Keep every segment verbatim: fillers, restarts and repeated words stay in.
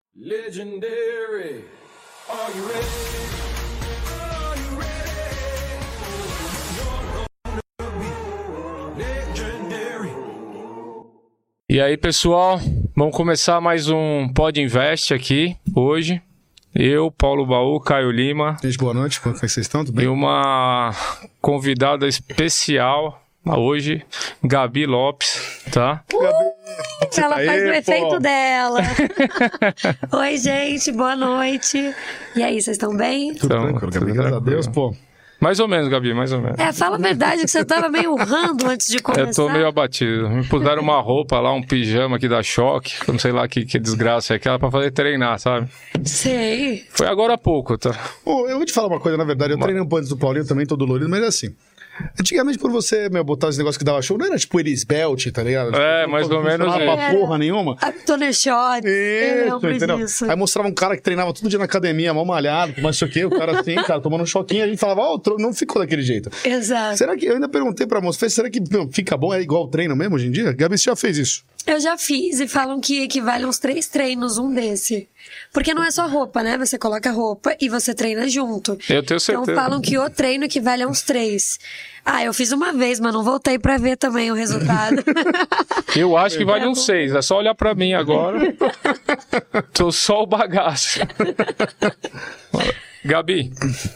Legendary, are you ready? Are you ready? Legendary. E aí, pessoal, vamos começar mais um Pod Invest aqui hoje. Eu, Paulo Baú, Caio Lima. Gente, boa noite, como é que vocês estão? Tudo bem? E uma convidada especial hoje, Gabi Lopes, tá? Gabi, ela tá faz aí, o efeito pô? dela. Oi, gente, boa noite. E aí, vocês estão bem? Tudo Então, tranquilo, Gabi, tudo graças a tranquilo. Deus, pô. Mais ou menos, Gabi, mais ou menos. É, fala a verdade que você tava meio urrando antes de começar. Eu tô meio abatido. Me puseram uma roupa lá, um pijama que dá choque. Eu não sei lá que, que desgraça é aquela pra fazer treinar, sabe? Sei. Foi agora há pouco, tá? Ô, eu vou te falar uma coisa, na verdade, eu treinei um pouco antes do Paulinho também, tô dolorido, mas é assim. Antigamente, por você, meu, botar esse negócio que dava show, não era tipo Eris Belt, tá ligado? É, Tipo, mais não ou menos funcionava pra isso. porra nenhuma. A Tony Shot. Eu Isso, lembro entendeu? disso. Aí mostrava um cara que treinava todo dia na academia, mal malhado, mas isso aqui, o cara assim, cara, tomando um choquinho, a gente falava, ó, oh, não ficou daquele jeito. Exato. Será que, eu ainda perguntei pra moça, será que meu, fica bom, é igual o treino mesmo hoje em dia? Gabi, você já fez isso? Eu já fiz e falam que equivale a uns três treinos, um desse. Porque não é só roupa, né? Você coloca roupa e você treina junto. Eu tenho certeza. Então falam que o treino equivale a uns três. Ah, eu fiz uma vez, mas não voltei pra ver também o resultado. Eu acho que vale uns seis. É só olhar pra mim agora. Tô só o bagaço. Gabi,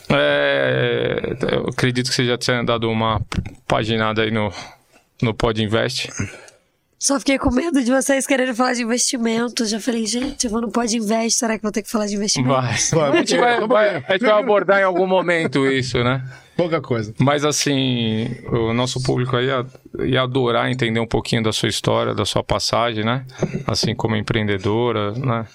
é, eu acredito que você já tenha dado uma paginada aí no, no Pod Invest. Só fiquei com medo de vocês quererem falar de investimento. Já falei, gente, eu vou no Pod Invest, será que vou ter que falar de investimento? Vai. Vai, A gente vai, vai- a gente vai abordar em algum momento isso, né? Pouca coisa. Mas assim, o nosso público aí ia, ia adorar entender um pouquinho da sua história, da sua passagem, né? Assim como empreendedora, né?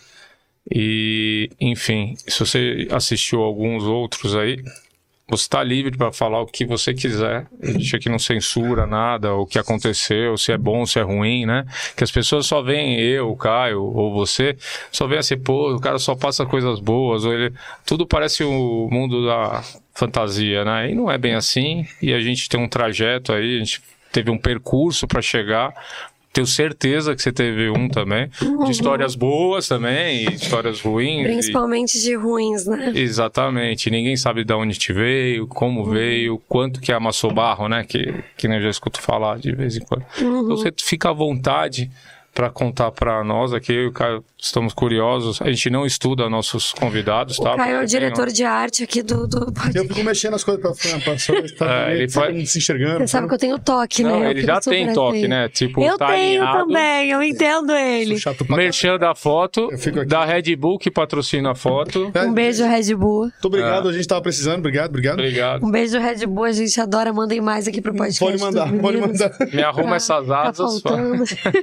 E, enfim, se você assistiu alguns outros aí, você está livre para falar o que você quiser. A gente aqui não censura nada, o que aconteceu, se é bom, se é ruim, né? Que as pessoas só veem eu, o Caio ou você, só veem assim, pô, o cara só passa coisas boas, ou ele... tudo parece o mundo da fantasia, né? E não é bem assim, e a gente tem um trajeto aí, a gente teve um percurso para chegar. Tenho certeza que você teve um também, de histórias boas também, e histórias ruins. e- Principalmente de ruins, né? Exatamente, ninguém sabe de onde te veio, como veio, quanto que amassou barro, né? Que, que nem eu já escuto falar de vez em quando. Então você fica à vontade para contar para nós aqui, eu e o Caio estamos curiosos. A gente não estuda nossos convidados, tá? O Caio é o Porque diretor tem de arte aqui do, do Eu podcast. fico mexendo as coisas pra frente, pra só estar É, ele faz- se enxergando. Você sabe que eu tenho toque, Não, né? Eu ele fico já super tem toque, assim. né? Tipo, Eu tá tenho alinhado. também, eu entendo ele. Sou chato pra Merchan da foto, Eu fico aqui. da Red Bull que patrocina a foto. caralho. Um beijo, Red Bull. Muito obrigado, a gente tava precisando, obrigado, obrigado. Obrigado. Um beijo, Red Bull. A gente adora. Mandem mais aqui pro podcast. Pode mandar, dos pode meninos. mandar. Me arruma Tá- essas tá asas. faltando.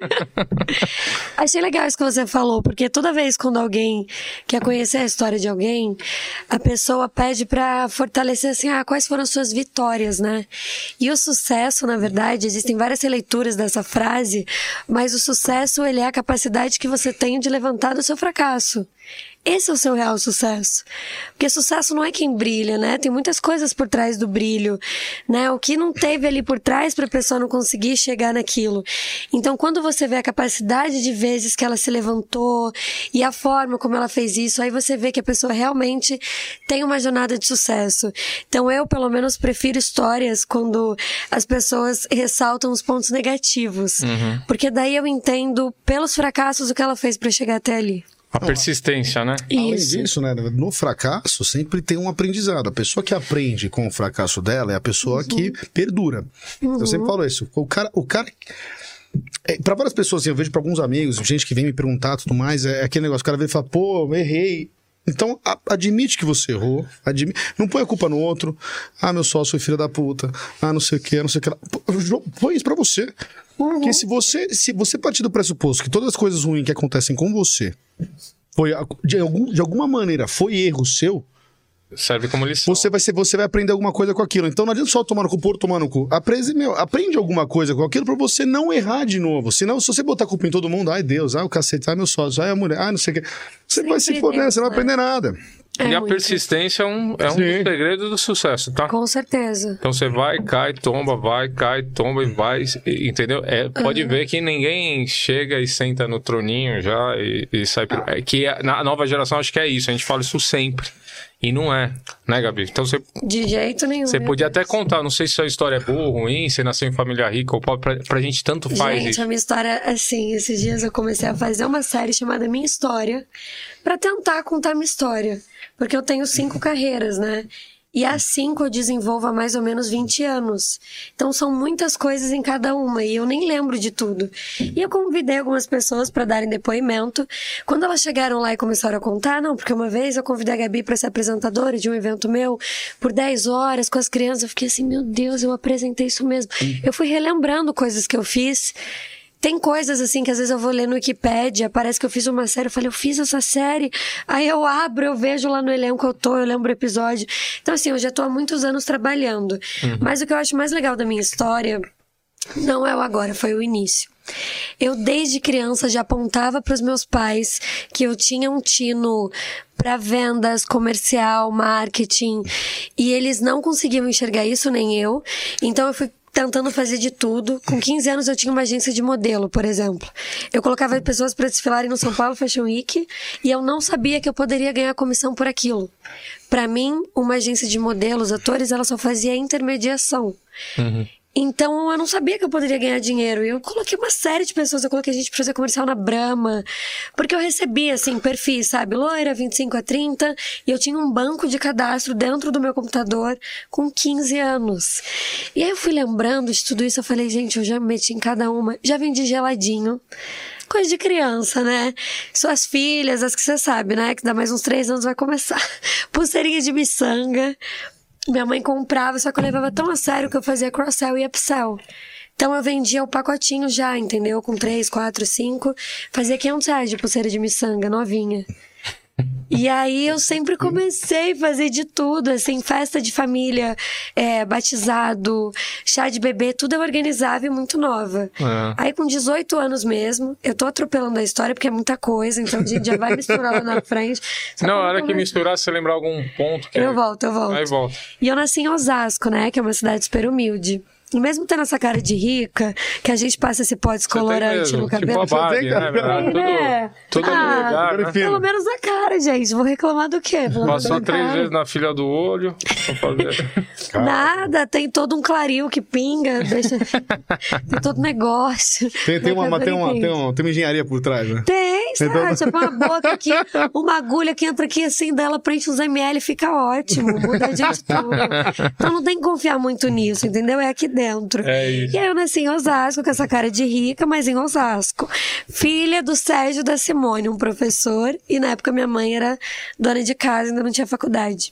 Achei legal isso que você falou, porque toda vez quando alguém quer conhecer a história de alguém, a pessoa pede pra fortalecer assim, ah, quais foram as suas vitórias, né? E o sucesso, na verdade, existem várias releituras dessa frase, mas o sucesso, ele é a capacidade que você tem de levantar do seu fracasso. Esse é o seu real sucesso. Porque sucesso não é quem brilha, né? Tem muitas coisas por trás do brilho, né? O que não teve ali por trás para a pessoa não conseguir chegar naquilo. Então, quando você vê a capacidade de vezes que ela se levantou e a forma como ela fez isso, aí você vê que a pessoa realmente tem uma jornada de sucesso. Então, eu, pelo menos, prefiro histórias quando as pessoas ressaltam os pontos negativos. Porque daí eu entendo, pelos fracassos, o que ela fez para chegar até ali. A persistência, né? Além Isso. disso, né, no fracasso sempre tem um aprendizado. A pessoa que aprende com o fracasso dela é a pessoa que perdura. Eu sempre falo isso. O cara... O cara... É, para várias pessoas, assim, eu vejo para alguns amigos, gente que vem me perguntar tudo mais, é aquele negócio, o cara vem e fala, pô, errei. Então, a- admite que você errou, admi- não põe a culpa no outro. Ah, meu sócio foi filho da puta. Ah, não sei o que, não sei o que. lá. Pô, jo- Põe isso pra você. Porque se você, se você partir do pressuposto que todas as coisas ruins que acontecem com você, foi, a- de, algum, de alguma maneira, foi erro seu, Serve como lição. você vai, ser, você vai aprender alguma coisa com aquilo. Então não adianta só tomar no cu por tomar no cu. Aprende, meu, aprende alguma coisa com aquilo pra você não errar de novo. Senão, se você botar a culpa em todo mundo, ai Deus, ai o cacete, ai meu sócio, ai a mulher, ai não sei o que, você vai se Sempre foder, Deus, você não vai né? aprender nada. É e a muito. persistência é um, é um dos Sim. segredos do sucesso, tá? Com certeza. Então você vai, cai, tomba, vai, cai, tomba e vai, e- entendeu? É, pode Uhum. ver que ninguém chega e senta no troninho já e, e sai... por- É que a- na nova geração acho que é isso, a gente fala isso sempre. E não é, né, Gabi? Então você, De jeito nenhum. você meu podia Deus. até contar, não sei se sua história é boa ou ruim, você nasceu em família rica ou pobre, pra, pra gente tanto faz Gente, isso. a minha história, assim, esses dias eu comecei a fazer uma série chamada Minha História pra tentar contar minha história. Porque eu tenho cinco carreiras, né? E as cinco eu desenvolvo há mais ou menos vinte anos. Então são muitas coisas em cada uma e eu nem lembro de tudo. E eu convidei algumas pessoas para darem depoimento. Quando elas chegaram lá e começaram a contar, não, porque uma vez eu convidei a Gabi para ser apresentadora de um evento meu por dez horas com as crianças. Eu fiquei assim, meu Deus, eu apresentei isso mesmo. Eu fui relembrando coisas que eu fiz. Tem coisas assim que às vezes eu vou ler no Wikipédia, parece que eu fiz uma série, eu falei, eu fiz essa série, aí eu abro, eu vejo lá no elenco que eu tô, eu lembro o episódio. Então assim, eu já tô há muitos anos trabalhando. Mas o que eu acho mais legal da minha história não é o agora, foi o início. Eu desde criança já apontava para os meus pais que eu tinha um tino para vendas, comercial, marketing, e eles não conseguiam enxergar isso, nem eu. Então eu fui tentando fazer de tudo. Com quinze anos eu tinha uma agência de modelo, por exemplo. Eu colocava pessoas para desfilarem no São Paulo Fashion Week e eu não sabia que eu poderia ganhar comissão por aquilo. Para mim, uma agência de modelos, atores, ela só fazia intermediação. Uhum. Então eu não sabia que eu poderia ganhar dinheiro. E eu coloquei uma série de pessoas. Eu coloquei gente pra fazer comercial na Brahma. Porque eu recebia, assim, perfis, sabe? Loira, vinte e cinco a trinta. E eu tinha um banco de cadastro dentro do meu computador com quinze anos. E aí eu fui lembrando de tudo isso. Eu falei, gente, eu já me meti em cada uma. Já vendi geladinho. Coisa de criança, né? Suas filhas, as que você sabe, né? Que dá mais uns três anos vai começar. Pulseirinha de miçanga. Minha mãe comprava, só que eu levava tão a sério que eu fazia cross-sell e upsell. Então eu vendia o pacotinho já, entendeu? Com três, quatro, cinco. Fazia quinhentos reais de pulseira de miçanga, novinha. E aí eu sempre comecei a fazer de tudo, assim, festa de família, é, batizado, chá de bebê, tudo eu organizava e muito nova. É. Aí com dezoito anos mesmo, eu tô atropelando a história porque é muita coisa, então a gente já vai misturar lá na frente. Só Não, a quando hora que começa- misturar, se você lembrar algum ponto que Eu é- volto, eu volto. Aí volta. E eu nasci em Osasco, né? Que é uma cidade super humilde. E mesmo tendo essa cara de rica, que a gente passa esse pó descolorante mesmo, no cabelo. tipo a Barbie, né, verdade? Tem, né? Tudo, tudo Ah, no lugar, né? Pelo menos na cara, gente. Vou reclamar do quê? Pelo menos Passou na três cara. vezes na filha do olho pra fazer... Nada, tem todo um claril que pinga, deixa... tem todo negócio. Tem, tem, uma, Mas tem, uma, enfim. tem, uma, tem uma engenharia por trás, né? Tem, sabe? Então- Você põe uma boca aqui, uma agulha que entra aqui assim, dela preenche uns ml e fica ótimo. Muda de tudo. Então não tem que confiar muito nisso, entendeu? É aqui dentro. É isso. E aí eu nasci em Osasco, com essa cara de rica, mas em Osasco. Filha do Sérgio da Simone, um professor. E na época minha mãe era dona de casa, ainda não tinha faculdade.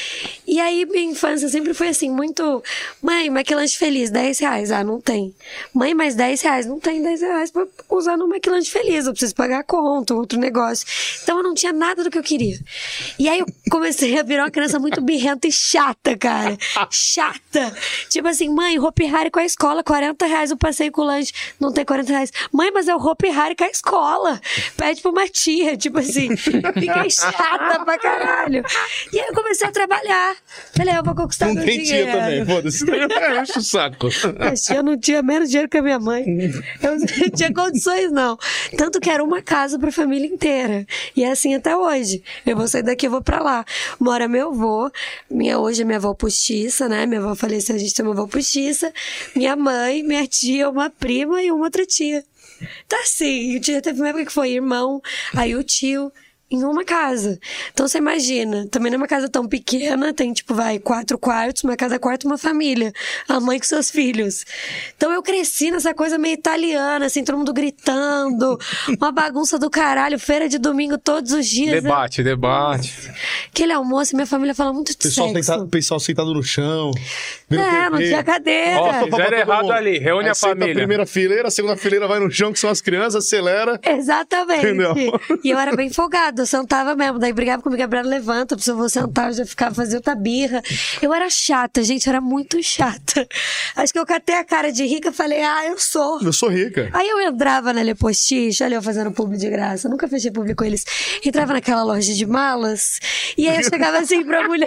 E aí, minha infância sempre foi assim, muito... Mãe, McLanche Feliz, dez reais. Ah, não tem. Mãe, mais dez reais. Não tem dez reais pra usar no McLanche Feliz. Eu preciso pagar a conta, outro negócio. Então, eu não tinha nada do que eu queria. E aí, eu comecei a virar uma criança muito birrenta e chata, cara. Chata. Tipo assim, mãe, Hopi Hari com a escola, quarenta reais o passeio com o lanche. Não tem quarenta reais. Mãe, mas é o Hopi Hari com a escola. Pede pra uma tia. Tipo assim, fiquei chata pra caralho. E aí, eu comecei a trabalhar. Falei, eu vou conquistar Não meu tem dinheiro. tia também, foda-se. Enche o saco. A tia não tinha menos dinheiro que a minha mãe. Eu não tinha condições, não. Tanto que era uma casa pra família inteira. E é assim até hoje. Eu vou sair daqui, eu vou pra lá. Mora meu avô. Minha, hoje é minha avó postiça, né? Minha avó faleceu, a gente tem uma avó postiça. Minha mãe, minha tia, uma prima e uma outra tia. Tá assim. O tio teve uma época que foi irmão, aí o tio... em uma casa. Então você imagina, também não é uma casa tão pequena, tem tipo, vai, quatro quartos, uma cada quarto, uma família. A mãe com seus filhos. Então eu cresci nessa coisa meio italiana, assim, todo mundo gritando, uma bagunça do caralho, feira de domingo todos os dias. Debate, debate. Aquele almoço, minha família fala muito de Pessoal sexo. sentado, pessoal sentado no chão. vendo É, não T V. tinha cadeira. Ó, Papo pra fizeram todo errado mundo. ali, reúne Aí a senta família. A primeira fileira, a segunda fileira vai no chão, que são as crianças, acelera. Exatamente. Entendeu? E eu era bem folgada, eu sentava mesmo. Daí brigava comigo, Gabriela, levanta, eu vou sentar, eu já ficava fazendo outra birra. Eu era chata, gente, eu era muito chata. Acho que eu catei a cara de rica e falei, ah, eu sou. Eu sou rica. Aí eu entrava na Le Postiche, olha eu fazendo publi de graça, nunca fechei publi com eles. Entrava naquela loja de malas, e aí eu chegava assim pra mulher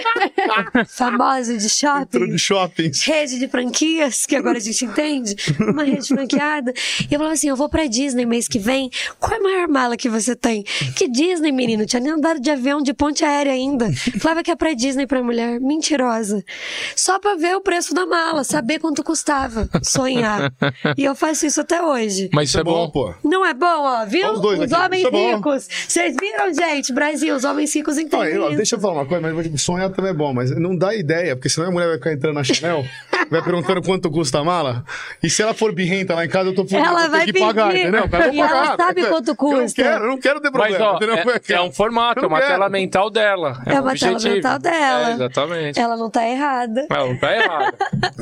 famosa de shopping. Entrou de shoppings. Rede de franquias, que agora a gente entende, uma rede franqueada. E eu falava assim, eu vou pra Disney mês que vem, qual é a maior mala que você tem? Que Disney, menino? Tinha nem andado de avião, de ponte aérea ainda. Falava que é pra Disney pra mulher, mentirosa. Só pra ver o preço da mala, saber quanto custava, sonhar. E eu faço isso até hoje. Mas isso é bom, pô. Não é bom, ó, viu? Os dois Os aqui, homens isso é bom. ricos. Vocês viram, gente? Brasil, os homens ricos entendem Ó, isso. deixa eu falar uma coisa, mas sonhar também é bom, mas não dá ideia, porque senão a mulher vai ficar entrando na Chanel, vai perguntando quanto custa a mala, e se ela for birrenta lá em casa, eu tô fudido, Ela vou ter vai que pagar, pedir. entendeu? Cara, eu E vou ela pagar. sabe Eu- quanto Eu custa. não quero, eu não quero ter Mas, problema, ó, entendeu? é, é um formato, Eu é não uma quero. tela mental dela. É, É um uma tela objetivo. mental dela. É, exatamente. Ela não tá errada. Não, não tá errado.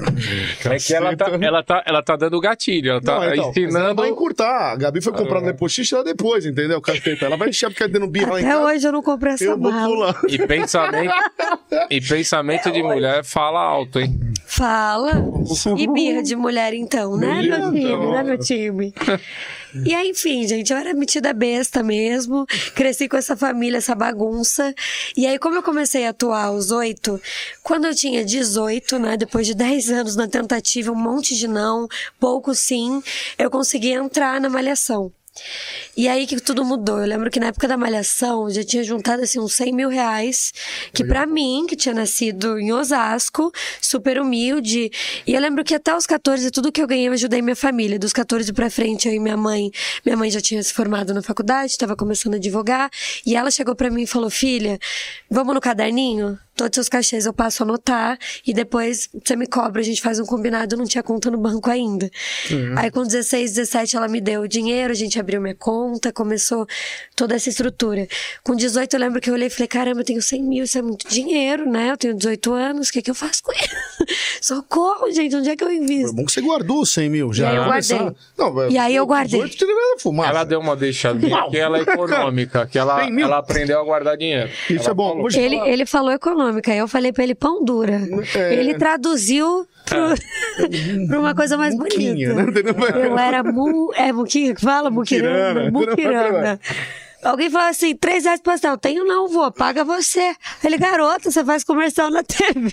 É que ela tá, ela, tá, ela tá dando gatilho, ela tá Não, então, mas ela ensinando. vai encurtar. A Gabi foi comprar no Lepostiche ela depois, entendeu? Caceta. Ela vai encher porque dando birra lá em Até casa. hoje eu não comprei essa Eu vou mala. pular. E pensamento, e pensamento de mulher fala alto, hein? Fala. E birra de mulher, então, né, meu Então. time? Né, meu time? E aí, enfim, gente, eu era metida besta mesmo. Cresci com essa família, essa bagunça. E aí, como eu comecei a atuar aos oito, quando eu tinha dezoito, né, depois de dez anos na tentativa, um monte de não, pouco sim, eu consegui entrar na Malhação. E aí que tudo mudou. Eu lembro que na época da Malhação eu já tinha juntado assim uns cem mil reais, que pra mim, que tinha nascido em Osasco, super humilde. E eu lembro que até os catorze, tudo que eu ganhei eu ajudei minha família. Dos catorze pra frente, eu e minha mãe, minha mãe já tinha se formado na faculdade, estava começando a advogar, e ela chegou pra mim e falou: filha, vamos no caderninho? Todos os seus cachês eu passo a anotar e depois você me cobra, a gente faz um combinado. Eu não tinha conta no banco ainda. Uhum. Aí com dezesseis, dezessete ela me deu o dinheiro, a gente abriu minha conta, começou toda essa estrutura. Com dezoito eu lembro que eu olhei e falei: caramba, eu tenho cem mil, isso é muito dinheiro, né? Eu tenho dezoito anos, o que, que eu faço com ele? Socorro, gente, onde é que eu invisto? Foi bom que você guardou os cem mil já. E aí eu Começando... guardei. Não, E aí eu guardei. dezoito te levava fumaça. Ela deu uma deixadinha que ela é econômica, que ela, ela aprendeu a guardar dinheiro. Isso Ela é bom. falou. Vou te Ele, falar. ele falou econômica, aí eu falei pra ele pão dura. É. Ele traduziu pro, pra uma coisa mais Muquinha, bonita. né? Eu era mu... É muquinha que fala? Muquirana. Muquirana. Muquirana. Alguém falou assim, três reais pra pastel. Tenho não, vô, paga você. Ele, garota, você faz comercial na T V.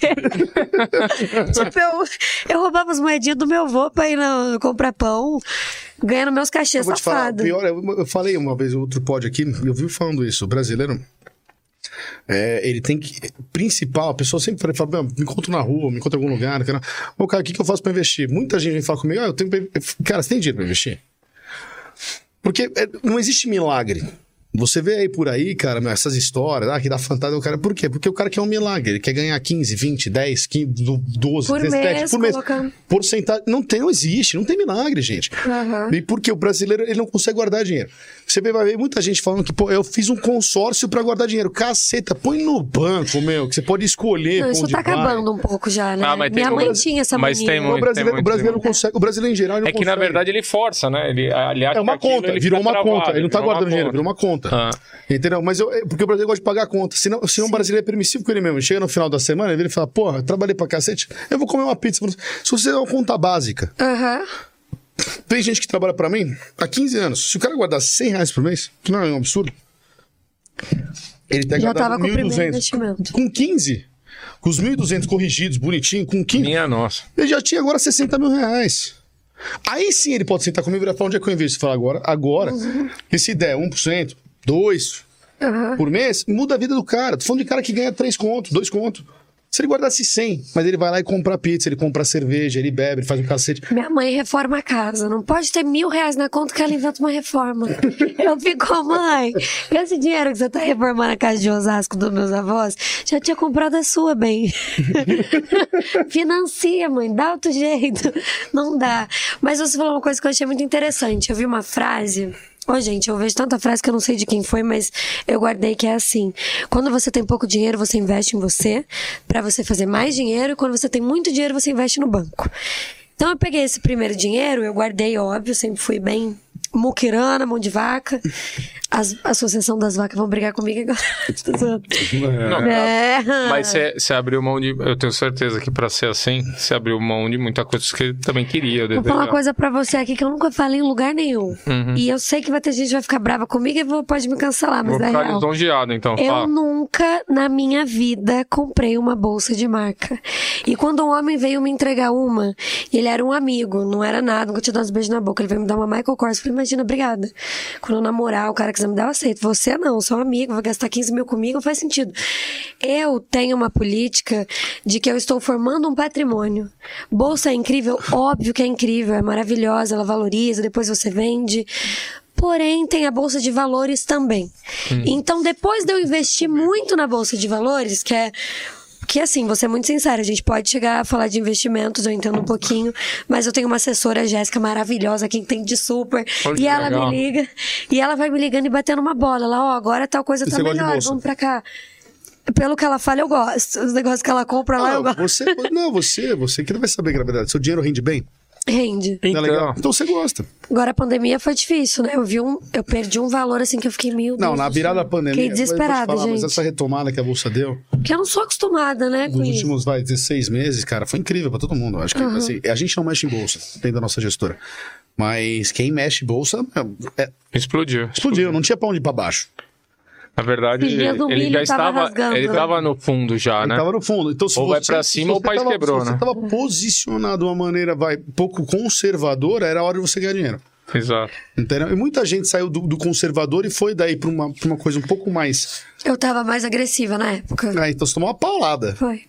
Tipo, eu, eu roubava as moedinhas do meu vô pra ir no, comprar pão, ganhando meus cachês, Eu vou te falar, safado. pior, eu, eu falei uma vez, outro pod aqui, eu vi falando isso, o brasileiro, é, ele tem que, principal, a pessoa sempre fala, me encontro na rua, me encontro em algum lugar, cara, ô cara, o que, que eu faço pra investir? Muita gente vem falar comigo, ah, eu tenho, pra... cara, você tem dinheiro pra investir? Porque é, não existe milagre. Você vê aí por aí, cara, essas histórias, ah, que dá fantasia do cara. Por quê? Porque o cara quer um milagre. Ele quer ganhar quinze, vinte, dez, quinze, doze, Por dezessete, mês, por mês. colocando. Porcentagem. Não tem, não existe. Não tem milagre, gente. Uhum. E porque o brasileiro, ele não consegue guardar dinheiro. Você vai ver muita gente falando que, pô, eu fiz um consórcio pra guardar dinheiro. Caceta, põe no banco, meu, que você pode escolher. Não, isso onde tá vai. acabando um pouco já, né? Ah, mas tem Minha mãe muito. tinha essa Mas mania. tem O muito. brasileiro, muito, o brasileiro muito. não consegue. O brasileiro em geral ele não É que na consegue. verdade ele força, né? Ele, ele acha É uma que aquilo, conta, ele virou fica uma travado, conta. Ele não tá virou uma guardando dinheiro, conta. virou uma conta. Ah. Entendeu? Mas eu, é porque o brasileiro gosta de pagar a conta. Senão, senão o brasileiro é permissivo com ele mesmo. Ele chega no final da semana, ele vira e fala: porra, eu trabalhei pra cacete, eu vou comer uma pizza. Se você der uma conta básica, Aham. tem gente que trabalha pra mim há quinze anos. Se o cara guardasse cem reais por mês, que não é um absurdo, ele tem que Já guardar tava com o mil e primeiro duzentos. investimento. Com quinze, com os mil e duzentos corrigidos, bonitinho, com quinze, Minha nossa. ele já tinha agora sessenta mil reais. Aí sim ele pode sentar comigo e virar e falar: onde é que eu invisto? Falar agora, agora. Uhum. E se der um por cento, dois por cento Uhum. por mês, muda a vida do cara. Tô falando de cara que ganha três contos, dois contos. Se ele guardasse cem, mas ele vai lá e compra pizza, ele compra cerveja, ele bebe, ele faz um cacete. Minha mãe reforma a casa. Não pode ter mil reais na conta que ela inventa uma reforma. Eu fico, mãe, esse dinheiro que você tá reformando a casa de Osasco dos meus avós, já tinha comprado a sua, bem. Financia, mãe, dá outro jeito. Não dá. Mas você falou uma coisa que eu achei muito interessante. Eu vi uma frase... Ô, gente, eu vejo tanta frase que eu não sei de quem foi, mas eu guardei que é assim: quando você tem pouco dinheiro, você investe em você pra você fazer mais dinheiro, e quando você tem muito dinheiro, você investe no banco. Então eu peguei esse primeiro dinheiro, eu guardei, óbvio, sempre fui bem muquirana, mão de vaca. As, a associação das vacas vão brigar comigo agora. Tô zoando. Não, É. Mas você abriu mão de... Eu tenho certeza que pra ser assim, você abriu mão de muita coisa que ele também queria. Vou falar uma coisa pra você aqui que eu nunca falei em lugar nenhum. Uhum. E eu sei que vai ter gente que vai ficar brava comigo e vou- pode me cancelar, mas Vou é ficar real. lisonjeado, então. Eu Fala. nunca na minha vida comprei uma bolsa de marca. E quando um homem veio me entregar uma, e ele era um amigo, não era nada, nunca tinha dado uns beijos na boca, ele veio me dar uma Michael Kors, eu falei, imagina, obrigada. Quando eu namorar, o cara quiser me dar, eu aceito. Você não, sou um amigo, vai gastar quinze mil comigo, não faz sentido. Eu tenho uma política de que eu estou formando um patrimônio. Bolsa é incrível? Óbvio que é incrível, é maravilhosa, ela valoriza, depois você vende. Porém, tem a bolsa de valores também. Então, depois de eu investir muito na bolsa de valores, que é que assim, vou ser muito sincera, a gente pode chegar a falar de investimentos, eu entendo um pouquinho, mas eu tenho uma assessora, a Jéssica, maravilhosa, que entende super, Olha que e ela legal. me liga, e ela vai me ligando e batendo uma bola, lá, ó, agora tal coisa E tá você gosta de melhor, bolsa? vamos pra cá. Pelo que ela fala, eu gosto. Os negócios que ela compra lá, eu Não, gosto. você, não, você, você que não vai saber, na verdade. Seu dinheiro rende bem? Rende. Não é legal? Então, Então você gosta. Agora a pandemia foi difícil, né? Eu vi um, eu perdi um valor assim que eu fiquei meio. Não, na virada da pandemia. Fiquei eu vou te desesperada, falar, gente. Mas essa retomada que a bolsa deu, Porque eu não sou acostumada, né, com nos isso. últimos, vai, dezesseis meses, cara, foi incrível pra todo mundo. Eu acho que, assim, a gente não mexe em bolsa, tem da nossa gestora. Mas quem mexe em bolsa, é, é, explodiu. explodiu, não tinha pra onde ir pra baixo. Na verdade, Esses dias o ele milho já tava estava, rasgando, ele né? estava no fundo já, Ele né? tava no fundo. Então, se Ou você, vai pra se cima ou você o país tava- quebrou, se né? você tava posicionado de uma maneira, vai, pouco conservadora, era a hora de você ganhar dinheiro. Exato. Entendeu? E muita gente saiu do, do conservador e foi daí pra uma, pra uma coisa um pouco mais... Eu tava mais agressiva na época. Ah, então você tomou uma paulada. Foi.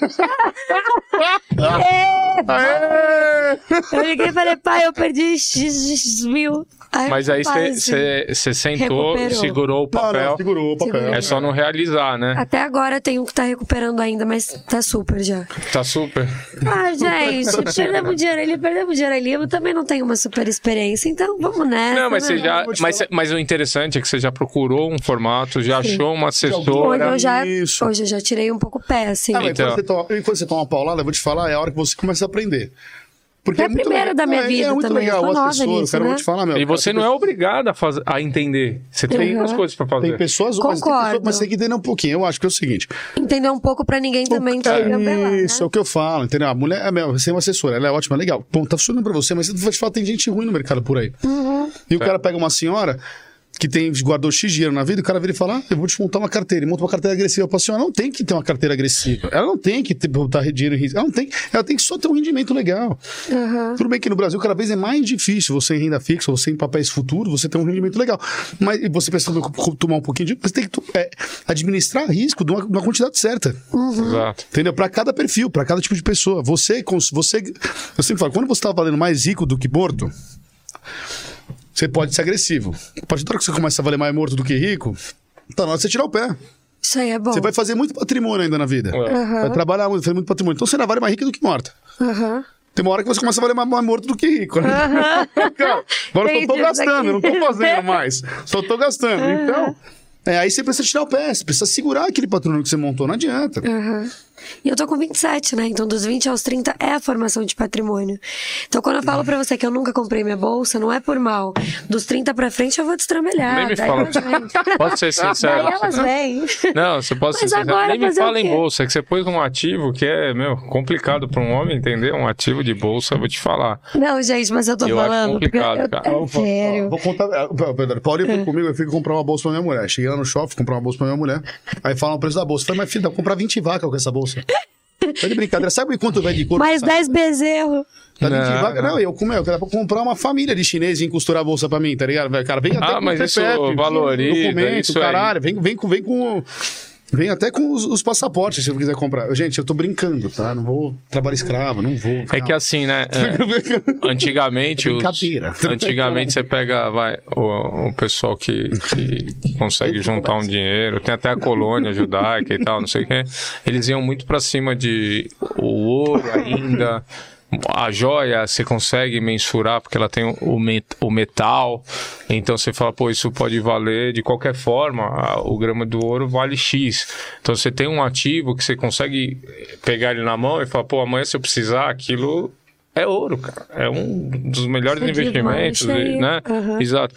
Eu liguei e falei, pai, eu perdi X mil. Aí, Mas aí pai, você sentou, recuperou. segurou o Não, papel. não, segurou o papel. Segurou. É só não realizar, né? Até agora tem um que tá recuperando ainda, mas tá super já. Tá super. Ah, gente, perdemos dinheiro ali, perdemos dinheiro ali. Eu também não tenho uma super experiência, então vamos nessa. Não, mas né? você já. vou te Mas, falar. mas o interessante é que você já procurou um formato, já achou uma Hoje assessora. eu, já, Isso. hoje eu já tirei um pouco o pé, assim. Ah, mas Então. quando, você toma, e quando você toma uma paulada, eu vou te falar, é a hora que você começa a aprender. Porque Foi a primeira da minha é, vida é muito também, eu legal, sou o nova assessor, nisso, cara, eu né? vou te falar, meu. E você não é obrigado a, fazer, a entender. Você tem Uhum. outras coisas pra fazer. Tem pessoas, mas tem, Concordo. pessoas, mas tem que entender um pouquinho. Eu acho que é o seguinte. Entender um pouco pra ninguém também te é gambelar, né? isso, é o que eu falo, entendeu? A mulher é meu, você é uma assessora, ela é ótima, legal. Bom, tá funcionando pra você, mas eu vou te falar, tem gente ruim no mercado por aí. Uhum. E o cara pega uma senhora que tem, guardou X dinheiro na vida, e o cara vira e fala, ah, eu vou te montar uma carteira, e monta uma carteira agressiva pra senhora. Ela não tem que ter uma carteira agressiva. Ela não tem que ter, botar dinheiro em risco. Ela não tem, ela tem que só ter um rendimento legal. Uhum. Tudo bem que no Brasil cada vez é mais difícil você em renda fixa, você em papéis futuros, você ter um rendimento legal. Mas e você precisa tomar um pouquinho de... Você tem que é, administrar risco de uma, de uma quantidade certa. Exato. Entendeu? Para cada perfil, para cada tipo de pessoa. Você, cons- você, eu sempre falo, quando você está valendo mais rico do que morto, você pode ser agressivo. A partir da hora que você começa a valer mais morto do que rico, tá na hora de você tirar o pé. Isso aí é bom. Você vai fazer muito patrimônio ainda na vida. É. Vai trabalhar muito, fazer muito patrimônio. Então você ainda vale mais rica do que morta. Uhum. Tem uma hora que você começa a valer mais, mais morto do que rico, né? Cara, agora eu só tô Entendi isso gastando, eu não aqui. tô fazendo mais. Só tô gastando. Então, é, aí você precisa tirar o pé, você precisa segurar aquele patrimônio que você montou, não adianta. Uhum. E eu tô com vinte e sete, né? Então, dos vinte aos trinta é a formação de patrimônio. Então, quando eu falo pra você que eu nunca comprei minha bolsa, não é por mal. Dos trinta pra frente, eu vou destrambelhar. Nem me Daí fala. elas vêm. Pode ser sincero. Daí elas vêm. Não, você pode ser Mas sincero. agora Nem me fazer fala o em quê? bolsa, é que você pôs um ativo que é, meu, complicado pra um homem entender. Um ativo de bolsa, eu vou te falar. Não, gente, mas eu tô Eu acho falando. porque complicado, eu- cara. é Vou- sério. Vou contar. ah, Pedro, Paulinho foi comigo, eu fui comprar uma bolsa pra minha mulher. Cheguei lá no shopping, comprar uma bolsa pra minha mulher. Aí falam o preço da bolsa. Falei, mas filho, dá pra comprar vinte vacas com essa bolsa. Tá de brincadeira. Sabe quanto vai de corpo? Mais essa- dez bezerros. Tá vinte Não, vacas? não. Não, eu como é? Eu quero comprar uma família de chinês e vir costurar a bolsa pra mim, tá ligado? Velho, cara, vem até Ah, com mas o isso C P F, valoriza, documento, isso aí. caralho. Vem, vem, com, vem com... Vem até com os, os passaportes, se eu quiser comprar. Gente, eu tô brincando, tá? Não vou trabalhar escravo, não vou. É que assim, né? é, antigamente, os, Brincadeira. antigamente você pega, vai, o, o pessoal que, que, que consegue juntar um dinheiro, tem até a colônia judaica e tal, não sei o quê. Eles iam muito pra cima de o ouro ainda. A joia você consegue mensurar porque ela tem o, met, o metal, então você fala, pô, isso pode valer de qualquer forma, a, o grama do ouro vale X. Então você tem um ativo que você consegue pegar ele na mão e falar, pô, amanhã se eu precisar, aquilo é ouro, cara. É um dos melhores É de investimentos, mão cheia. né? Uhum. Exato.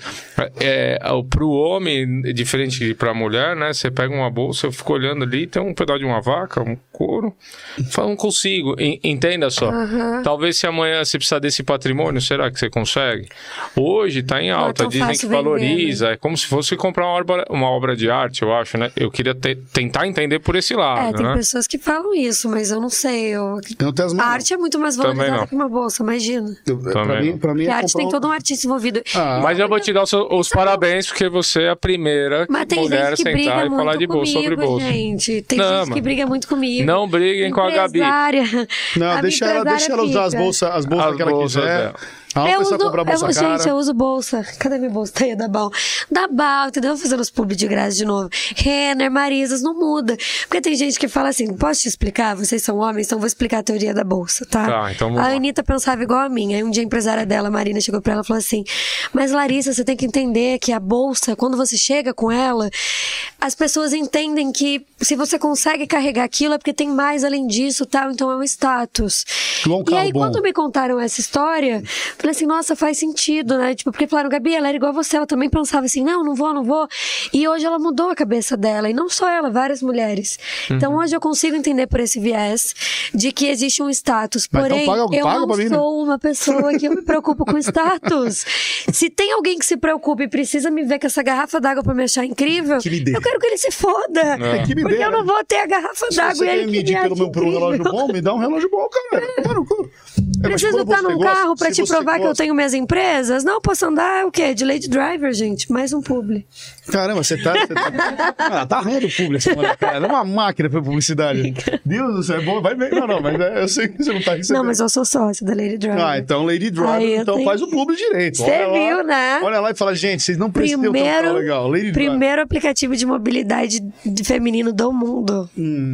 É, para o homem, diferente de para a mulher, né? Você pega uma bolsa, eu fico olhando ali, tem um pedaço de uma vaca, um couro. Fala, não consigo. En- Entenda só. Uhum. Talvez se amanhã você precisar desse patrimônio, será que você consegue? Hoje tá em alta, tão dizem fácil que vender, valoriza. É como se fosse comprar uma obra, uma obra de arte, eu acho, né? Eu queria te- tentar entender por esse lado, É, tem né? pessoas que falam isso, mas eu não sei. Eu... Eu não tenho as A mãos. arte é muito mais Também valorizada não. que uma bolsa, imagina. Eu- Pra Também mim, não. pra mim Porque é a arte comprar tem um- todo um artista envolvido. Ah, Mas eu vou te dar os, os parabéns, porque você é a primeira Mas tem mulher a gente que briga sentar e muito falar de bolsa comigo, sobre bolsa. gente. Tem Não, gente que mano. briga muito comigo. Não briguem com a Gabi. Empresária. Não, A deixa ela, empresária deixa ela usar as fica. bolsas, as bolsas As que ela bolsas quiser. dela. Ah, Eu começar uso, a comprar eu, bolsa cara. gente, eu uso bolsa. Cadê minha bolsa? Tá aí, da Bal. Da Bal, entendeu? Fazendo os pub de graça de novo. Renner, Marisas, não muda. Porque tem gente que fala assim, posso te explicar? Vocês são homens, então vou explicar a teoria da bolsa, tá? Tá, então vamos A lá. Anitta pensava igual a mim. Aí um dia a empresária dela, a Marina, chegou pra ela e falou assim, mas Larissa, você tem que entender que a bolsa, quando você chega com ela, as pessoas entendem que se você consegue carregar aquilo é porque tem mais além disso, tal, então é um status. Igual um E carro aí, bom. quando me contaram essa história, falei assim, nossa, faz sentido, né? Tipo, porque falaram, Gabi, ela era igual a você, ela também pensava assim, não, não vou, não vou. E hoje ela mudou a cabeça dela, e não só ela, várias mulheres. Então hoje eu consigo entender por esse viés de que existe um status. Mas então Porém, paga- eu paga não pra mim, né? sou uma pessoa que eu me preocupo com status. Se tem alguém que se preocupa e precisa me ver com essa garrafa d'água pra me achar incrível, Que me dê. eu quero que ele se foda. É que me Porque dê, eu não né? vou ter a garrafa Se d'água você e ele quer que medir me pelo acha meu por um relógio incrível. bom, me dá um relógio bom, cara. Mano, é, mas Preciso quando estar você num gosta, carro pra se te você provar que eu gosta- tenho minhas empresas? Não, posso andar o quê? De Lady Driver, gente. Mais um publi. Caramba, você tá. Você tá... Ah, tá rindo o público essa mulher, cara. É uma máquina pra publicidade. Deus do céu, é bom, vai bem. Não, não, mas é- eu sei que você não tá recebendo. Não, mas eu sou sócia da Lady Driver. Ah, então Lady Aí Driver, eu então tenho- faz o público direito. Você Olha lá, viu, né? Olha lá e fala, gente, vocês não precisam ter um carro Primeiro, legal. Lady Driver. primeiro aplicativo de mobilidade de feminino do mundo.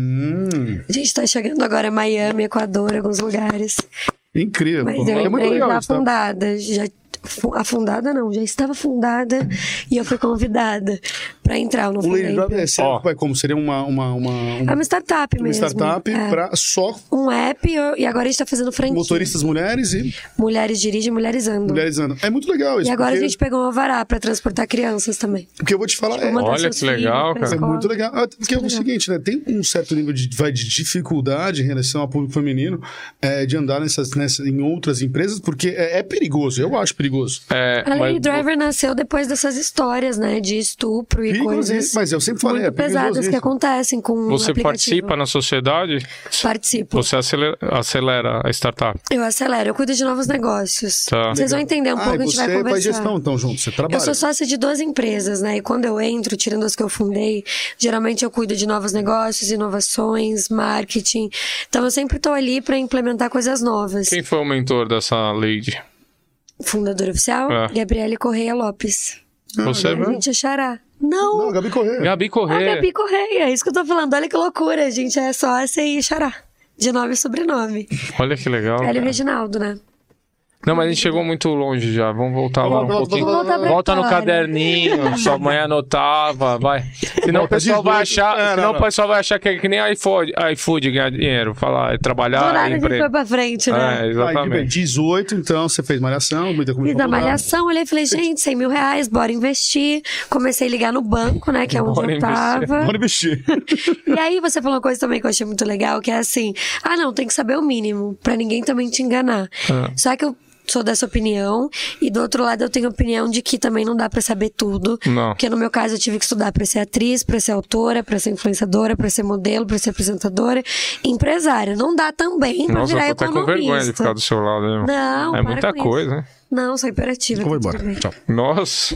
Hum, A gente tá chegando agora a Miami, Equador, alguns lugares. incrível. Mas pô. eu É muito entrei legal já isso, tá? fundada. Já, fu- afundada não, já estava fundada e eu fui convidada pra entrar. Eu não O fundei. Lady Driver é sério, Ó. vai como? Seria uma, uma, uma, É uma, uma startup uma mesmo. startup É. pra só Um app eu- e agora a gente tá fazendo franquia. motoristas mulheres e Mulheres dirigem, mulheres andam. mulheres andam. É muito legal isso. E agora porque, a gente pegou um alvará pra transportar crianças também. porque eu vou te falar, é, Mandar Olha seus que legal, filhos pra cara. é escola. muito legal. Ah, Porque é o legal. seguinte, né? Tem um certo nível de, vai, de dificuldade em relação ao público feminino é, de andar nessas, nessas, em outras empresas, porque é, é perigoso. Eu acho perigoso. É, A Lady mas- Driver nasceu depois dessas histórias, né? De estupro e Perigosíssimo, coisas mas eu sempre falei, muito é pesadas que perigosíssimo. acontecem com o Você aplicativo. participa na sociedade? Participo. Você acelera, acelera a startup. Eu acelero, eu cuido de novos negócios. Tá. Vocês vão entender um Ah, pouco, e a gente vai você conversar. faz gestão, então, junto. Você trabalha. Eu sou sócia de duas empresas, né? E quando eu entro, tirando as que eu fundei, geralmente eu cuido de novos negócios, inovações, marketing. Então eu sempre tô ali pra implementar coisas novas. Quem foi o mentor dessa lady? Fundadora oficial, É. Gabriele Correia Lopes. Você, A viu? gente achará. Não, Não, Gabi Correia. Gabi a Corrêa. Gabi Correia, é isso que eu tô falando. Olha que loucura, a gente é sócia e xará. De nome e sobrenome. Olha que legal. Ela e o cara. Reginaldo, né? Não, mas a gente chegou muito longe já. Vamos voltar lá um Volta, pouquinho. volta, volta pra Volta no história. caderninho. Sua mãe anotava, vai. Senão o Volta pessoal vai dezoito. achar, É, não, senão não. o pessoal vai achar que é que nem iFood, iFood ganhar dinheiro, falar, é Do trabalhar, nada é a gente emprego. foi pra frente, né? É, Aí, exatamente. dezoito, então, você fez malhação, muita comida Fiz a popular. malhação, olhei e falei, gente, cem mil reais, bora investir. Comecei a ligar no banco, né, que é onde Bora eu investir. tava. Bora investir. E aí você falou uma coisa também que eu achei muito legal, que é assim, ah não, tem que saber o mínimo, pra ninguém também te enganar. Ah. Só que eu sou dessa opinião, e do outro lado eu tenho a opinião de que também não dá pra saber tudo. Não. Porque no meu caso eu tive que estudar pra ser atriz, pra ser autora, pra ser influenciadora, pra ser modelo, pra ser apresentadora, empresária. Não dá também pra Nossa, eu virar tô até com vergonha de economista. ficar do seu lado, hein? Não, É para muita com coisa, isso. né? Não, sou imperativa. Então, vou tá embora. tudo bem. Tchau. Nossa.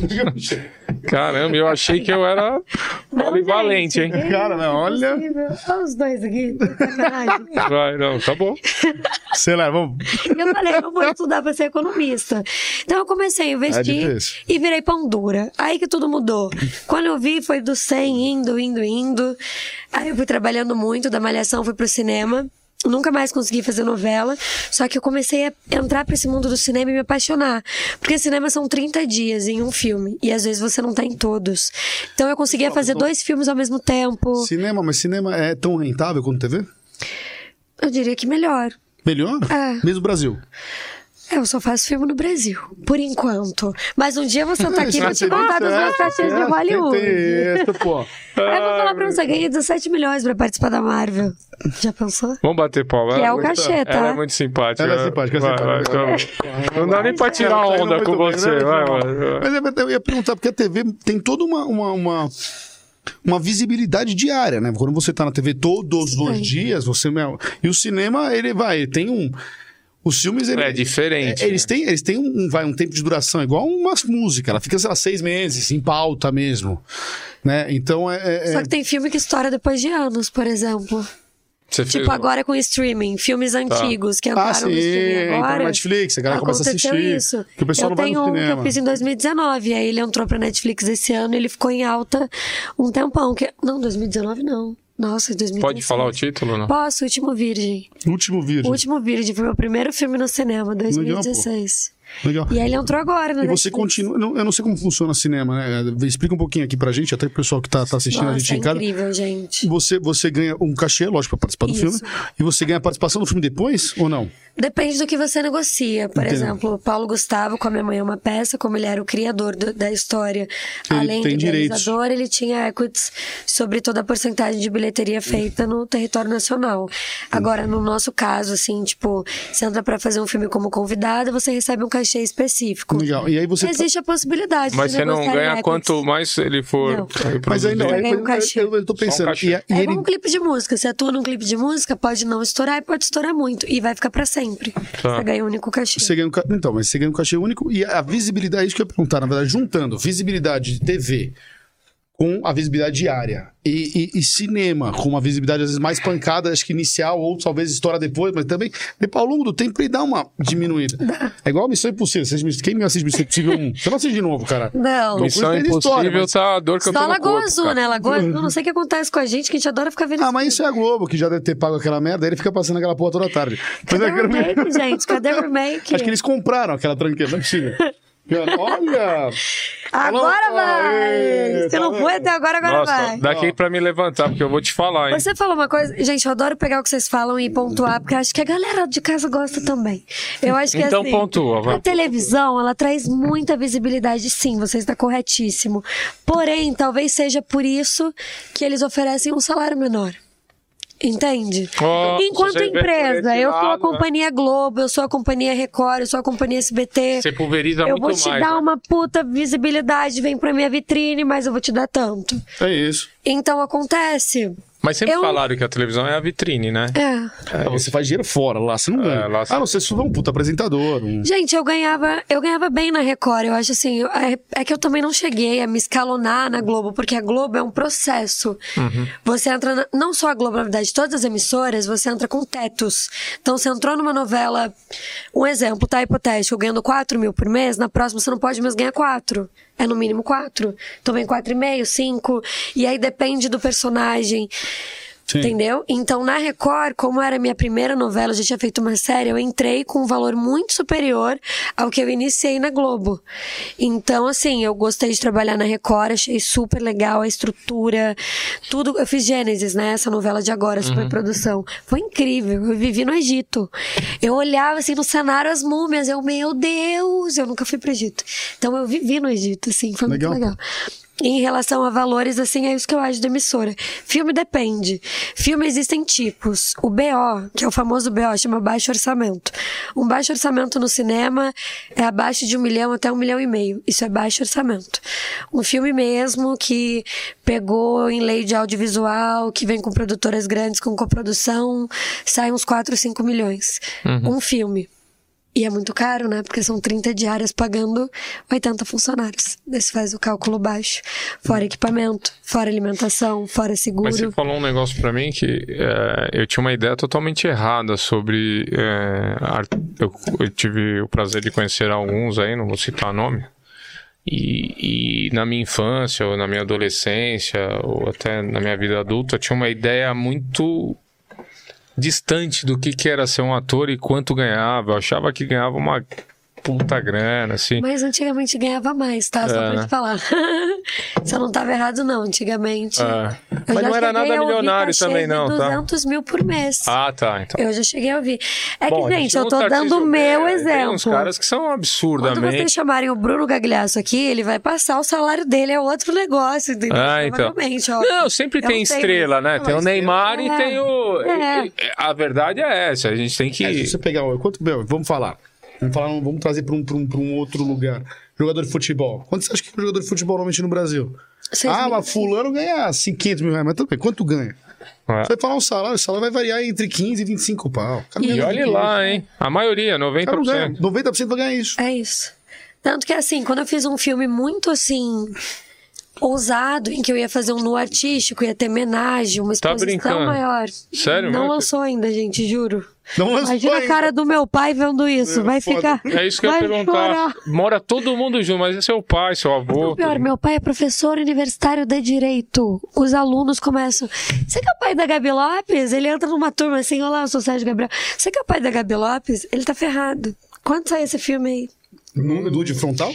Caramba, eu achei que eu era Não, polivalente, gente, hein? Cara, não, olha. Impossível. Olha os dois aqui. sacanagem. Vai, não, tá bom. Sei lá, vamos. E eu falei, eu vou estudar pra ser economista. Então eu comecei a É investir difícil. e virei pão dura. Aí que tudo mudou. Quando eu vi, foi do cem, indo, indo, indo. Aí eu fui trabalhando muito, da malhação fui pro cinema. Nunca mais consegui fazer novela, só que eu comecei a entrar pra esse mundo do cinema e me apaixonar. Porque cinema são trinta dias em um filme, e às vezes você não tá em todos. Então eu conseguia fazer dois filmes ao mesmo tempo. Cinema, mas cinema é tão rentável quanto T V? Eu diria que melhor. Melhor? É. Mesmo Brasil. Eu só faço filme no Brasil, por enquanto. Mas um dia você tá aqui e vou te contar dos meus cachês de Hollywood. Tem isso, pô. Eu vou falar pra você, ganhei dezessete milhões pra participar da Marvel. Já pensou? Vamos bater palma. Que é o cachê, tá? Ela é muito simpática. Ela é simpática, vai, simpática. vai, vai. Não dá nem pra tirar Ela tá onda indo com muito você. bem, né? Vai, vai, vai. Mas eu ia perguntar, porque a T V tem toda uma... uma, uma... uma visibilidade diária, né? Quando você tá na T V todos os Sim. dias, você... E o cinema, ele vai, tem um... Os filmes, ele, É diferente. é, eles né? têm, eles têm um, vai, um tempo de duração igual uma música. Ela fica, sei lá, seis meses, em pauta mesmo. Né? Então, é... é- Só que tem filme que estoura depois de anos, por exemplo. Você fez Tipo, uma- agora com streaming, filmes antigos que Ah, entraram sim, no streaming entra agora. no Netflix, a galera começa a Aconteceu assistir. isso. Que o pessoal eu não vai tenho no um que cinema. eu fiz em dois mil e dezenove, aí ele entrou pra Netflix esse ano e ele ficou em alta um tempão. Que... Não, dois mil e dezenove não. Nossa, dois mil e dezesseis. Pode falar o título, não? Posso, Último Virgem. Último vídeo. O Último Virgem foi meu primeiro filme no cinema, dois mil e dezesseis. Legal. E aí ele entrou agora, né? E você continua. não- Eu não sei como funciona o cinema, né? Explica um pouquinho aqui pra gente, até o pessoal que tá, tá assistindo Nossa, a gente é em casa. incrível, gente. Você, você ganha um cachê, lógico, pra participar do Isso. filme. E você ganha a participação do filme depois ou não? Depende do que você negocia. Por Entendo. exemplo, o Paulo Gustavo, com A Minha Mãe é uma Peça, como ele era o criador do- da história, Ele além tem de direitos. realizador, ele tinha equity sobre toda a porcentagem de bilheteria feita no território nacional. Agora, no nosso caso, assim, tipo, você entra pra fazer um filme como convidado, você recebe um cachê específico. Legal. E aí você. tá- Existe a possibilidade Mas de você não negociar em ganha equities. quanto mais ele for Não. Mas aí não, Você aí, ganha um eu, cachê. eu, eu tô pensando. cachê. E, a- e É ele. como um clipe de música. Você atua num clipe de música, pode não estourar e pode estourar muito. E vai ficar pra sempre. Tá. Você ganha um único cachê. Você ganha um, ca- então, mas você ganha um cachê único e a visibilidade, é isso que eu ia perguntar, na verdade, juntando visibilidade de T V com a visibilidade diária e, e- e cinema com uma visibilidade às vezes mais pancada, acho que inicial ou talvez estoura depois, mas também depois, ao longo do tempo ele dá uma diminuída. É igual a Missão Impossível. Você assiste- Quem me assiste Missão Impossível um? Você não assiste de novo, cara. Não. Tom Missão Cruise fez Impossível história, mas- tá a dor que eu tô Só no Lagoa corpo, Azul, cara. né? Lagoa Eu não sei o que acontece com a gente, que a gente adora ficar vendo Ah, mas isso é a Globo, que já deve ter pago aquela merda, aí ele fica passando aquela porra toda a tarde. Mas Cadê eu o quero- remake, gente? Cadê o remake? Acho que eles compraram aquela tranqueira, não é possível. Olha! Agora vai! Aê, Se não tá foi até agora, agora Nossa, vai. daqui pra me levantar, porque eu vou te falar, hein? Você falou uma coisa... Gente, eu adoro pegar o que vocês falam e pontuar, porque eu acho que a galera de casa gosta também. Eu acho que Então assim... pontua, vai. A televisão, ela traz muita visibilidade, sim, você está corretíssimo. Porém, talvez seja por isso que eles oferecem um salário menor. Entende? Oh, Enquanto você vê por empresa, esse eu sou a lado, né? companhia Globo, eu sou a companhia Record, eu sou a companhia S B T. Você pulveriza Eu muito vou te mais. dar né? uma puta visibilidade, vem pra minha vitrine, mas eu vou te dar tanto. É isso. Então acontece. Mas sempre eu- falaram que a televisão é a vitrine, né? É. Ah, você faz dinheiro fora, lá você não ganha. lá você- Ah, não, você for um puta apresentador. Um... Gente, eu ganhava, eu ganhava bem na Record. Eu acho assim, eu- é, é que eu também não cheguei a me escalonar na Globo, porque a Globo é um processo. Você entra, na- não só a Globo, na verdade, todas as emissoras, você entra com tetos. Então, você entrou numa novela, um exemplo, tá? Hipotético, ganhando quatro mil por mês, na próxima você não pode mais ganhar quatro. É no mínimo quatro. Então vem quatro e meio, cinco. E aí depende do personagem. Sim. Entendeu? Então, na Record, como era a minha primeira novela, eu já tinha feito uma série, eu entrei com um valor muito superior ao que eu iniciei na Globo. Então, assim, eu gostei de trabalhar na Record, achei super legal a estrutura, tudo. Eu fiz Gênesis, né? Essa novela de agora, superprodução. Foi incrível. Eu vivi no Egito. Eu olhava, assim, no cenário as múmias, eu, meu Deus, eu nunca fui pro Egito. Então, eu vivi no Egito, assim, foi Legal, muito legal. Em relação a valores, assim, é isso que eu acho da emissora. Filme depende. Filme existem tipos. O B O, que é o famoso B O, chama baixo orçamento. Um baixo orçamento no cinema é abaixo de um milhão até um milhão e meio. Isso é baixo orçamento. Um filme mesmo que pegou em lei de audiovisual, que vem com produtoras grandes, com coprodução, sai uns quatro, cinco milhões. Um filme. E é muito caro, né? Porque são trinta diárias pagando oitenta funcionários. Daí você faz o cálculo baixo. Fora equipamento, fora alimentação, fora seguro. Mas você falou um negócio pra mim que é, eu tinha uma ideia totalmente errada sobre... é, ar- eu, eu tive o prazer de conhecer alguns aí, não vou citar nome. E, e na minha infância, ou na minha adolescência, ou até na minha vida adulta, eu tinha uma ideia muito distante do que, que era ser um ator e quanto ganhava. Eu achava que ganhava uma puta grana, assim. Mas antigamente ganhava mais, tá? Só É, pra né? te falar. Você não tava errado, não. Antigamente. É. eu Mas já não era cheguei nada a ouvir milionário cachê também, de não, tá? duzentos mil por mês. Ah, tá, então. Eu já cheguei a ouvir. É Bom, que, a gente, eu não tô tá dando o artista- meu é, exemplo. Tem uns caras que são Quando absurdamente... vocês chamarem o Bruno Gagliasso aqui, ele vai passar o salário dele, é outro negócio, entendeu? Ah, então. Provavelmente, ó. Não, sempre Eu tem não sei, estrela, mas- né? Tem o Neymar É. e tem o... É. e- e- A verdade é essa, a gente tem que... É, se você pegar, ó, quanto, meu, vamos falar. Vamos falar, vamos trazer para um, pra um, pra um outro lugar. Jogador de futebol. Quanto você acha que é um jogador de futebol normalmente no Brasil? Seis ah, mil. mas fulano ganha quinhentos mil reais, mas tudo bem. Quanto ganha? É. Você vai falar um salário, o salário vai variar entre quinze e vinte e cinco pau. O cara E ganha E muito olha isso. lá, hein? A maioria, O noventa cara não por ganha. cento. noventa por cento vai ganhar isso. É isso. Tanto que, assim, quando eu fiz um filme muito, assim, ousado, em que eu ia fazer um nu artístico, ia ter homenagem, uma Tá exposição brincando? maior. Sério Não mesmo? lançou ainda, gente, juro. Não lançou Imagina a ainda. cara do meu pai vendo isso. É, Vai foda. ficar. É isso que eu ia vai perguntar. chorar. Mora todo mundo junto, mas é seu pai, seu avô. O pior, meu pai é professor universitário de Direito. Os alunos começam. Você que é o pai da Gabi Lopes? Ele entra numa turma assim, olá, eu sou o Sérgio Gabriel. Você que é o pai da Gabi Lopes? Ele tá ferrado. Quando sai esse filme aí? No Edu de frontal?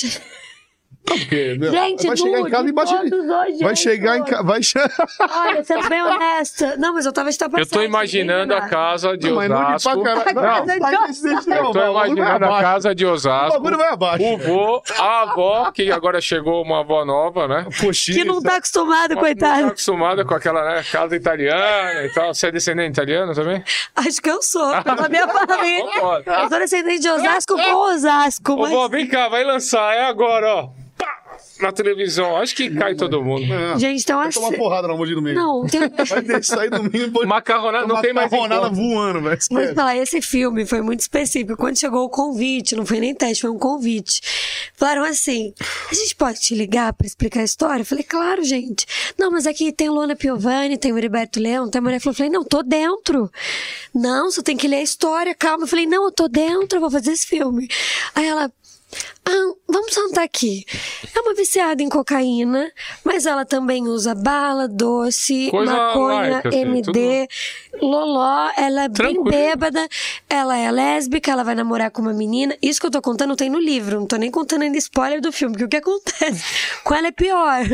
Não, porque, meu, Gente, vai chegar em Edu, casa de e bate. todos os Vai chegar em jeitos. casa. Vai che- Olha, sendo bem honesta. Não, mas eu tava de Eu tô imaginando a casa de Não, mas não de Osasco. pra caralho. Não. Não, vai desse jeito, não, Eu tô vai, o bagulho vai imaginando a abaixo. casa de O Osasco. bagulho vai abaixo. O vô, a avó, que agora chegou uma avó nova, né? Poxiça. Que não tá acostumado, Não tá coitado. acostumada com aquela, né, casa italiana e tal. Você é descendente italiano também? Acho que eu sou, pela minha família. Não pode. Eu sou descendente de Osasco com Osasco, Ô, mas... vó, vem cá, vai lançar, é agora, ó. Pá! Na televisão. Acho que cai todo mundo. É. Gente, então Vai assim... tomar porrada na mão no meio. Não, tem... Vai deixar aí domingo e pode Macarronada não tem mais macarronada encontro. voando, velho. Vou te Esquece. falar, esse filme foi muito específico. Quando chegou o convite, não foi nem teste, foi um convite. Falaram assim, a gente pode te ligar pra explicar a história? Eu falei, claro, gente. Não, mas aqui tem Luana Piovani, tem o Heriberto Leão, tem a Maria Flor. Eu falei, não, tô dentro. Não, você tem que ler a história, calma. Eu falei, não, eu tô dentro, eu vou fazer esse filme. Aí ela... Ah, vamos sentar aqui. É uma viciada em cocaína, mas ela também usa bala, doce, Coisa maconha, light, assim, M D, loló. Ela é Tranquilo. bem bêbada, ela é lésbica, ela vai namorar com uma menina. Isso que eu tô contando tem no livro, não tô nem contando ainda spoiler do filme, porque o que acontece com ela é pior.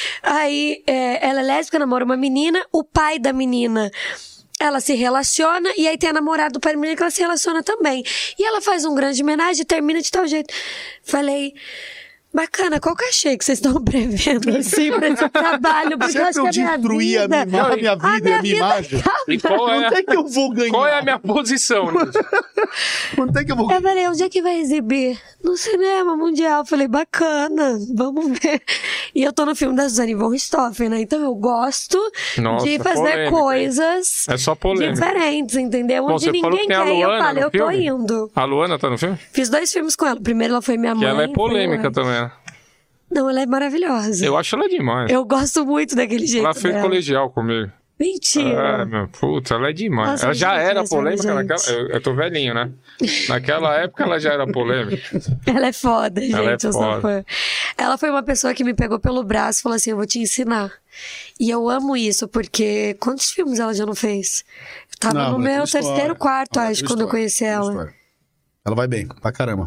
Aí, é, ela é lésbica, namora uma menina, o pai da menina... Ela se relaciona e aí tem a namorada do pai da menina que ela se relaciona também. E ela faz um grande homenagem e termina de tal jeito. Falei, bacana, qual cachê que vocês estão prevendo assim pra esse trabalho? Porque eu acho Sempre que eu a minha destruir a vida... minha, a minha vida e a minha imagem. E qual é, Quanto é que eu vou ganhar? qual é a minha posição nisso? Quanto é que eu vou Eu falei, onde é que vai exibir? No cinema mundial. Eu falei, bacana, vamos ver. E eu tô no filme da Suzane von Richthofen, né? Então eu gosto Nossa, de fazer polêmica, hein? coisas É só polêmica. diferentes, entendeu? Bom, Onde você falou ninguém que tem a quer, eu Luana falei, no eu tô filme? indo. A Luana tá no filme? Fiz dois filmes com ela. O primeiro ela foi minha Que mãe. ela é foi polêmica ela. também, né? Não, ela é maravilhosa. Eu acho ela demais. Eu gosto muito daquele jeito Ela fez dela. colegial comigo. Mentira. É, meu, puta, ela é demais. Nossa, ela já gente, era mas polêmica gente. naquela... Eu, eu tô velhinho, né? Naquela época ela já era polêmica. Ela é foda, gente. Ela é eu sou foda. fã. Ela foi uma pessoa que me pegou pelo braço e falou assim, eu vou te ensinar. E eu amo isso, porque quantos filmes ela já não fez? Eu tava Não, no mas meu tem história. terceiro quarto, Ela tem acho, quando eu história, conheci tem ela. história. Ela vai bem, pra caramba.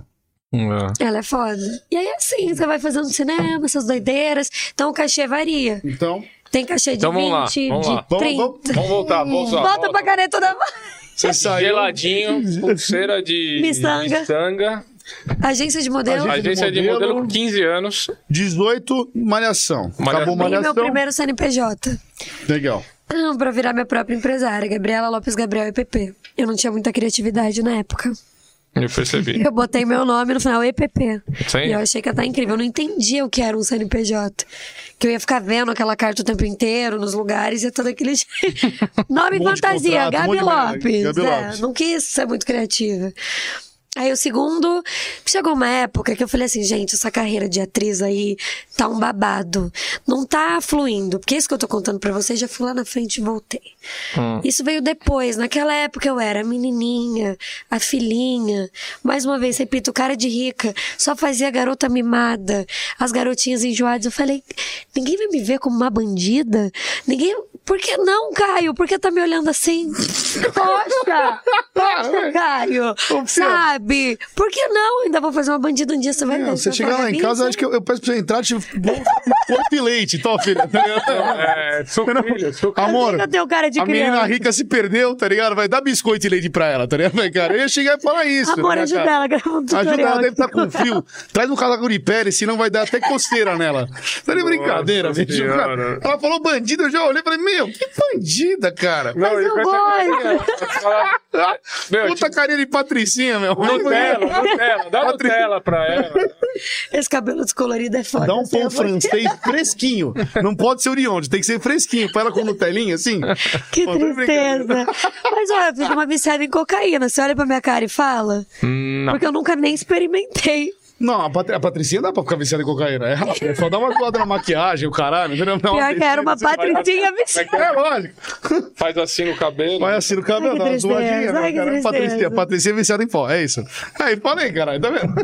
É. Ela é foda. E aí, assim, você vai fazendo cinema, essas doideiras. Então o cachê varia. Então, Tem cachê de Então vamos lá, vinte, vamos de lá. Vamos- trinta. vamos- Vamos voltar, vamos lá. Bota volta. pra caneta da mão. você saiu... Geladinho, pulseira de Miçanga. miçanga, Agência de modelo. Agência de agência de modelo. modelo com quinze anos. dezoito, malhação. Malhação. Acabou E malhação. meu primeiro C N P J. Legal. Ah, pra virar minha própria empresária, Gabriela Lopes Gabriel E P P. Eu não tinha muita criatividade na época. Eu percebi. Eu botei meu nome no final, E P P. Sim. E eu achei que ia estar incrível. Eu não entendia o que era um C N P J. Que eu ia ficar vendo aquela carta o tempo inteiro, nos lugares, e todo aquele jeito. Nome Um monte de fantasia, contrato, um Gabi monte de merda. Lopes. Gabi É, Lopes. não quis ser muito criativa. Aí o segundo, chegou uma época que eu falei assim, gente, essa carreira de atriz aí tá um babado. Não tá fluindo. Porque isso que eu tô contando pra vocês, já fui lá na frente e voltei. Hum. Isso veio depois. Naquela época eu era a menininha, a filhinha. Mais uma vez, repito, cara de rica. Só fazia garota mimada. As garotinhas enjoadas. Eu falei, ninguém vai me ver como uma bandida? Ninguém... por que não, Caio? Por que tá me olhando assim? Poxa! Poxa, Caio! Sabe? Por que não? Ainda vou fazer uma bandida um dia, você vai ver. Você chegar lá em casa, acho que eu, eu peço pra você entrar, tipo, porco e leite, tá, filha? Tá ligado? É, sucrilho, sucrilho. Amor, Eu tenho cara de a menina criança. rica se perdeu, tá ligado? Vai dar biscoito e leite pra ela, tá ligado, cara? Eu ia chegar e falar isso. Amor, né, ajuda cara? ela a gravar um tutorial. Ajuda ela, deve aqui. estar com fio. Traz um casaco de pele, senão vai dar até coceira nela. Tá de brincadeira, Nossa bicho. Cara. Senhora. Ela falou bandida, eu já olhei e falei, meu, que bandida, cara. Não, Mas e eu com essa gosto. carinha, ela- Meu, Puta tipo, carinha de patricinha, meu. Nutella, Nutella, dá Patri- Nutella pra ela. Esse cabelo descolorido é foda. Dá um assim, pão eu vou- francês fresquinho. Não pode ser o de onde, tem que ser fresquinho. Pra ela com Nutelinha, assim. Que Pô, tô de tristeza. Mas olha, eu fiz uma viciada em cocaína. Você olha pra minha cara e fala. Não. Porque eu nunca nem experimentei. Não, a, Pat a Patricinha dá pra ficar viciada em cocaína. É rápido, é só dar uma coada na maquiagem, o caralho. Entendeu? Não, Pior que era uma descida, patricinha você viciada. vai- É lógico. Faz assim no cabelo. Vai assim no cabelo, Ai, que dá uma tristeza, zoadinha. ai, que cara. tristeza. Patricinha, Patricinha é viciada em pó, é isso. Aí, falei, caralho, tá vendo?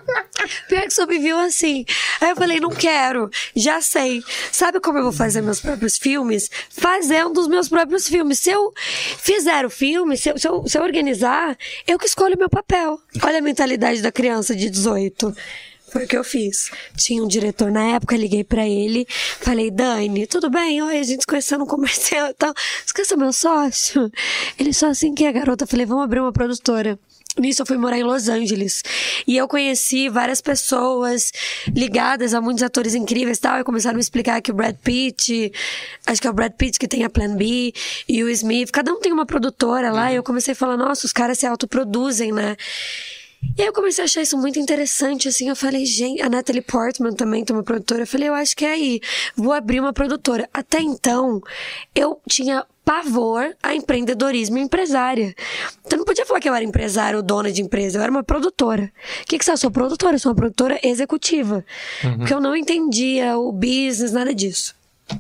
Pior que só me viu assim. Aí eu falei, não quero, já sei. Sabe como eu vou fazer meus próprios filmes? Fazendo os meus próprios filmes. Se eu fizer o filme, se eu, se eu, se eu organizar, eu que escolho o meu papel. Olha a mentalidade da criança de dezoito. Foi o que eu fiz. Tinha um diretor na época, liguei pra ele, falei, Dani, tudo bem? Oi, a gente se conheceu no comercial e tal. Esquece meu sócio? Ele só assim que a garota, falei, vamos abrir uma produtora. Nisso eu fui morar em Los Angeles. E eu conheci várias pessoas ligadas a muitos atores incríveis e tal. E começaram a me explicar que o Brad Pitt, acho que é o Brad Pitt que tem a Plan B, e o Smith, cada um tem uma produtora lá. E eu comecei a falar, nossa, os caras se autoproduzem, né? E aí eu comecei a achar isso muito interessante, assim, eu falei, gente, a Natalie Portman também tem uma produtora, eu falei, eu acho que é aí, vou abrir uma produtora. Até então, eu tinha pavor a empreendedorismo e empresária. Então não podia falar que eu era empresária ou dona de empresa, eu era uma produtora. O que que você é? Eu sou produtora, eu sou uma produtora executiva. Uhum. Porque eu não entendia o business, nada disso.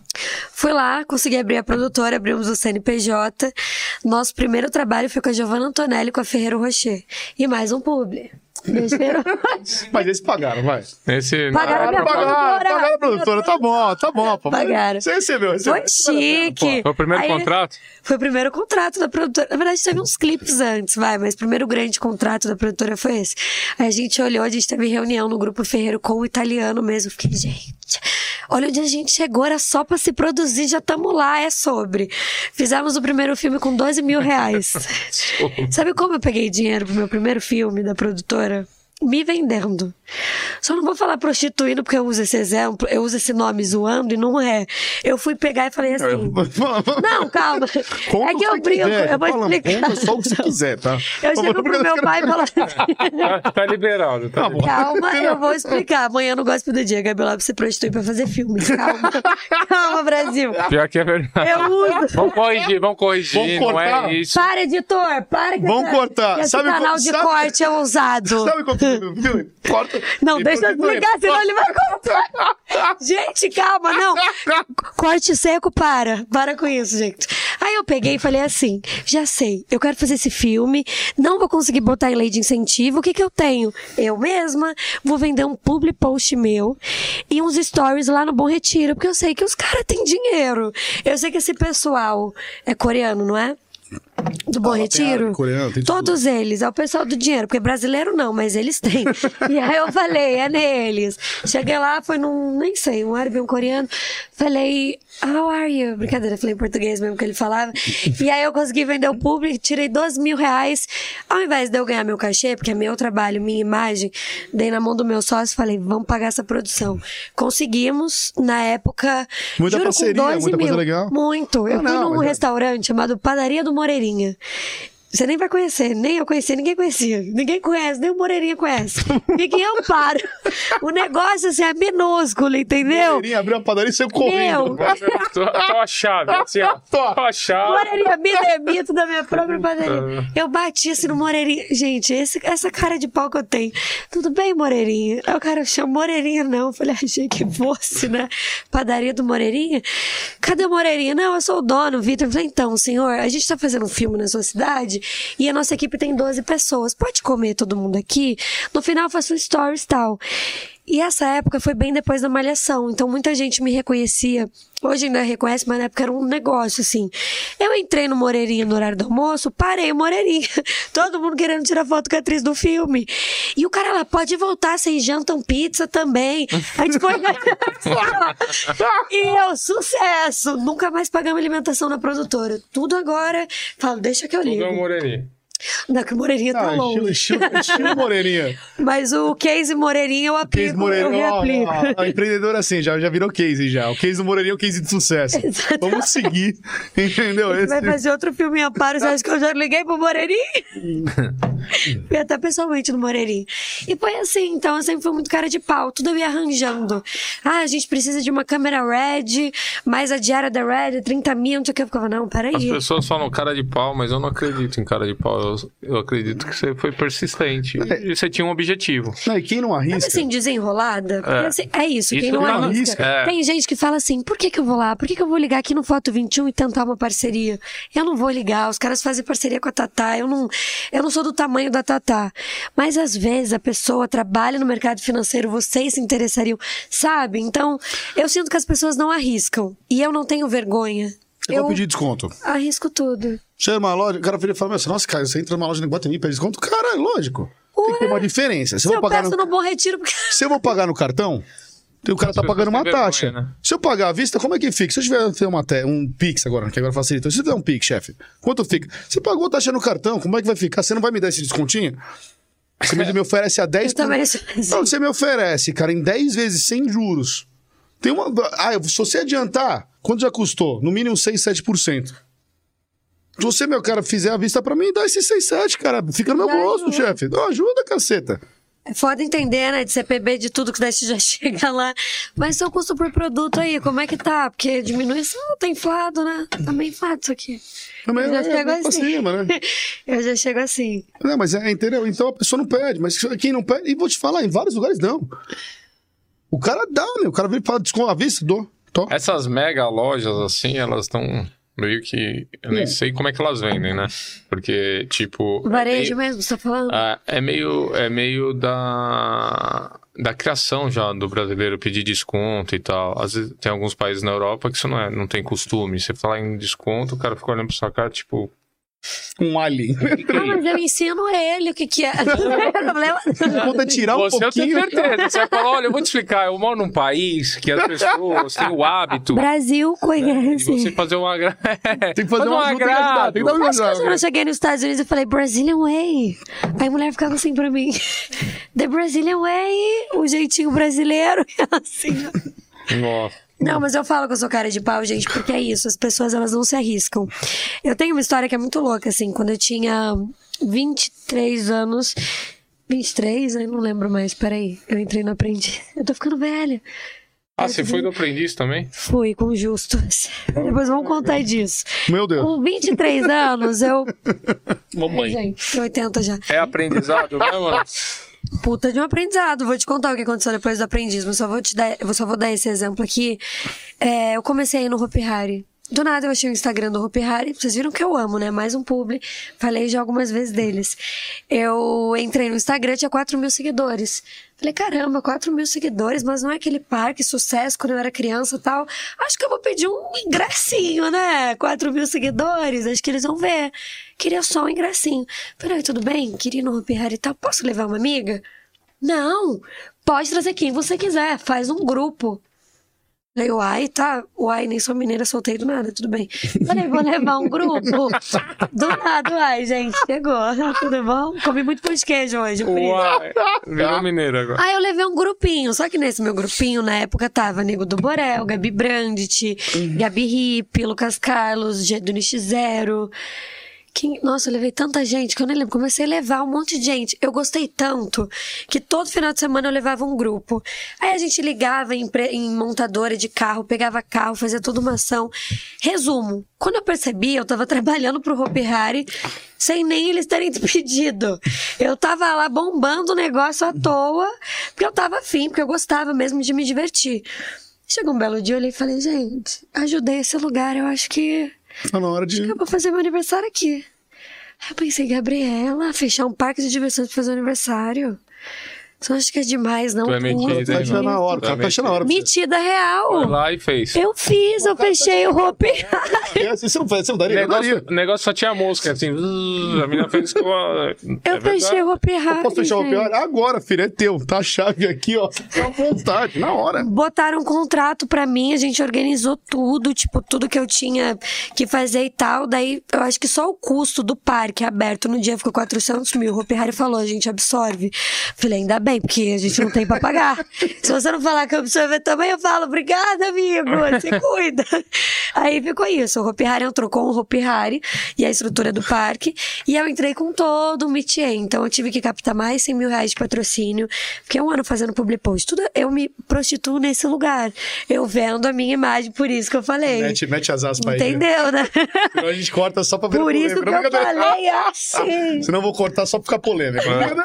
Fui lá, consegui abrir a produtora, abrimos o C N P J. Nosso primeiro trabalho foi com a Giovanna Antonelli, com a Ferreiro Rocher. E mais um publi. Beijo, Ferreiro Rocher. Mas eles pagaram, vai. Esse, Pagaram não, minha não, produtora. Pagaram a produtora, tá bom, tá bom. Pô. Pagaram. Você recebeu, recebeu. Foi chique. Foi o primeiro Aí, contrato? Foi o primeiro contrato da produtora. Na verdade, teve uns clipes antes, vai, mas o primeiro grande contrato da produtora foi esse. Aí a gente olhou, a gente teve reunião no Grupo Ferreiro com o italiano mesmo. Fiquei, gente, olha onde a gente chegou, era só pra se produzir, já tamo lá, é sobre. Fizemos o primeiro filme com doze mil reais. Sabe como eu peguei dinheiro pro meu primeiro filme da produtora? Me vendendo. Só não vou falar prostituindo porque eu uso esse exemplo, eu uso esse nome zoando e não é. Eu fui pegar e falei assim. Não, calma. Conta é que o eu brinco, quiser, eu vou fala, explicar. Conta só o que você quiser, tá? Eu chego pro meu pai e falo assim. Tá, tá liberado, tá, Tá liberado. bom. Calma, eu vou explicar. Amanhã no Gospel do Dia, Gabi Lopes se prostitui pra fazer filme. Calma. Calma, Brasil. Pior que é verdade. Eu uso. Vamos corrigir, vamos corrigir, Vamos não cortar? é isso. Para, editor, para que Vamos essa- cortar. que esse Sabe canal como- de sabe- corte é ousado. Sabe qual que é o filme? Corta. Não, E deixa eu prostitui. explicar, senão ele vai cortar. Gente, calma, não. Corte seco, para. Para com isso, gente. Aí eu peguei e falei assim, já sei, eu quero fazer esse filme, não vou conseguir botar em lei de incentivo, o que que eu tenho? Eu mesma vou vender um public post meu e uns stories lá no Bom Retiro, porque eu sei que os caras têm dinheiro. Eu sei que esse pessoal é coreano, não é? Do Bom Ah, tem Retiro? árabe, coreano, tem de Todos eles, é o pessoal do dinheiro, porque brasileiro não, mas eles têm. E aí eu falei, é neles. Cheguei lá, foi num, nem sei, um árabe, um coreano. Falei, how are you? Brincadeira, falei em português mesmo que ele falava. E aí eu consegui vender o público, tirei doze mil reais. Ao invés de eu ganhar meu cachê, porque é meu trabalho, minha imagem, dei na mão do meu sócio, falei, vamos pagar essa produção. Conseguimos, na época, Muita juro, parceria, com doze muita mil. coisa legal. Muito. Eu Ah, fui não, num mas é- restaurante chamado Padaria do Moreirinha. Você nem vai conhecer, nem eu conhecia, ninguém conhecia. Ninguém conhece, nem o Moreirinha conhece. Fica em Amparo. O negócio, assim, é minúsculo, entendeu? Moreirinha abriu a padaria e saiu correndo. Meu. Tô, tô a chave, assim, ó. Tô a chave. Moreirinha, me demito da minha própria padaria. Eu bati assim no Moreirinha. Gente, esse, essa cara de pau que eu tenho. Tudo bem, Moreirinha? Aí o cara chama Moreirinha, não. Eu falei, achei que fosse, né? Padaria do Moreirinha. Cadê o Moreirinha? Não, eu sou o dono, Vitor. Eu falei, então, senhor, a gente tá fazendo um filme na sua cidade e a nossa equipe tem doze pessoas. Pode comer todo mundo aqui? No final eu faço um stories e tal. E essa época foi bem depois da Malhação, então muita gente me reconhecia. Hoje ainda reconhece, mas na época era um negócio, assim. Eu entrei no Moreirinha no horário do almoço, parei o Moreirinha. Todo mundo querendo tirar foto com a atriz do filme. E o cara lá, pode voltar, vocês jantam pizza também. A gente foi... E eu, sucesso! Nunca mais pagamos alimentação na produtora. Tudo agora, falo, deixa que eu ligo. Tudo é o Moreirinha. Não, que o Moreirinha tá Ah, longe. estilo, estilo, estilo Moreirinha. Mas o case Moreirinha eu aplico, Case Moreirinha. eu Ó, reaplico. ó, a empreendedora assim, já, já virou case já. O case do Moreirinha é o case de sucesso. Exatamente. Vamos seguir, entendeu? Esse... Vai fazer outro filme a par, você acha que eu já liguei pro Moreirinha? Fui até pessoalmente no Moreirinha. E foi assim, então eu sempre fui muito cara de pau, tudo eu ia arranjando. Ah, a gente precisa de uma câmera Red, mais a diária da Red, trinta mil, não sei o que. Eu ficava, não, peraí. As pessoas falam cara de pau, mas eu não acredito em cara de pau. Eu, eu acredito que você foi persistente. E você tinha um objetivo. Não, e quem não arrisca? Mas assim, desenrolada, porque, É. assim, é isso, Isso quem não não arrisca. arrisca. É. Tem gente que fala assim, por que que eu vou lá? Por que que eu vou ligar aqui no Foto vinte e um e tentar uma parceria? Eu não vou ligar, os caras fazem parceria com a Tatá, eu não, eu não sou do tamanho da Tatá. Mas às vezes a pessoa trabalha no mercado financeiro, vocês se interessariam, sabe? Então, eu sinto que as pessoas não arriscam. E eu não tenho vergonha. Eu Eu vou pedir desconto. arrisco tudo. Chega numa loja, o cara vira e fala, nossa, cara, você entra numa loja de Iguatemi e pede desconto? Cara, é lógico. Tem que ter uma diferença. Se Se eu, eu vou pagar peço no... no Bom Retiro, porque... Se eu vou pagar no cartão, o cara tá pessoas pagando uma têm vergonha, taxa. né? Se eu pagar à vista, como é que fica? Se eu tiver ter uma te... um Pix agora, que agora facilita. Se eu tiver um Pix, chefe, quanto fica? Você pagou a taxa no cartão, como é que vai ficar? Você não vai me dar esse descontinho? Você me me oferece a dez... Eu também sou assim. Não, você me oferece, cara, em dez vezes, sem juros. Tem uma... Ah, se você adiantar, quanto já custou? No mínimo seis, sete por cento. Se você, meu cara, fizer a vista pra mim, dá esses seis, sete, cara. Fica no meu Já bolso, ajuda. chefe. Não, ajuda, caceta. É foda entender, né? De C P B, de tudo que daí você já chega lá. Mas seu custo por produto aí, como é que tá? Porque diminuição tá inflado, né? Tá meio inflado isso aqui. Também Eu já é, chego é pra assim. cima, né? Eu já chego assim. Não, mas é, entendeu? Então a pessoa não pede. Mas quem não pede... E vou te falar, em vários lugares não. O cara dá, meu. O cara vem e fala, desconto à vista, dou. Tô. Essas mega lojas, assim, elas estão meio que... Eu nem sei como é que elas vendem, né? Porque, tipo... Varejo é meio, mesmo, você tá falando? ah, é meio, é meio da, da criação já do brasileiro pedir desconto e tal. Às vezes tem alguns países na Europa que isso não, é, não tem costume. Você falar em desconto, o cara fica olhando pra sua cara, tipo... Um alien. Ah, mas eu ensino ele o que que é. Não tem problema. Quando é tirar um Você eu tenho pouquinho... certeza. Você vai falar, olha, eu vou te explicar. Eu moro num país que as pessoas têm o hábito Brasil de conhece. você fazer um agrado. Tem que fazer uma ajuda, tem que ajudar, tem que dar uma Acho que ajuda. quando eu cheguei nos Estados Unidos, eu falei Brazilian Way. Aí a mulher ficava assim pra mim. The Brazilian Way, o jeitinho brasileiro. E ela assim. Nossa. Não, mas eu falo que eu sou cara de pau, gente, porque é isso, as pessoas elas não se arriscam. Eu tenho uma história que é muito louca, assim, quando eu tinha vinte e três anos, vinte e três, eu não lembro mais, peraí, eu entrei no aprendiz, eu tô ficando velha. Ah, você foi do aprendiz também? Fui, com justos. Depois vamos contar disso. Meu Deus. Com vinte e três anos, eu... Ai, Mamãe. gente, tem oitenta já. É aprendizado mesmo? Puta de um aprendizado. Vou te contar o que aconteceu depois do aprendiz, mas só vou te dar, eu só vou dar esse exemplo aqui. É, eu comecei a ir no Hopi Hari. Do nada eu achei o Instagram do Hopi Hari. Vocês viram que eu amo, né? Mais um publi. Falei já algumas vezes deles. Eu entrei no Instagram, tinha quatro mil seguidores. Falei, caramba, quatro mil seguidores, mas não é aquele parque sucesso quando eu era criança e tal. Acho que eu vou pedir um ingressinho, né? quatro mil seguidores, acho que eles vão ver. Queria só um ingressinho. Falei, tudo bem? Queria ir no Hopi Hari e tal. Posso levar uma amiga? Não, pode trazer quem você quiser. Faz um grupo. Falei, uai, tá. Uai, nem sou mineira, soltei do nada, tudo bem. Falei, vou levar um grupo. Do nada, uai, gente, chegou. Tudo bom? Comi muito pão de queijo hoje. frio. Uai, virou mineiro agora. Aí eu levei um grupinho, só que nesse meu grupinho, na época, tava Nego do Borel, Gabi Brandt, Gabi Ripp, Lucas Carlos, G do Niche Zero. Quem... Nossa, eu levei tanta gente que eu nem lembro. Comecei a levar um monte de gente. Eu gostei tanto que todo final de semana eu levava um grupo. Aí a gente ligava em, pre... em montadora de carro, pegava carro, fazia toda uma ação. Resumo, quando eu percebi, eu tava trabalhando pro Hopi Hari sem nem eles terem pedido. Eu tava lá bombando o negócio à toa, porque eu tava afim, porque eu gostava mesmo de me divertir. Chegou um belo dia, eu olhei e falei, gente, ajudei esse lugar, eu acho que... Tá na hora de... Eu vou fazer meu aniversário aqui. Aí eu pensei, Gabriela, fechar um parque de diversões pra fazer o aniversário. Você acha que é demais, não? Tu é Tudo. metida, Tá hein, achando mano? na hora, o cara tá achando na hora. pra você. Metida real. Foi lá e fez. Eu fiz, eu fechei o Hopi Hari. É, Você não, faz- você não O daria? Eu daria. negócio, o negócio só tinha mosca, assim. A menina fez com a... Eu é fechei o Hopi Hari. Eu posso fechar o gente. pior? Agora, filho, é teu. Tá a chave aqui, ó. Fica à vontade, na hora. Botaram um contrato pra mim, a gente organizou tudo, tipo, tudo que eu tinha que fazer e tal. Daí, eu acho que só o custo do parque aberto no dia ficou quatrocentos mil. O Hopi Hari falou, a gente absorve. Falei, ainda bem, porque a gente não tem pra pagar. Se você não falar que absorver também, eu falo, obrigada, amigo, você cuida. Aí ficou isso, o Hopi Hari entrou com o Hopi Hari e a estrutura do parque, e eu entrei com todo o métier. Então, eu tive que captar mais cem mil reais de patrocínio. Fiquei um ano fazendo public post. Tudo, eu me prostituo nesse lugar. Eu vendo a minha imagem, por isso que eu falei. Mete, mete as aspas aí. né? Entendeu, né? Senão a gente corta só pra ver Por isso que polêmica. eu Não, brincadeira. falei assim. Senão eu vou cortar só pra ficar polêmica.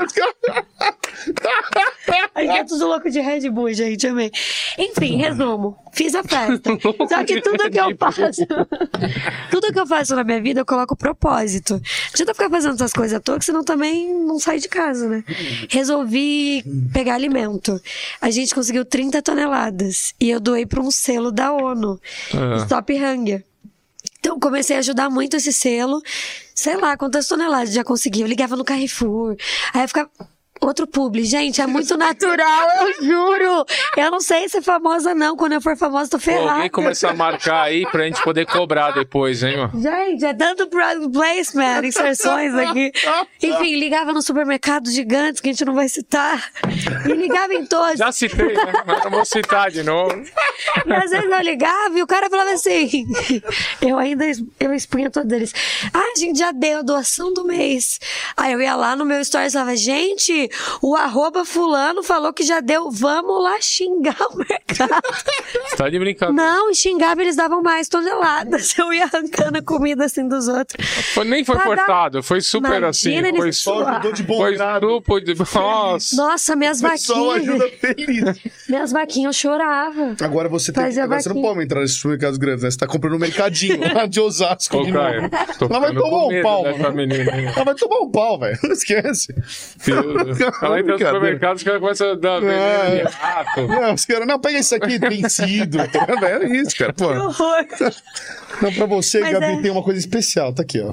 A gente é tudo louco de Red Bull, gente, amei. Enfim, resumo. Fiz a festa. Só que tudo que eu faço... tudo que eu faço na minha vida, eu coloco propósito. Não adianta ficar fazendo essas coisas à toa, que senão também não sai de casa, né? Resolvi pegar alimento. A gente conseguiu trinta toneladas. E eu doei pra um selo da ONU. É. Stop Hunger. Então, comecei a ajudar muito esse selo. Sei lá, quantas toneladas já consegui. Eu ligava no Carrefour. Aí eu ficava... Outro publi. Gente, é muito natural, eu juro. Eu não sei ser famosa, não. Quando eu for famosa, tô Pô, ferrada. alguém começar a marcar aí pra gente poder cobrar depois, hein, mano? Gente, é tanto product placement, inserções aqui. Enfim, ligava no supermercado gigantes, que a gente não vai citar. E ligava em todos. Já citei, né? Mas não vou citar de novo. E às vezes eu ligava e o cara falava assim. Eu ainda eu expunha todos eles. Ah, a gente já deu a doação do mês. Aí eu ia lá no meu story e falava, gente, o arroba fulano falou que já deu, vamos lá xingar o mercado. Você tá de brincadeira. Não, e xingava, eles davam mais toneladas. Eu ia arrancando a comida assim dos outros. Foi, nem foi Pra dar- cortado, foi super Imagina assim. eles Foi, Só su- ajudou de bom foi grado. super de... Nossa. Nossa, minhas Pessoal ajuda vaquinhas. feliz. Minhas vaquinhas eu chorava. Agora você tem que, Fazia agora você não vaquinha. pode entrar nesses supermercados grandes, né? Você tá comprando no mercadinho lá de Osasco. Ô, de Caio, novo. tô Ela vai ficando tomar com um medo pau, dessa mano. menina, hein? Ela vai tomar um pau, velho. Não esquece. Deus. Ela entra no Brincadeira. supermercado, os caras começam a dar veneno É. de rato. Não, os caras, não, pega isso aqui vencido. É isso, cara. Pô. Que horror. Não, pra você, Mas Gabi, é. tem uma coisa especial. Tá aqui, ó.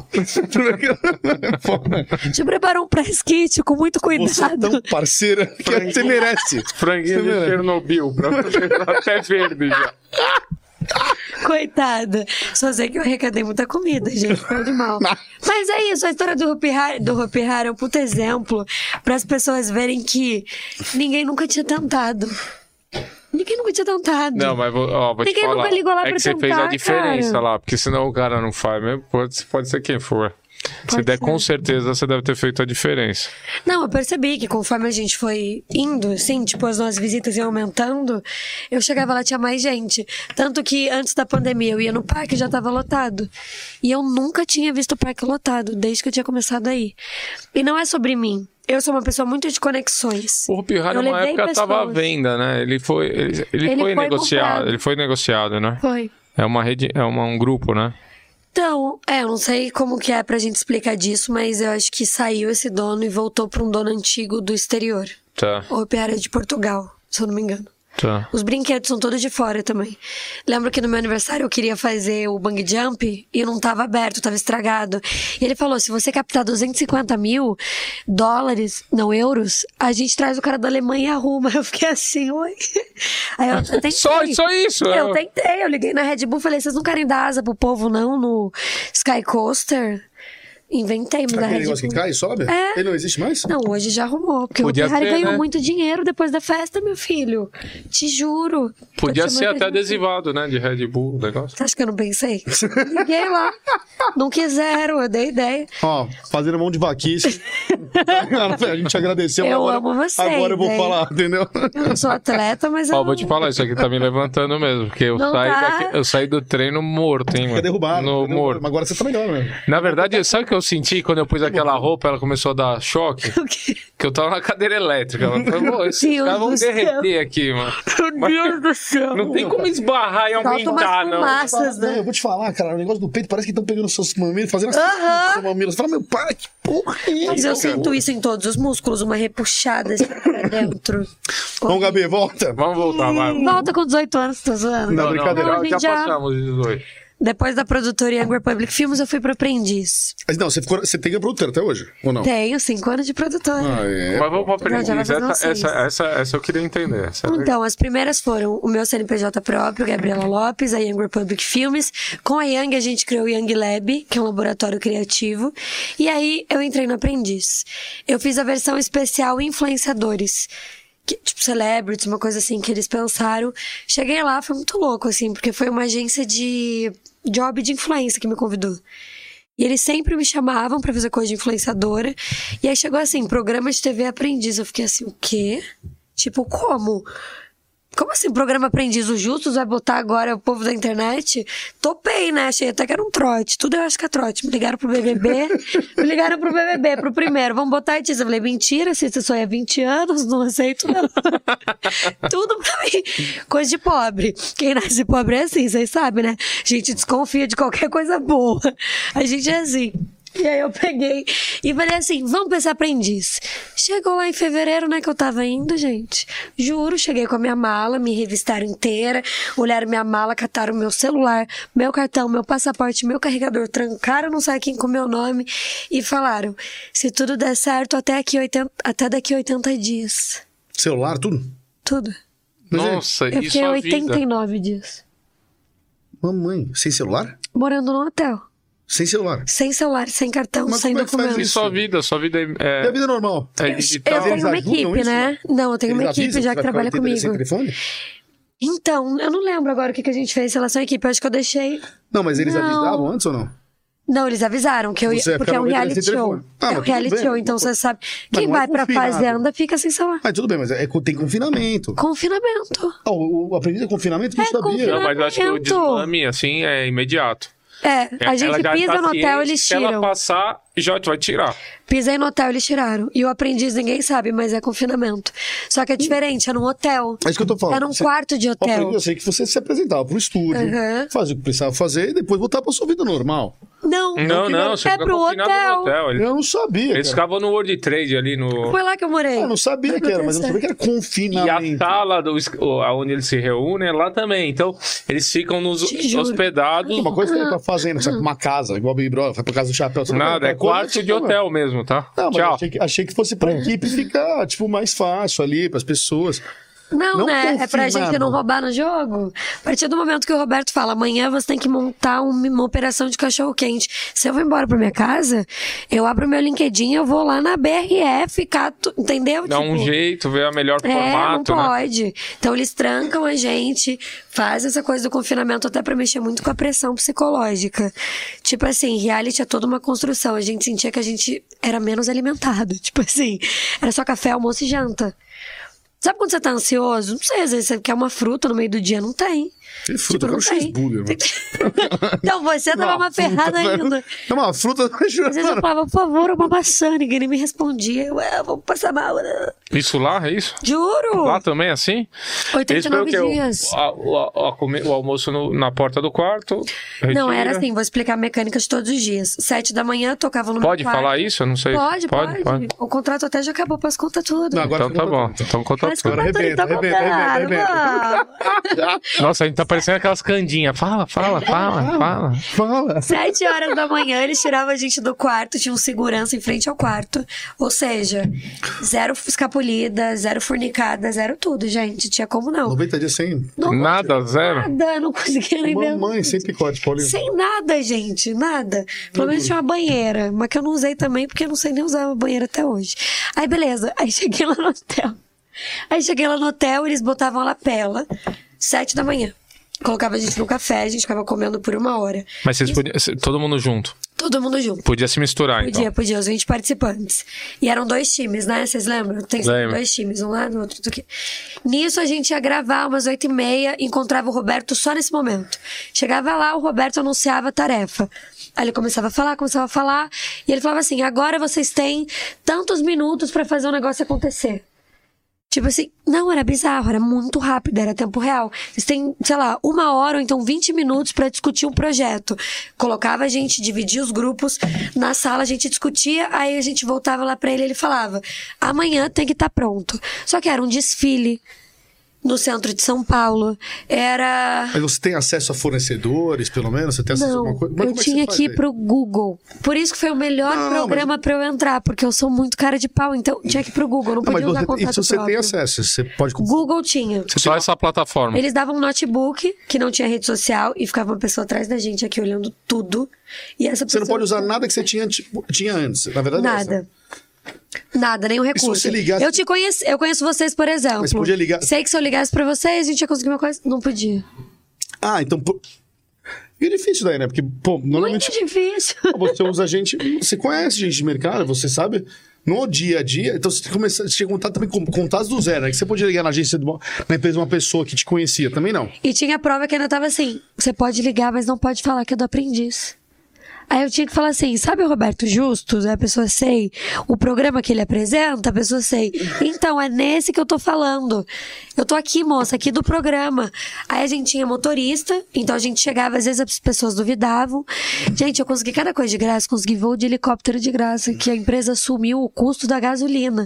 Pô, Te preparou um press kit com muito você é cuidado. tão parceira que você merece. Franguinho Você de merece. Chernobyl, pra até verde já. Coitada. Só sei que eu arrecadei muita comida, gente. Foi de mal. Mas é isso, a história do Hopi Hari, do Hopi Hari é um puto exemplo para as pessoas verem que ninguém nunca tinha tentado. Ninguém nunca tinha tentado. Não, mas vou, ó, vou te Ninguém falar. nunca ligou lá é pra que você fez a tentar, diferença cara. lá, porque senão o cara não faz mesmo. Pode, pode ser quem for. Se Pode der, ser. com certeza você deve ter feito a diferença. Não, eu percebi que conforme a gente foi indo, assim, tipo, as nossas visitas iam aumentando, eu chegava lá, tinha mais gente. Tanto que antes da pandemia eu ia no parque e já tava lotado. E eu nunca tinha visto o parque lotado, desde que eu tinha começado a ir. E não é sobre mim. Eu sou uma pessoa muito de conexões. O Hopi Hari, Eu numa levei época, tava à pessoas. venda, né? Ele foi, ele, ele Ele foi, foi negociado. comprado. Ele foi negociado, né? Foi. É uma rede, é uma, um grupo, né? Então, é, eu não sei como que é pra gente explicar disso, mas eu acho que saiu esse dono e voltou pra um dono antigo do exterior. Tá, O Hopi Hari é de Portugal, se eu não me engano. tá. Os brinquedos são todos de fora também. Lembro que no meu aniversário eu queria fazer o bungee jump e não tava aberto, tava estragado. E ele falou, se você captar duzentos e cinquenta mil dólares, não euros, a gente traz o cara da Alemanha e arruma. Eu fiquei assim, oi. Aí eu, eu tentei. Só, só isso. Eu é. tentei, eu liguei na Red Bull e falei, vocês não querem dar asa pro povo não no Sky Coaster? Inventei, mas a Aquele Red negócio Bull... que cai e sobe? É. Ele não existe mais? Não, hoje já arrumou, porque Podia o Hopi Hari ser, ganhou né? muito dinheiro depois da festa, meu filho. Te juro. Podia Tô te ser chamando até de- adesivado, né? De Red Bull, o negócio. Você acha que eu não pensei? Liguei lá. Não quiseram, eu dei ideia. Ó, fazendo mão de vaquice. A gente agradeceu. Eu agora, amo vocês, Agora eu vou hein? falar, entendeu? Eu não sou atleta, mas eu. Ó, vou te falar, isso aqui tá me levantando mesmo. Porque eu, Não saí, tá. daqui- eu saí do treino morto, hein, mano? Fica derrubado. No fica derrubado. morto. Mas agora você tá legal, né? Na verdade, sabe o que eu eu senti quando eu pus aquela roupa, ela começou a dar choque? O quê? Que eu tava na cadeira elétrica. Ela falou, pô, esses Deus caras vão do céu. derreter aqui, mano. Meu Deus do céu. Não tem como esbarrar e Solta aumentar, umas não. fumaças, Não, né? eu vou te falar, cara, o negócio do peito parece que estão pegando seus mamilos, fazendo assim Aham. com seus mamilos. Fala, meu pai, que porra é Mas eu essa, cara? sinto isso em todos os músculos, uma repuxada assim pra dentro. Vamos, Gabi, volta. Vamos voltar, vai. Volta com dezoito anos, tô zoando. Não, Não, brincadeira. não, Não, a já, gente já já- passamos os dois. Depois da produtora Young Republic Filmes, eu fui pro Aprendiz. Mas não, você, ficou, você tem a produtora até hoje, ou não? Tenho cinco anos de produtora. Ah, é. Mas vamos pra Já- já vai aprendiz. fazer uns Essa, seis. essa, essa, essa eu queria entender. Essa é legal. Então, as primeiras foram o meu C N P J próprio, Gabriela Lopes, a Young Republic Filmes. Com a Young, a gente criou o Young Lab, que é um laboratório criativo. E aí, eu entrei no Aprendiz. Eu fiz a versão especial Influenciadores. Que, tipo, celebrities, uma coisa assim que eles pensaram. Cheguei lá, foi muito louco, assim, porque foi uma agência de job de influência que me convidou. E eles sempre me chamavam pra fazer coisa de influenciadora. E aí chegou assim, programa de T V Aprendiz. Eu fiquei assim, o quê? Tipo, como? Como assim, programa Aprendiz? O Justus vai botar agora o povo da internet? Topei, né? Achei até que era um trote. Tudo eu acho que é trote. Me ligaram pro B B B. me ligaram pro B B B, pro primeiro. Vamos botar artista. Eu falei, mentira, se você só é vinte anos, não aceito não. Tudo pra mim. Coisa de pobre. Quem nasce pobre é assim, vocês sabem, né? A gente desconfia de qualquer coisa boa. A gente é assim. E aí eu peguei e falei assim, vamos pra esse aprendiz. Chegou lá em fevereiro, né, que eu tava indo, gente. Juro, cheguei com a minha mala, me revistaram inteira, olharam minha mala, cataram meu celular, meu cartão, meu passaporte, meu carregador, trancaram no saquinho com meu nome e falaram, se tudo der certo, até, aqui oitenta, até daqui oitenta dias. Celular, tudo? Tudo. Mas é- Nossa, Eu isso fiquei a oitenta e vida. nove dias. Mamãe, sem celular? Morando no hotel. Sem celular. Sem celular, sem cartão, Mas sem como é que faz documento. E sua vida? Sua vida E é, a vida normal? é Eu digital? tenho uma Eles ajudam equipe, isso, né? Não, eu tenho uma Eles equipe avisam já que vai ficar trabalha oitenta dias sem comigo. telefone? Então, eu não lembro agora o que que a gente fez em relação à equipe. Eu acho que eu deixei. Não, mas eles Não. avisavam antes ou não? Não, eles avisaram que eu ia. Você ia Porque ficar é um noventa dias reality sem show. telefone. Ah, é mas um tudo reality bem. show, então você sabe. Quem não é vai pra confinado. fazenda fica sem celular. Ah, tudo bem, mas é, tem confinamento. Confinamento. Ah, o, o aprendiz de confinamento não É, sabia. confinamento. Não, mas eu acho que o Lamento. desmame, assim, é imediato. É, a gente Ela já pisa tá no hotel, ciente, eles Se ela tiram. passar, já vai tirar. Pisei no hotel, eles tiraram. E o aprendiz ninguém sabe, mas é confinamento. Só que é diferente, é num hotel. É isso que eu tô falando. É num Você- quarto de O aprendiz, hotel. eu sei que você se apresentava pro estúdio, Uhum. fazia o que precisava fazer e depois voltar pra sua vida normal. Não, Não, não, você é fica pro confinado hotel. no hotel. Eles, Eu não sabia, eles cara. ficavam no World Trade ali no... Foi lá que eu morei. Eu não sabia que era, mas eu não sabia que era E a confinamento. sala do, onde eles se reúnem é lá também. Então, eles ficam nos Te juro. hospedados. Uma coisa que ele tá fazendo, sabe? Uma casa, igual o Big Brother, vai pra casa do chapéu. você não Nada, vai é pra coisa, quarto você de não vai. hotel mesmo, tá? Não, mas Tchau. achei que, achei que fosse pra equipe ficar, tipo, mais fácil ali, pras pessoas. Não, Não né? É pra confinado. gente não roubar no jogo. A partir do momento que o Roberto fala, amanhã você tem que montar um- uma operação de cachorro-quente. Se eu vou embora pra minha casa, eu abro meu LinkedIn, eu vou lá na B R F, cato, entendeu? Dá um Tipo, jeito, ver a melhor É, não formato, né? pode. Então eles trancam a gente, fazem essa coisa do confinamento até pra mexer muito com a pressão psicológica. Tipo assim, reality é toda uma construção. A gente sentia que a gente era menos alimentado. Tipo assim, era só café, almoço e janta. Sabe quando você tá ansioso? Não sei, às vezes você quer uma fruta no meio do dia, não tem. Que fruta, Tipo, eu quero não tem. cheeseburger, mano. Então você tava uma ferrada ainda. É uma fruta, Às vezes eu mano. falava, por favor, uma maçã, ninguém nem me respondia. Eu, "É, vou passar mal. né?" Isso lá, é isso? Juro! Lá também é assim? oitenta e Eles pegam nove o quê? O- dias. a- o, a come- o almoço no- na porta do quarto. Não, retira. era assim, vou explicar a mecânica de todos os dias. Sete da manhã, tocava no meu Pode quarto. falar isso? Eu não sei. Pode, pode, O contrato até já acabou, posso contar tudo. Não, agora Então tá fica bom. contando. Então conta Mas tudo. conta tudo, Arrebenta, então arrebenta, arrebenta, contado. Nossa, a gente tá parecendo aquelas candinhas. Fala, fala, fala, fala. Fala. Sete horas da manhã, eles tiravam a gente do quarto, tinha um segurança em frente ao quarto. Ou seja, zero escapulida, zero fornicada, zero tudo, gente. Tinha como não. noventa dias sem... Não Nada, zero. Nada, não conseguia nem ver. Mamãe, sem picote, Paulinho. Sem nada, gente, nada. Pelo menos tinha uma banheira, mas que eu não usei também, porque eu não sei nem usar uma banheira até hoje. Aí, beleza. Aí cheguei lá no hotel. Aí cheguei lá no hotel, eles botavam a lapela, sete da manhã. colocava a gente no café, a gente ficava comendo por uma hora. Mas vocês podiam... Todo mundo junto? Todo mundo junto. Podia se misturar, Podia, então? podia, os vinte participantes. E eram dois times, né? Vocês lembram? Tem Lembro. dois times, um lá no outro aqui. Nisso a gente ia gravar umas oito e meia, encontrava o Roberto só nesse momento. Chegava lá, o Roberto anunciava a tarefa. Aí ele começava a falar, começava a falar, e ele falava assim, agora vocês têm tantos minutos pra fazer o negócio acontecer. Tipo assim, não, era bizarro, era muito rápido, era tempo real. Vocês têm, sei lá, uma hora ou então vinte minutos pra discutir um projeto. Colocava a gente, dividia os grupos, na sala a gente discutia, aí a gente voltava lá pra ele e ele falava, amanhã tem que estar pronto. Só que era um desfile no centro de São Paulo, era... Mas você tem acesso a fornecedores, pelo menos? Você tem acesso Não, a alguma coisa? Mas eu como é que tinha você que ir faz pro Google. Por isso que foi o melhor Não, não, programa mas- pra eu entrar, porque eu sou muito cara de pau, então tinha que ir pro Google, não Não, mas podia usar você, contato isso você próprio. tem acesso, você pode... Google tinha. Só essa plataforma. Eles davam um notebook, que não tinha rede social, e ficava uma pessoa atrás da gente aqui olhando tudo. E essa Você pessoa... não pode usar nada que você tinha, tipo, tinha antes, na verdade é Nada. essa. Nada, nenhum recurso. você ligasse- Eu te conheço, eu conheço vocês, por exemplo. Mas podia ligar- Sei que se eu ligasse pra vocês, a gente ia conseguir uma coisa. Não podia. Ah, então... pô, e é difícil daí, né? Porque, pô, normalmente... Muito difícil. Você usa gente... Você conhece gente de mercado, você sabe... No dia a dia, então você começa, você tinha contato também com contatos do zero, né? Que você podia ligar na agência, de uma, na empresa de uma pessoa que te conhecia, também não. E tinha prova que ainda tava assim: você pode ligar, mas não pode falar que é do aprendiz. Aí eu tinha que falar assim, sabe o Roberto Justus? A pessoa sei. O programa que ele apresenta, a pessoa sei. Então, é nesse que eu tô falando. Eu tô aqui, moça, aqui do programa. Aí a gente tinha motorista, então a gente chegava, às vezes as pessoas duvidavam. Gente, eu consegui cada coisa de graça, consegui voo de helicóptero de graça, que a empresa assumiu o custo da gasolina.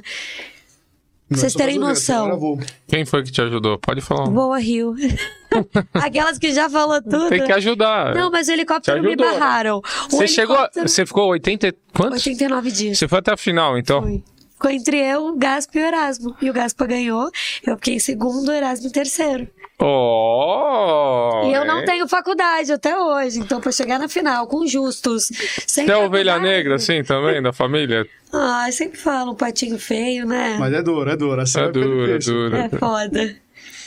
Pra vocês terem noção. Quem foi que te ajudou? Pode falar. Boa Rio. Aquelas que já falou tudo. Tem que ajudar. Não, mas o helicóptero Te me ajudou, né? barraram. O Você chegou... helicóptero- Você ficou oitenta... e- Quantos? oitenta e nove dias. Você foi até a final, então? Foi. Ficou entre eu, o Gaspa e o Erasmo. E o Gaspa ganhou. Eu fiquei em segundo, o Erasmo em terceiro. Oh! E eu não é. tenho faculdade até hoje. Então, pra chegar na final com justos. Sem Você é ovelha faculdade- negra, assim, também, da família? Ah, sempre falo, um patinho feio, né? Mas é duro, é duro. Assim É vai duro, é perder. duro. É foda.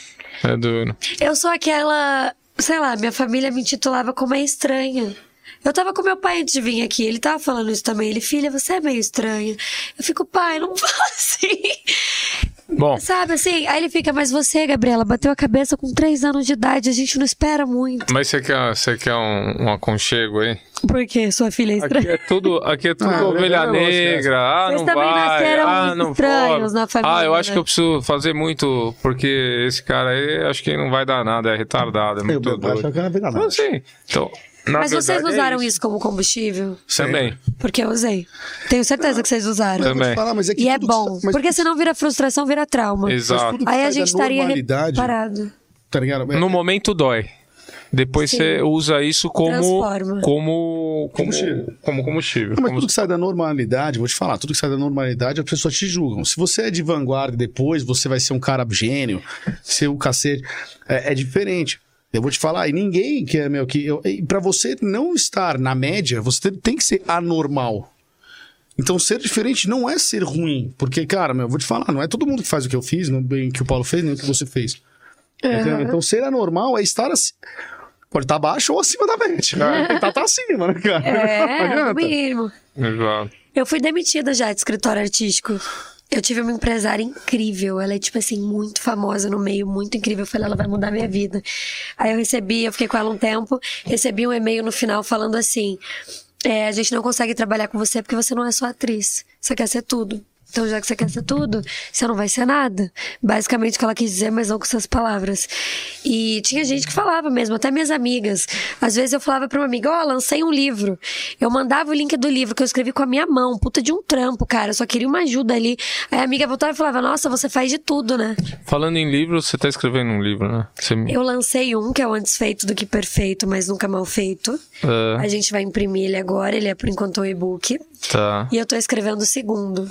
É duro. Eu sou aquela... Sei lá, minha família me intitulava como a estranha. Eu tava com meu pai antes de vir aqui, ele tava falando isso também. Ele, filha, você é meio estranha. Eu fico, pai, não fala assim. Bom, Sabe assim? Aí ele fica, mas você, Gabriela, bateu a cabeça com três anos de idade, a gente não espera muito. mas você quer, você quer um, um aconchego aí? Por quê? Sua filha é estranha? Aqui é tudo, aqui é tudo Ah, ovelha é lógico, negra. Ah, Vocês não também vai. nasceram Ah, não estranhos pode. na família, Ah, eu acho né? que eu preciso fazer muito, porque esse cara aí, acho que não vai dar nada, é retardado, é Eu muito acho doido. que não é verdade. Então, assim, então, na Mas vocês verdade, usaram é isso como combustível? Também. Porque eu usei. Tenho certeza que vocês usaram. Eu vou te Também. falar, mas é que E é tudo que bom. sa- mas Porque senão vira frustração, vira trauma. Exato. tudo que Aí a sai da gente estaria normalidade- parado. Tá ligado? É- No momento dói. Depois Sim. você usa isso como Transforma. como como Combustível. como combustível. Não, mas Como- tudo que sai da normalidade, vou te falar, tudo que sai da normalidade, as pessoas te julgam. Se você é de vanguarda depois, você vai ser um cara gênio, ser um cacete. É, é diferente. Eu vou te falar, e ninguém que é, meu, que... Eu, e pra você não estar na média, você tem, tem que ser anormal. Então, ser diferente não é ser ruim. Porque, cara, meu, eu vou te falar, não é todo mundo que faz o que eu fiz, não bem o que o Paulo fez, nem o que você fez. Entendeu? Então, ser anormal é estar assim... Pode estar abaixo ou acima da média. Cara. Tem que estar acima, né, cara? Não É, no adianta. mínimo. Exato. Eu fui demitida já de escritório artístico. Eu tive uma empresária incrível. Ela é, tipo assim, muito famosa no meio, muito incrível. Eu falei, ela vai mudar minha vida. Aí eu recebi, eu fiquei com ela um tempo, recebi um e-mail no final falando assim: é, a gente não consegue trabalhar com você porque você não é só atriz. Você quer ser tudo. Então, já que você quer ser tudo, você não vai ser nada. Basicamente o que ela quis dizer, mas não com essas palavras. E tinha gente que falava mesmo, até minhas amigas. Às vezes eu falava pra uma amiga, ó, oh, lancei um livro. Eu mandava o link do livro que eu escrevi com a minha mão. Puta de um trampo, cara. Eu só queria uma ajuda ali. Aí a amiga voltava e falava, nossa, você faz de tudo, né? Falando em livro, você tá escrevendo um livro, né? Você me... Eu lancei um, que é o Antes Feito do que Perfeito, mas nunca mal feito. É. A gente vai imprimir ele agora, ele é por enquanto um e-book. Tá. E eu tô escrevendo o segundo.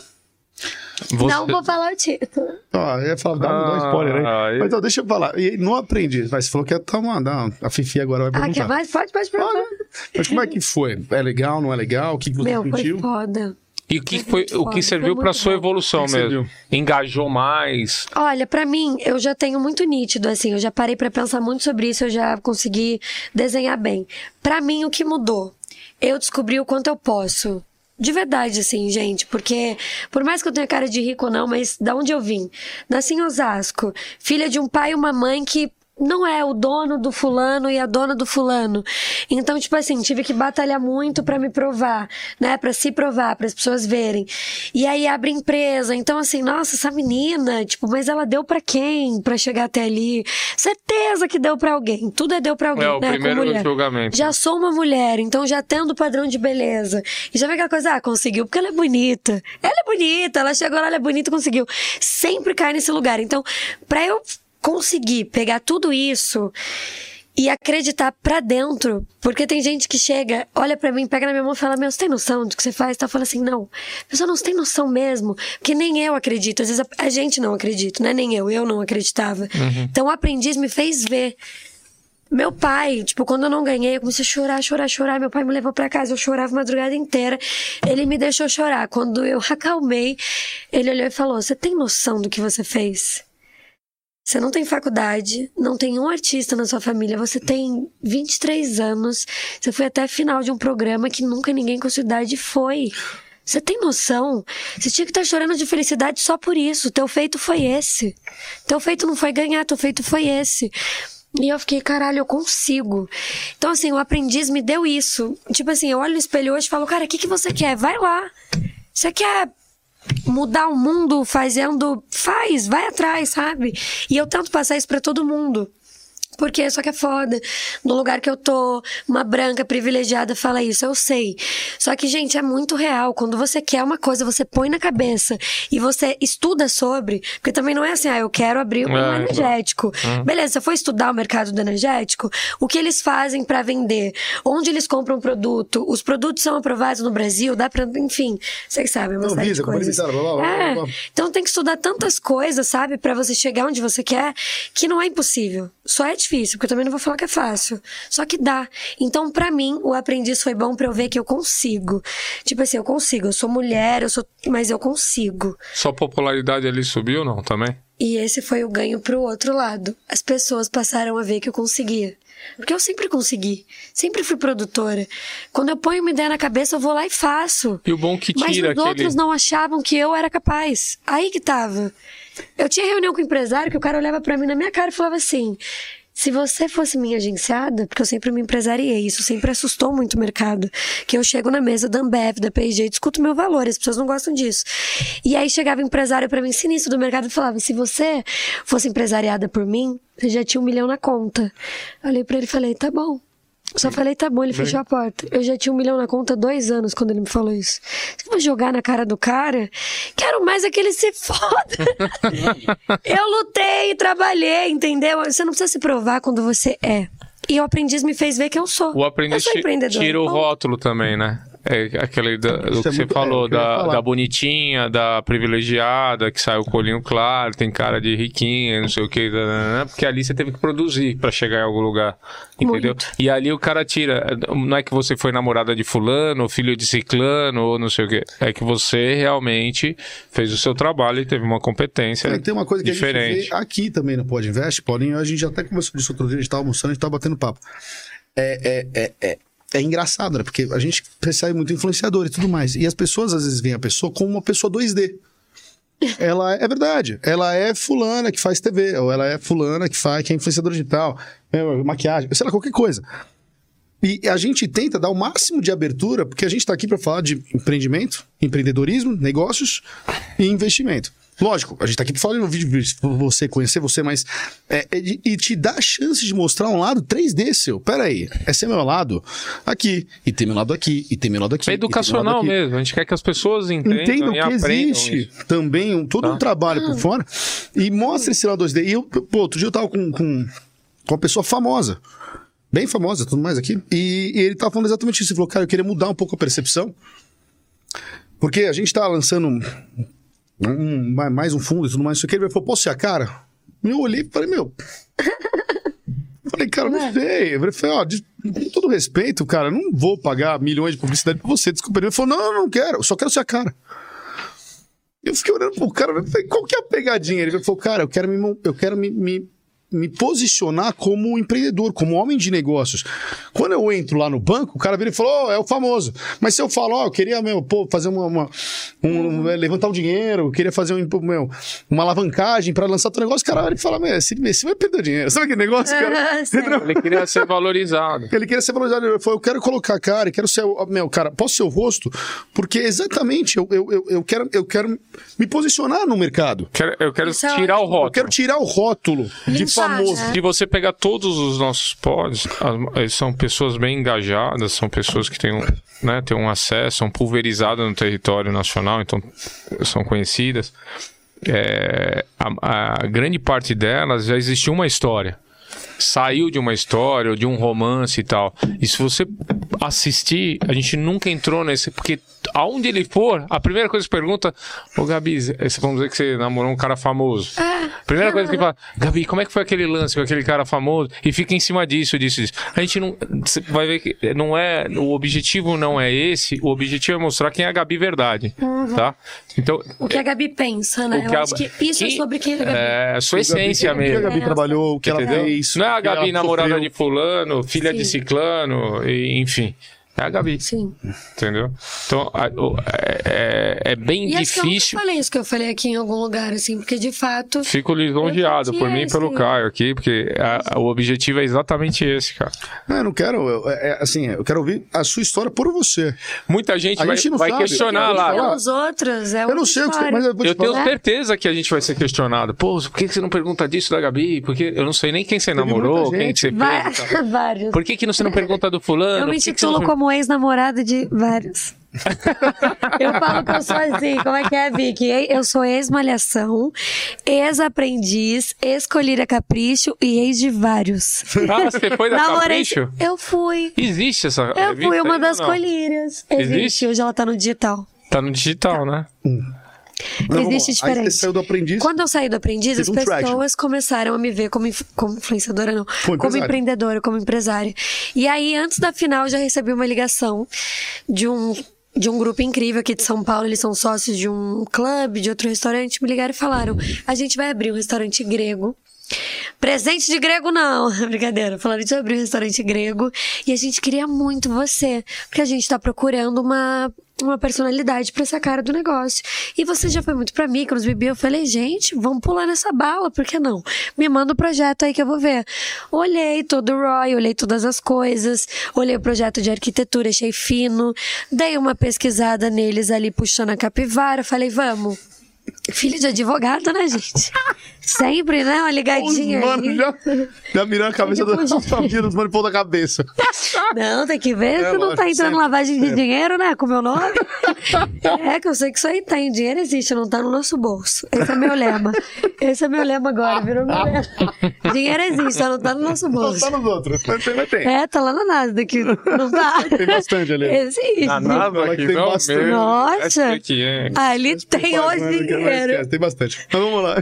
Você... Não vou falar o título. Ó, eu ia falar, dá, um- dá um spoiler aí. Ah, aí- Mas ó, deixa eu falar. E não aprendi. Mas você falou que ia tomar, dar a Fifi agora vai Ah, perguntar. quer mais? Pode, pode perguntar. Olha, mas como é que foi? É legal, não é legal? O que, que você Meu, foi sentiu? foda. E o que, foi, o que serviu para sua bom. evolução que mesmo? serviu? Engajou mais? Olha, pra mim, eu já tenho muito nítido, assim, eu já parei pra pensar muito sobre isso, eu já consegui desenhar bem. Pra mim, o que mudou? Eu descobri o quanto eu posso. De verdade, assim, gente, porque por mais que eu tenha cara de rico ou não, mas da onde eu vim? Nasci em Osasco, filha de um pai e uma mãe que não é o dono do fulano e a dona do fulano. Então, tipo assim, tive que batalhar muito pra me provar, né? Pra se provar, para as pessoas verem. E aí abre empresa. Então, assim, nossa, essa menina, tipo, mas ela deu pra quem pra chegar até ali? Certeza que deu pra alguém. Tudo é deu pra alguém, É, o né? primeiro Com mulher. julgamento. Já sou uma mulher, então já tendo padrão de beleza. E já vem aquela coisa, ah, conseguiu porque ela é bonita. Ela é bonita, ela chegou lá, ela é bonita, conseguiu. Sempre cai nesse lugar. Então, pra eu conseguir pegar tudo isso e acreditar pra dentro, porque tem gente que chega, olha pra mim, pega na minha mão e fala, meu, você tem noção do que você faz? Tá falando assim, não, a pessoa não tem noção mesmo, porque nem eu acredito, às vezes a, a gente não acredita, não é nem eu, eu não acreditava. Uhum. Então o aprendiz me fez ver. Meu pai, tipo, quando eu não ganhei, eu comecei a chorar, chorar, chorar. Meu pai me levou pra casa, eu chorava a madrugada inteira. Ele me deixou chorar. Quando eu acalmei, ele olhou e falou, você tem noção do que você fez? Você não tem faculdade, não tem um artista na sua família, você tem vinte e três anos, você foi até a final de um programa que nunca ninguém com sua idade foi. Você tem noção? Você tinha que estar chorando de felicidade só por isso. Teu feito foi esse. Teu feito não foi ganhar, teu feito foi esse. E eu fiquei, caralho, eu consigo. Então, assim, o aprendiz me deu isso. Tipo assim, eu olho no espelho hoje e falo, cara, o que, que você quer? Vai lá. Você quer mudar o mundo fazendo... Faz, vai atrás, sabe? E eu tento passar isso pra todo mundo. Porque só que é foda. No lugar que eu tô, uma branca privilegiada fala isso, eu sei. Só que, gente, é muito real. Quando você quer uma coisa, você põe na cabeça e você estuda sobre. Porque também não é assim, ah, eu quero abrir um é, energético. Uhum. Beleza, você foi estudar o mercado do energético? O que eles fazem pra vender? Onde eles compram produto? Os produtos são aprovados no Brasil? Dá pra... Enfim, vocês sabem, uma Não, série visa, de coisas. blá, blá, blá, É. blá, blá. Então tem que estudar tantas coisas, sabe? Pra você chegar onde você quer, que não é impossível. Só é difícil, porque eu também não vou falar que é fácil. Só que dá. Então, pra mim, o aprendiz foi bom pra eu ver que eu consigo. Tipo assim, eu consigo. Eu sou mulher, eu sou... mas eu consigo. Sua popularidade ali subiu ou não também? E esse foi o ganho pro outro lado. As pessoas passaram a ver que eu conseguia. Porque eu sempre consegui. Sempre fui produtora. Quando eu ponho uma ideia na cabeça, eu vou lá e faço. E o bom que Mas tira os aquele... outros não achavam que eu era capaz. Aí que tava. Eu tinha reunião com o empresário que o cara olhava pra mim na minha cara e falava assim... Se você fosse minha agenciada, porque eu sempre me empresariei, isso sempre assustou muito o mercado, que eu chego na mesa da Ambev, da P e G, e discuto meu valor, as pessoas não gostam disso. E aí chegava o empresário pra mim, sinistro do mercado, e falava, se você fosse empresariada por mim, você já tinha um milhão na conta. Eu olhei pra ele e falei, tá bom. Só falei, tá bom, ele Bem... fechou a porta. Eu já tinha um milhão na conta há dois anos quando ele me falou isso. Você vai jogar na cara do cara? Quero mais é que ele se foda. Eu lutei, trabalhei, entendeu? Você não precisa se provar quando você é. E o aprendiz me fez ver que eu sou. O aprendiz eu sou empreendedora. tira o Bom, rótulo também, né? É aquele da, do Isso que é você muito- falou, é, o que eu ia da, falar. da bonitinha, da privilegiada, que sai o colinho claro, tem cara de riquinha, não sei o que, porque ali você teve que produzir pra chegar em algum lugar, entendeu? Muito. E ali o cara tira, não é que você foi namorada de fulano, ou filho de ciclano, ou não sei o que, é que você realmente fez o seu trabalho e teve uma competência É, tem uma coisa que a diferente. gente vê aqui também no Pod Invest, Podem, a gente até conversou disso outro dia, a gente tava almoçando, a gente tava batendo papo. É, é, é, é, é engraçado, né? Porque a gente percebe muito influenciador e tudo mais. E as pessoas às vezes veem a pessoa como uma pessoa dois D. Ela é, é verdade. Ela é fulana que faz T V, ou ela é fulana que faz, que é influenciadora digital, é, maquiagem, sei lá, qualquer coisa. E a gente tenta dar o máximo de abertura, porque a gente tá aqui para falar de empreendimento, empreendedorismo, negócios e investimento. Lógico, a gente tá aqui pra falar de um vídeo pra você conhecer você, mas é, é de- e te dá a chance de mostrar um lado três D seu. Pera aí, esse é meu lado aqui, e tem meu lado aqui, e tem meu lado aqui. É e tem meu lado educacional aqui. mesmo, a gente quer que as pessoas entendam Entendam e que aprendam existe isso. também um, todo Tá. um trabalho por fora e mostra esse lado dois D. E eu, pô, outro dia eu tava com, com, com uma pessoa famosa, bem famosa, tudo mais aqui, e, e ele tava falando exatamente isso. Ele falou, cara, eu queria mudar um pouco a percepção, porque a gente tá lançando um, um- mais um fundo e tudo mais, isso aqui. Ele falou, posso ser a cara? Eu olhei e falei, meu... Falei, cara, não sei. Eu falei, ó, de, com todo respeito, cara, eu não vou pagar milhões de publicidade pra você. Desculpa. Ele falou, não, eu não quero, eu só quero ser a cara. Eu fiquei olhando pro cara, eu falei, qual que é a pegadinha? Ele falou, cara, eu quero me, eu quero me, me, me posicionar como empreendedor, como homem de negócios. Quando eu entro lá no banco, o cara vira e falou, oh, é o famoso. Mas se eu falo, ó, oh, eu queria, meu, pô, fazer uma, uma um, levantar um dinheiro, eu queria fazer um, meu, uma alavancagem pra lançar teu negócio, o cara ele fala, meu, você vai perder dinheiro. Sabe aquele negócio, cara? Ele queria ser valorizado. Ele queria ser valorizado. Ele falou, eu quero colocar a cara, eu quero ser, meu, cara, posso ser o rosto? Porque exatamente, eu, eu, eu, eu, quero, eu quero me posicionar no mercado. Quero, eu quero Isso é tirar o ótimo. rótulo. Eu quero tirar o rótulo de Limpar, famoso. né? Se você pegar todos os nossos pods, as- são pessoas bem engajadas, são pessoas que têm um, né, têm um acesso, são pulverizadas no território nacional, então são conhecidas. É, a, a grande parte delas já existiu uma história. Saiu de uma história ou de um romance e tal. E se você assistir, a gente nunca entrou nesse. Porque aonde ele for, a primeira coisa que pergunta: Ô Gabi, você- vamos dizer que você namorou um cara famoso. Primeira coisa que fala: Gabi, como é que foi aquele lance com aquele cara famoso? E fica em cima disso, disso, disso. A gente não. Você vai ver que não é. O objetivo não é esse. O objetivo é mostrar quem é a Gabi verdade. Tá? Então. O que a Gabi pensa, né? o Eu que a- acho que isso é que- sobre quem é a Gabi. É a sua essência O que a mesmo. Gabi trabalhou, o que ela Entendeu? fez. Não é a o que Gabi ela namorada sofreu. de fulano, filha de Sim. ciclano, e, enfim. É a Gabi, Sim. entendeu? Então, a- o- é, é- é bem E acho que eu nunca difícil. falei isso que eu falei aqui em algum lugar, assim, porque de fato. Fico lisonjeado Eu por mim e senti pelo esse- Caio aqui, porque a- a- o objetivo é exatamente esse, cara. Não, eu não quero, eu, é, é, assim, eu quero ouvir a sua história por você. Muita gente A vai, gente não vai sabe. questionar Eu lá. vou falar. Os outros, é Eu não sei o que você, mas eu vou te Eu tenho falar. certeza que a gente vai ser questionado. Pô, por que que você não pergunta disso da Gabi? Porque eu não sei nem quem você Teve namorou, muita quem gente. que você Vai- fez. e tal. vários. Por que, que você não pergunta do fulano? Eu me Por que que você intitulo não- como ex-namorada de vários. Eu falo que eu sou assim, como é que é, Vicky? Eu sou ex-malhação, ex-aprendiz, ex-colíria capricho e ex de vários. Ah, você foi da Namorei- Capricho? Eu fui. Existe essa Eu revista fui uma aí das ou não? colírias. Existe. Existe? Hoje ela tá no digital. Tá no digital, né? Mas vamos Existe lá. Aí diferente. você saiu do aprendiz. Quando eu saí do aprendiz, as Teve um pessoas traction. começaram a me ver como, inf- como influenciadora, não. Como Como empresária. empreendedora, como empresária. E aí, antes da final, eu já recebi uma ligação de um, de um grupo incrível aqui de São Paulo. Eles são sócios de um clube, de outro restaurante. Me ligaram e falaram: a gente vai abrir um restaurante grego. Presente de grego, não. Brincadeira. Falaram de abrir um restaurante grego. E a gente queria muito você. Porque a gente tá procurando uma, uma personalidade pra essa cara do negócio. E você já foi muito pra Mykonos, Bibi. Eu falei, gente, vamos pular nessa bala. Por que não? Me manda o projeto aí que eu vou ver. Olhei todo o Roy, olhei todas as coisas. Olhei o projeto de arquitetura, achei fino. Dei uma pesquisada neles ali, puxando a capivara. Falei, vamos. Filho de advogado, né, gente? Sempre, né? Uma Os ligadinha mano aí. já, já miraram a cabeça Tipo, da família dos mano pôr da cabeça. Não, tem que ver É, se não tá lógico, entrando sempre, lavagem de sempre. dinheiro, né? Com o meu nome. É, que eu sei que isso aí tem. Dinheiro existe, não tá no nosso bolso. Esse é meu lema. Esse é meu lema agora, virou meu lema. Dinheiro existe, só não tá no nosso Não bolso. tá nos outros. Mas tem, mas tem. É, tá lá na Nasdaq. Não tá? Tem bastante ali. Existe. Na nada Fala aqui, que tem não bastante. mesmo. Nossa. Essa que é. Ali tem Faz, hoje mas não quero mais dinheiro. esquece, tem bastante. Mas vamos lá.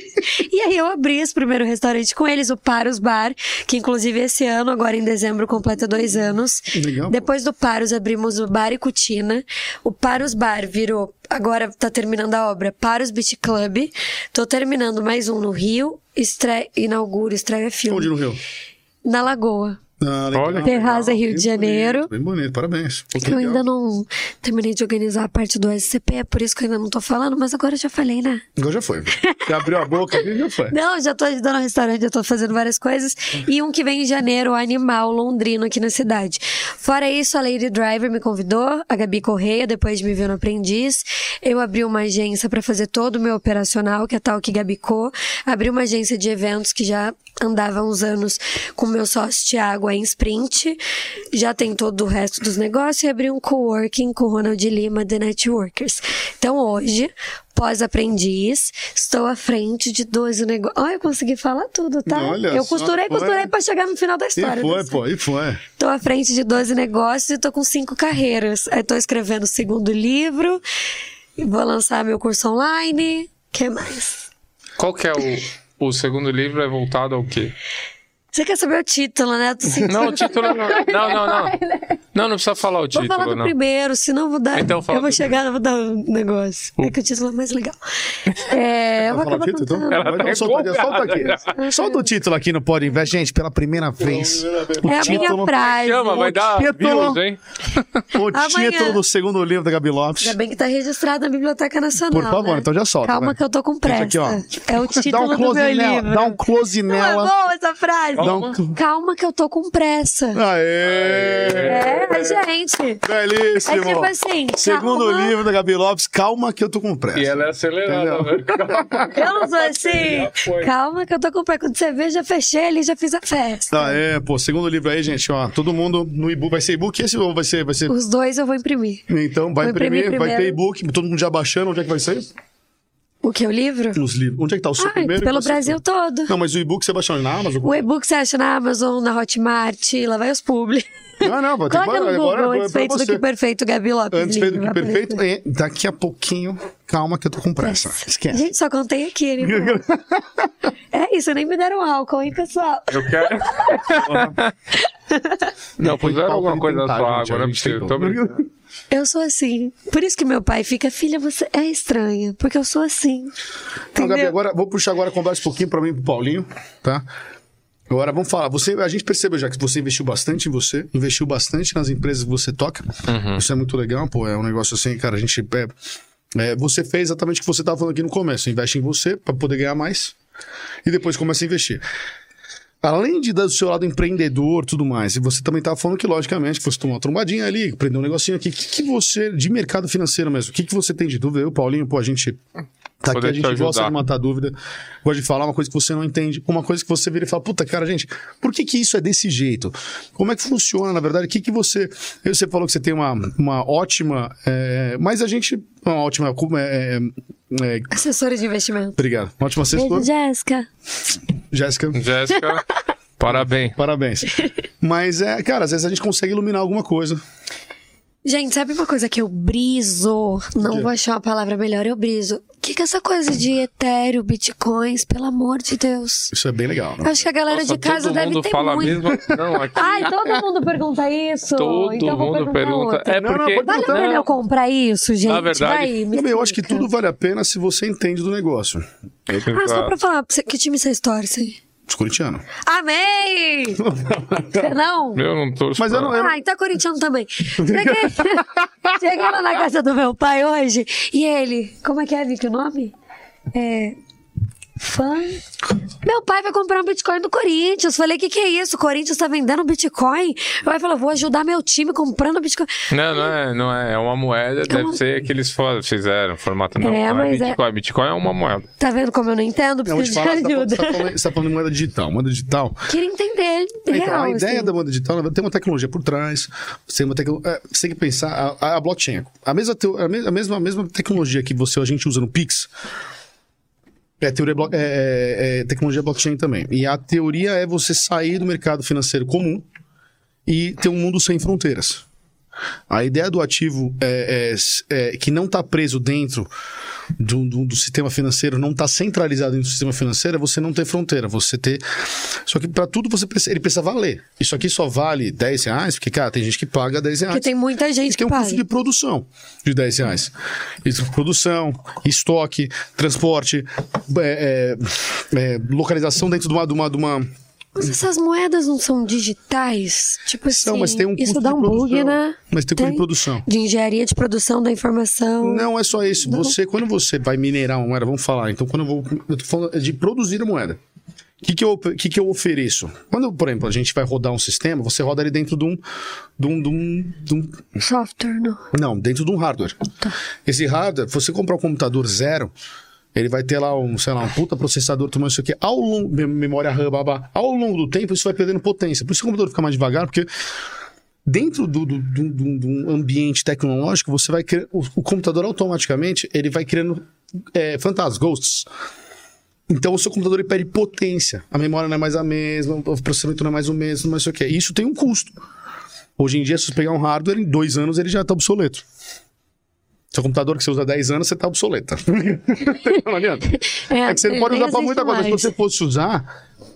E aí eu abri esse primeiro restaurante com eles, o Paros Bar, que inclusive esse ano, agora em dezembro, completa dois anos. Legal. Depois do Paros, abrimos o Bar e Cutina. O Paros Bar virou, agora tá terminando a obra, Paros Beach Club. Tô terminando mais um no Rio, estre... inauguro, estreia filme. Onde no Rio? Na Lagoa. Ah, legal, Olha. Terraza, legal. Rio de Bem Janeiro. bonito, Bem bonito, parabéns. Pô, que Que eu legal. ainda não terminei de organizar a parte do S C P, é por isso que eu ainda não tô falando, mas agora eu já falei, né? Agora já foi. Você abriu a boca e já foi. Não, já tô ajudando no restaurante, já tô fazendo várias coisas. E um que vem em janeiro, o Animal Londrino, aqui na cidade. Fora isso, a Lady Driver me convidou, a Gabi Correia, depois de me ver no Aprendiz. Eu abri uma agência pra fazer todo o meu operacional, que é a tal que Gabicô. Abri uma agência de eventos que já andava há uns anos com o meu sócio Thiago aí em Sprint. Já tem todo o resto dos negócios. E abri um coworking com o Ronald Lima, The Networkers. Então hoje, pós-aprendiz, estou à frente de doze negócios. Olha, eu consegui falar tudo, tá? Olha eu só, costurei, foi. costurei pra chegar no final da E história. foi, né? pô, e foi. Tô à frente de doze negócios e tô com cinco carreiras. Aí tô escrevendo o segundo livro, e vou lançar meu curso online. O que mais? Qual que é o, o segundo livro? É voltado ao quê? Você quer saber o título, né? Eu tô sentindo- Não, o título não. Não, não, não. Não, não precisa falar o Vou título, falar do não. primeiro, senão eu vou dar. Então fala eu vou do- chegar, eu vou dar um negócio. É que o título é mais legal. É, eu vou Vai falar o acabar título, então? contando. Ela Vai tá dar um solta, solta empolgada. aqui. Solta o título aqui no Pod Invest, gente, pela primeira vez. O É a minha título, frase. Chama, vai dar título- views, hein? o Amanhã. título do segundo livro da Gabi Lopes. Ainda bem que tá registrado na Biblioteca Nacional. Por favor, né? então já solta. Calma vai. que eu tô com pressa. Aqui, ó. É o Dá título um do close meu nela. livro. Dá um close Não é nela. boa essa frase? Dá um... Calma que eu tô com pressa. Aê! É, gente. Belíssimo. É tipo assim, Segundo calma. livro da Gabi Lopes, calma que eu tô com pressa. E ela é acelerada, né? Eu não sou assim. Já foi. Calma que eu tô com pressa. Quando você vê, já fechei ali, já fiz a festa. Ah, é, pô, segundo livro aí, gente, ó, todo mundo no e-book, vai ser e-book esse ou vai ser, vai ser... Os dois eu vou imprimir. Então, vai Vou imprimir imprimir, vai ter primeiro. e-book, todo mundo já baixando, onde é que vai sair? O que, o livro? Nos livros. Onde é que tá o seu Ah, primeiro? e pelo o seu Brasil segundo? todo. Não, mas o e-book você baixando na Amazon? O e-book você acha na Amazon, na Hotmart, lá vai os publi. Não, não, vai ter Coloca no agora, Google, agora é antes pra feito do você. que perfeito, Gabi Lopes. Antes feito do livro, que vai perfeito, aparecer. é, daqui a pouquinho, calma que eu tô com pressa. Esquece. Gente, só contei aqui. Né? É isso, nem me deram álcool, hein, pessoal? Eu quero. Não, Foi puseram falta alguma de coisa na tentar, sua gente, água, a não é gente possível. tentou. Tô brincando. Eu sou assim. Por isso que meu pai fica, filha, você é estranha. Porque eu sou assim. Então, Gabi, Entendeu? agora, vou puxar agora a conversa um pouquinho pra mim e pro Paulinho, tá? Agora, vamos falar. Você, a gente percebeu já que você investiu bastante em você, investiu bastante nas empresas que você toca. Isso é muito legal, pô. É um negócio assim, cara, a gente... É, é, você fez exatamente o que você estava falando aqui no começo. Investe em você pra poder ganhar mais e depois começa a investir. Além de dar do seu lado empreendedor e tudo mais, e você também estava falando que, logicamente, que você tomou uma trombadinha ali, aprendeu um negocinho aqui. O que, que você, de mercado financeiro mesmo, o que, que você tem de dúvida? Eu, Paulinho, pô, a gente tá aqui, Poder a te gente gosta ajudar. de matar dúvida, gosta de falar uma coisa que você não entende, uma coisa que você vira e fala, puta, cara, gente, por que que isso é desse jeito? Como é que funciona, na verdade? O que que você... Você falou que você tem uma, uma ótima... é, mas a gente... Uma ótima... É, é, Assessora de investimento. obrigado. Uma ótima Beijo, assessora. Jéssica. Jéssica... Jéssica, parabéns. Parabéns. Mas, é, cara, às vezes a gente consegue iluminar alguma coisa. Gente, sabe uma coisa que eu briso? Não quê? vou achar uma palavra melhor, eu briso. O que, que é essa coisa de Ethereum, Bitcoins, pelo amor de Deus? Isso é bem legal, Eu né? acho que a galera Nossa, de casa todo deve mundo ter fala muito. mesmo. Não, aqui Ai, todo mundo pergunta isso. todo então eu vou mundo perguntar pergunta. outra. É Não, não, porque. pode Vale a pena eu comprar isso, gente? Na verdade- Vai, me Também eu acho que explica. tudo vale a pena se você entende do negócio. Ah, só pra falar, você- que time vocês torcem? Os corintianos. Amém! Você não? Eu não torço. Mas eu pra- não- eu- Ah, então corintiano também. Cheguei, cheguei lá na casa do meu pai hoje e ele, como é que é, Vicky, o nome? É. Fã. Meu pai vai comprar um Bitcoin do Corinthians. Falei, o que, que é isso? O Corinthians tá vendendo Bitcoin? Meu pai falou, vou ajudar meu time comprando Bitcoin. Não, não é, não é. É uma moeda, deve uma- ser que eles fo- fizeram, formato não. É, não mas é- Bitcoin. Bitcoin é uma moeda. Tá vendo como eu não entendo? Não, vou te Preciso falar, de você tá, falando, ajuda. você, tá falando, você tá falando de moeda digital. Moeda digital. Queria entender. Então, Real, a ideia assim. da moeda digital, na verdade, tem uma tecnologia por trás. Você tem, uma tecno... é, você tem que pensar, a, a blockchain, a mesma, teo- a me- a mesma, a mesma tecnologia que você, a gente usa no Pix, é, teoria blo- é, é, é tecnologia blockchain também. E a teoria é você sair do mercado financeiro comum e ter um mundo sem fronteiras. A ideia do ativo é, é- é que não está preso dentro do, do- do sistema financeiro, não está centralizado dentro do sistema financeiro, é você não ter fronteira, você ter... Só que para tudo você precisa, ele precisa valer. Isso aqui só vale dez reais, porque, cara, tem gente que paga dez reais. Porque tem muita gente Tem que um custo paga. de produção de dez reais. Isso, produção, estoque, transporte, é, é, é, localização dentro de uma... De uma, de uma Mas essas moedas não são digitais? Tipo assim, São, mas tem um isso custo dá de um bug, produção. né? Mas tem custo de produção. De engenharia de produção da informação. Não é só isso. Você, quando você vai minerar uma moeda, vamos falar. Então, quando eu vou. Eu tô falando de produzir a moeda. O que, que, eu, que, que eu ofereço? Quando, por exemplo, a gente vai rodar um sistema, você roda ele dentro de um. De um, de um, de um Software, não. não, dentro de um hardware. Tá. Esse hardware, você comprar um computador zero, ele vai ter lá um, sei lá, um puta processador, tomando isso aqui, ao longo, mem- memória RAM, babá, ao longo do tempo, isso vai perdendo potência. Por isso que o computador fica mais devagar, porque dentro do, do, do, do- do ambiente tecnológico, você vai criar, o, o computador automaticamente, ele vai criando é, fantasmas, ghosts. Então o seu computador ele perde potência. A memória não é mais a mesma, o processamento não é mais o mesmo, não sei o que. Isso tem um custo. Hoje em dia, se você pegar um hardware, em dois anos ele já está obsoleto. Seu computador que você usa há dez anos, você está obsoleta. Não adianta. É que você não pode nem usar para muita existe coisa. Mas se mais. você fosse usar,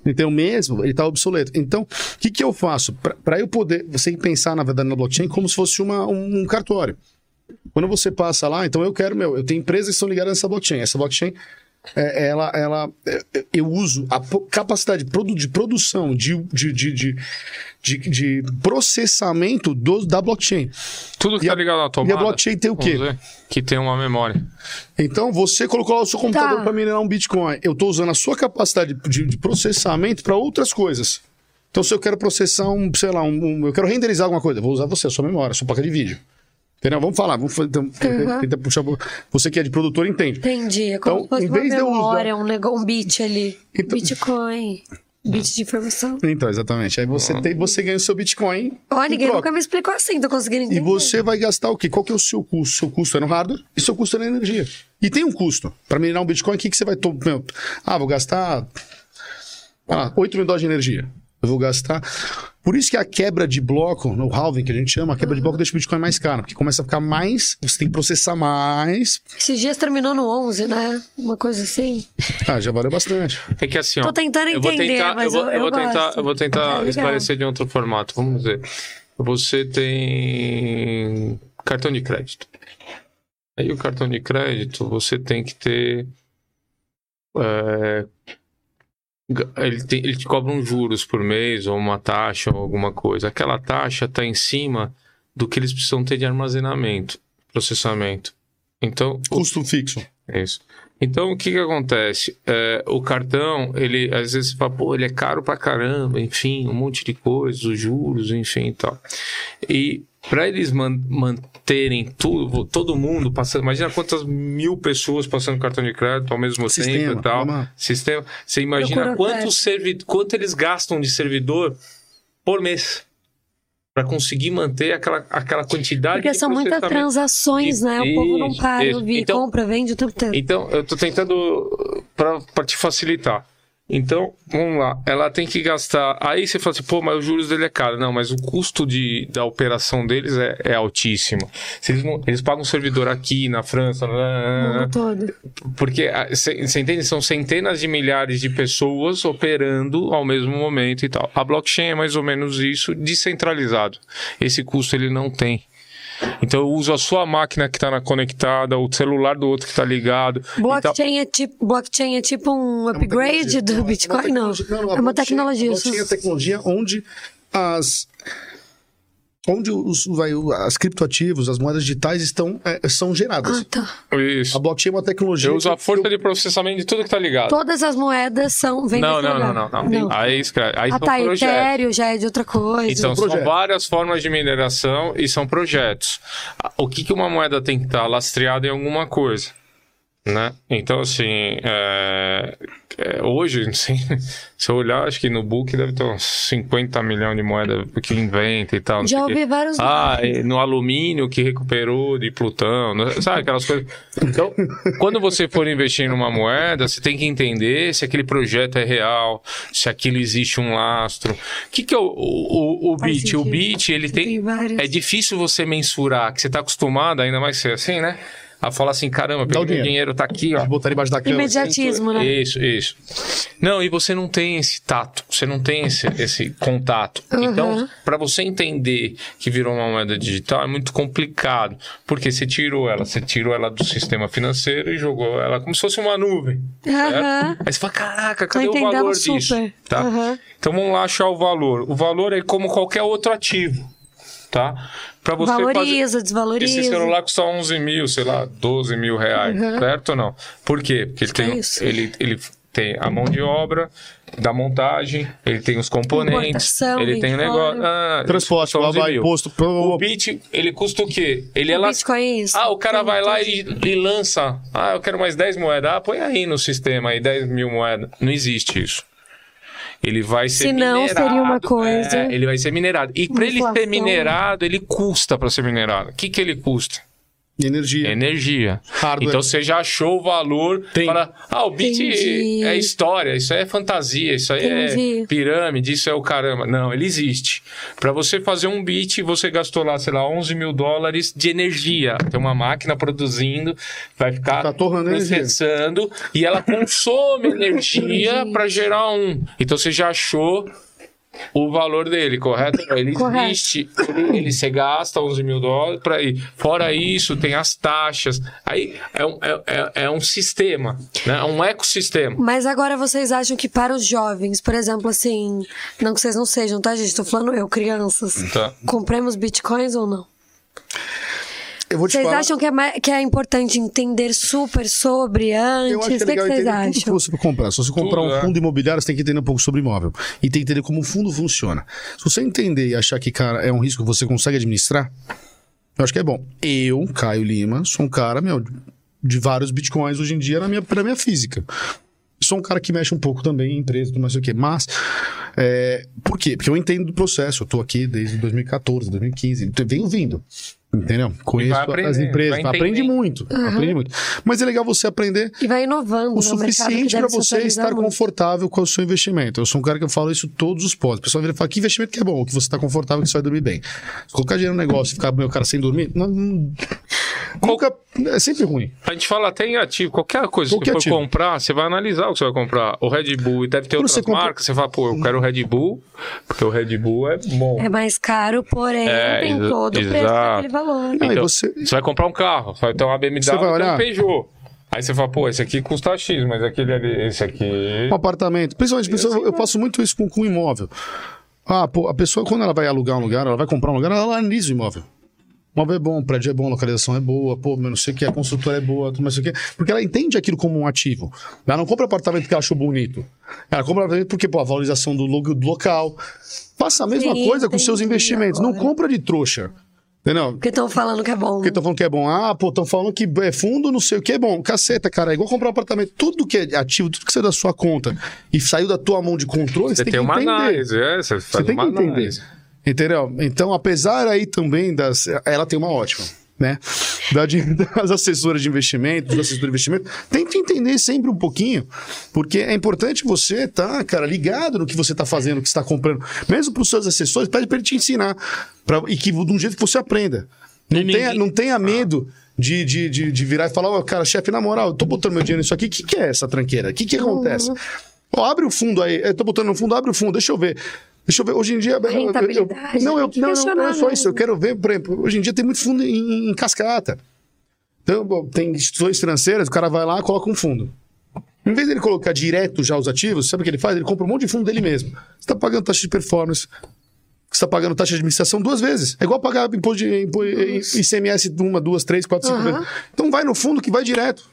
Então, mesmo, ele está obsoleto. Então, o que, que eu faço? Para eu poder, você tem que pensar, na verdade, na blockchain como se fosse uma, um, um cartório. Quando você passa lá, então eu quero, meu, eu tenho empresas que estão ligadas nessa blockchain. Essa blockchain, é, ela, ela, eu uso a capacidade de, produ, de produção, de, de, de, de, de, de processamento do, da blockchain. Tudo que e tá a, ligado na tomada. E a blockchain tem o quê? Dizer, que tem uma memória. Então, você colocou lá o seu computador Tá. para minerar um Bitcoin. Eu estou usando a sua capacidade de, de processamento para outras coisas. Então, se eu quero processar um, sei lá, um, um, eu quero renderizar alguma coisa, eu vou usar você, a sua memória, a sua placa de vídeo. Entendeu? Vamos falar, vamos fazer, então, Uhum. tenta puxar. Você que é de produtor entende. Entendi. É como Então, se fosse em uma vez de eu usar- memória, um, nego... um bit ali. Então- Bitcoin. Bit de informação. Então, exatamente. Aí você, tem, você ganha o seu Bitcoin. Ó, em ninguém troca. nunca me explicou assim, tô conseguindo entender. E você vai gastar o quê? Qual que é o seu custo? Seu custo é no hardware e seu custo é na energia. E tem um custo. Para minerar um Bitcoin, o que, que você vai tomar? Ah, vou gastar ah, oito mil dólares de energia. Eu vou gastar... Por isso que a quebra de bloco, no halving que a gente chama, a quebra de bloco deixa o Bitcoin mais caro. Porque começa a ficar mais... Você tem que processar mais. Esses dias terminou no onze, né? Uma coisa assim. Ah, já valeu bastante. É que assim, ó. Tô tentando eu vou entender, tentar, mas eu vou, eu- eu vou eu tentar, gosto. eu vou É tentar legal. esclarecer de outro formato. Vamos dizer. Você tem cartão de crédito. Aí o cartão de crédito, você tem que ter... é, Ele, tem, ele te cobra uns juros por mês, ou uma taxa, ou alguma coisa. Aquela taxa está em cima do que eles precisam ter de armazenamento, processamento. Então, o- Custo fixo. é isso. Então, o que que acontece? É, o cartão, ele, às vezes você fala, pô, ele é caro pra caramba, enfim, um monte de coisas, os juros, enfim e tal. E para eles man- manterem tudo, todo mundo passando, imagina quantas mil pessoas passando cartão de crédito ao mesmo Sistema, tempo e tal. vamos lá. Sistema. Você imagina Procura quanto, servi quanto eles gastam de servidor por mês para conseguir manter aquela, aquela quantidade Porque de são muitas processamento. transações, né? O povo não Isso, para, isso. eu vi, Então- compra, vende o tempo inteiro. Então, eu tô tentando para te facilitar. Então, vamos lá. Ela tem que gastar. Aí você fala assim, pô, mas os juros dele é caro. Não, mas o custo de, da operação deles é, é altíssimo. Se eles, não, eles pagam um servidor aqui na França, O mundo todo. porque você entende? São centenas de milhares de pessoas operando ao mesmo momento e tal. A blockchain é mais ou menos isso, descentralizado. Esse custo ele não tem. Então eu uso a sua máquina que está conectada, o celular do outro que está ligado. Então, Blockchain, é tipo, blockchain é tipo um upgrade do Bitcoin? Não. É uma tecnologia. A blockchain é a tecnologia onde as... Onde os, vai, o- as criptoativos, as moedas digitais estão, é, são geradas. Ah, tá. Isso. A blockchain é uma tecnologia... Eu uso a que- força que de processamento de tudo que está ligado. Todas as moedas são... vêm Não, desse não, não, lugar. não, não. Aí escreve. Aí Ah, são tá. projetos. Ethereum já é de outra coisa. Então, projeto. são várias formas de mineração e são projetos. O que, que uma moeda tem que estar lastreada em alguma coisa, né? Então, assim, é, é, hoje, assim, se eu olhar, acho que no book deve ter uns cinquenta milhões de moedas que inventa e tal. não Já sei o quê. ouvi vários Ah, e no alumínio que recuperou de Plutão, né? Sabe aquelas coisas. Então, quando você for investir numa moeda, você tem que entender se aquele projeto é real, se aquilo existe um lastro. O que, que é o, o, o Faz bit? O sentido. bit, ele tem. Tem vários. É difícil você mensurar, que você está acostumado, ainda mais ser assim, né? A falar assim, caramba, Dá o peguei meu dinheiro. dinheiro, tá aqui, ó. Botar embaixo da cama. Imediatismo, né? Isso, isso. Não, e você não tem esse tato, você não tem esse, esse contato. Uhum. Então, para você entender que virou uma moeda digital é muito complicado, porque você tirou ela, você tirou ela do sistema financeiro e jogou ela como se fosse uma nuvem. certo? Aham. Aí você fala, caraca, Tô cadê o entendendo valor super. disso? Tá? Aham. Então vamos lá achar o valor. O valor é como qualquer outro ativo, tá? Para você Valoriza, fazer... desvaloriza. Esse celular custa onze mil, sei lá, doze mil reais, Uhum. certo ou não? Por quê? Porque ele Que tem, isso? ele, ele tem a mão de obra da montagem, ele tem os componentes, Importação, ele vem tem o de negócio... fora. Ah, Transporte, custa onze lá vai, mil. imposto. O bit, ele custa o quê? Ele é O lá... Bitcoin é isso. Ah, o cara Tem vai lá todos. e, e lança. Ah, eu quero mais dez moedas. Ah, põe aí no sistema aí dez mil moedas. Não existe isso. Ele vai ser Senão, minerado. seria uma coisa- É, ele vai ser minerado. E para ele ser Inflação. minerado, ele custa para ser minerado. O que, que ele custa? Energia. Energia. Hardware. Então você já achou o valor. Tem. Fala, ah, o bit Entendi. é história, isso aí é fantasia, isso aí Entendi. é pirâmide, isso é o caramba. Não, ele existe. Para você fazer um bit, você gastou lá, sei lá, onze mil dólares de energia. Tem uma máquina produzindo, vai ficar Tá torrando energia. processando e ela consome energia para gerar um. Então você já achou o valor dele, correto? Ele Correto. existe, ele, ele você gasta onze mil dólares para ir. Fora isso, tem as taxas. Aí é um, é, é, é um sistema, né? É um ecossistema. Mas agora vocês acham que para os jovens, por exemplo, assim, não que vocês não sejam, tá, gente? Tô falando eu, crianças. Tá. Compremos bitcoins ou não? Eu vou te Vocês falar... acham que é, mais- que é importante entender super sobre antes? Eu acho que é O que, legal que vocês entender tudo que acham? você for comprar. Se você comprar Tudo, um é. fundo imobiliário, você tem que entender um pouco sobre imóvel. E tem que entender como o fundo funciona. Se você entender e achar que, cara, é um risco que você consegue administrar, eu acho que é bom. Eu, Caio Lima, sou um cara, meu, de vários bitcoins hoje em dia na minha, na minha física. Sou um cara que mexe um pouco também em empresa, não sei o quê. Mas, é, por quê? Porque eu entendo do processo. Eu tô aqui desde dois mil e catorze, dois mil e quinze. Eu venho vindo. Entendeu? Conheço as aprendendo, empresas. vai Aprende entendendo. muito. Aprende muito. Mas é legal você aprender E vai inovando. o né? mercado que suficiente deve para se você atualizar estar muito. confortável com o seu investimento. Eu sou um cara que eu falo isso todos os pós. O pessoal vira e fala, que investimento que é bom, que você está confortável, que você vai dormir bem. Se colocar dinheiro no negócio e ficar, meu cara, sem dormir, não, não- nunca, é sempre ruim. A gente fala até em ativo, qualquer coisa Qualquer que for ativo. comprar, você vai analisar o que você vai comprar. O Red Bull, e deve ter Quando outras você compra- marcas, você fala, pô, eu quero o Red Bull, porque o Red Bull é bom. É mais caro, porém É, tem exa- todo o preço exato. daquele valor. Não, e Então, você- você vai comprar um carro, você vai ter uma B M W, Você vai tem olhar? um Peugeot. Aí você fala, pô, esse aqui custa X, mas aquele ali, esse aqui... Um apartamento. Principalmente, pessoa, eu faço muito isso com, com imóvel. Ah, pô, a pessoa, quando ela vai alugar um lugar, ela vai comprar um lugar, ela analisa o imóvel. O imóvel é bom, o prédio é bom, a localização é boa, pô, mas não sei o que, a construtora é boa, tudo mais não sei o que. Porque ela entende aquilo como um ativo. Ela não compra apartamento porque ela achou bonito. Ela compra apartamento porque, pô, a valorização do, lo- do local. Faça a mesma Sim, coisa com seus entendi investimentos. Não agora. compra de trouxa. Entendeu? Porque estão falando que é bom. Porque estão falando que é bom. Ah, pô, estão falando que é fundo, não sei o que é bom. Caceta, cara. É igual comprar um apartamento. Tudo que é ativo, tudo que saiu da sua conta e saiu da tua mão de controle, você, Você tem, tem que uma entender. análise, é, você faz Você tem que uma entender. análise. Entendeu? Então, apesar aí também das... Ela tem uma ótima, né? Da, de- das assessoras de investimento, dos assessores de investimento. Tente entender sempre um pouquinho, porque é importante você estar, cara, ligado no que você está fazendo, o que você está comprando. Mesmo para os seus assessores, pede para ele te ensinar. Pra, e que de um jeito que você aprenda. Não, E tenha, ninguém- não tenha medo de, de, de, de virar e falar, ó, cara, chefe, na moral, eu tô botando meu dinheiro nisso aqui, o que, que é essa tranqueira? O que, que acontece? Ó, abre o fundo aí, eu tô botando no fundo, abre o fundo, deixa eu ver. Deixa eu ver, hoje em dia... eu- eu- eu- Rentabilidade, não, eu, tem que não, não, questionar não é só isso, mesmo. eu quero ver, por exemplo, hoje em dia tem muito fundo em, em cascata. Então, bom, tem instituições financeiras, o cara vai lá e coloca um fundo. Em vez dele colocar direto já os ativos, sabe o que ele faz? Ele compra um monte de fundo dele mesmo. Você está pagando taxa de performance, você está pagando taxa de administração duas vezes. É igual pagar imposto de impo- I C M S uma, duas, três, quatro, cinco Aham. vezes. Então vai no fundo que vai direto.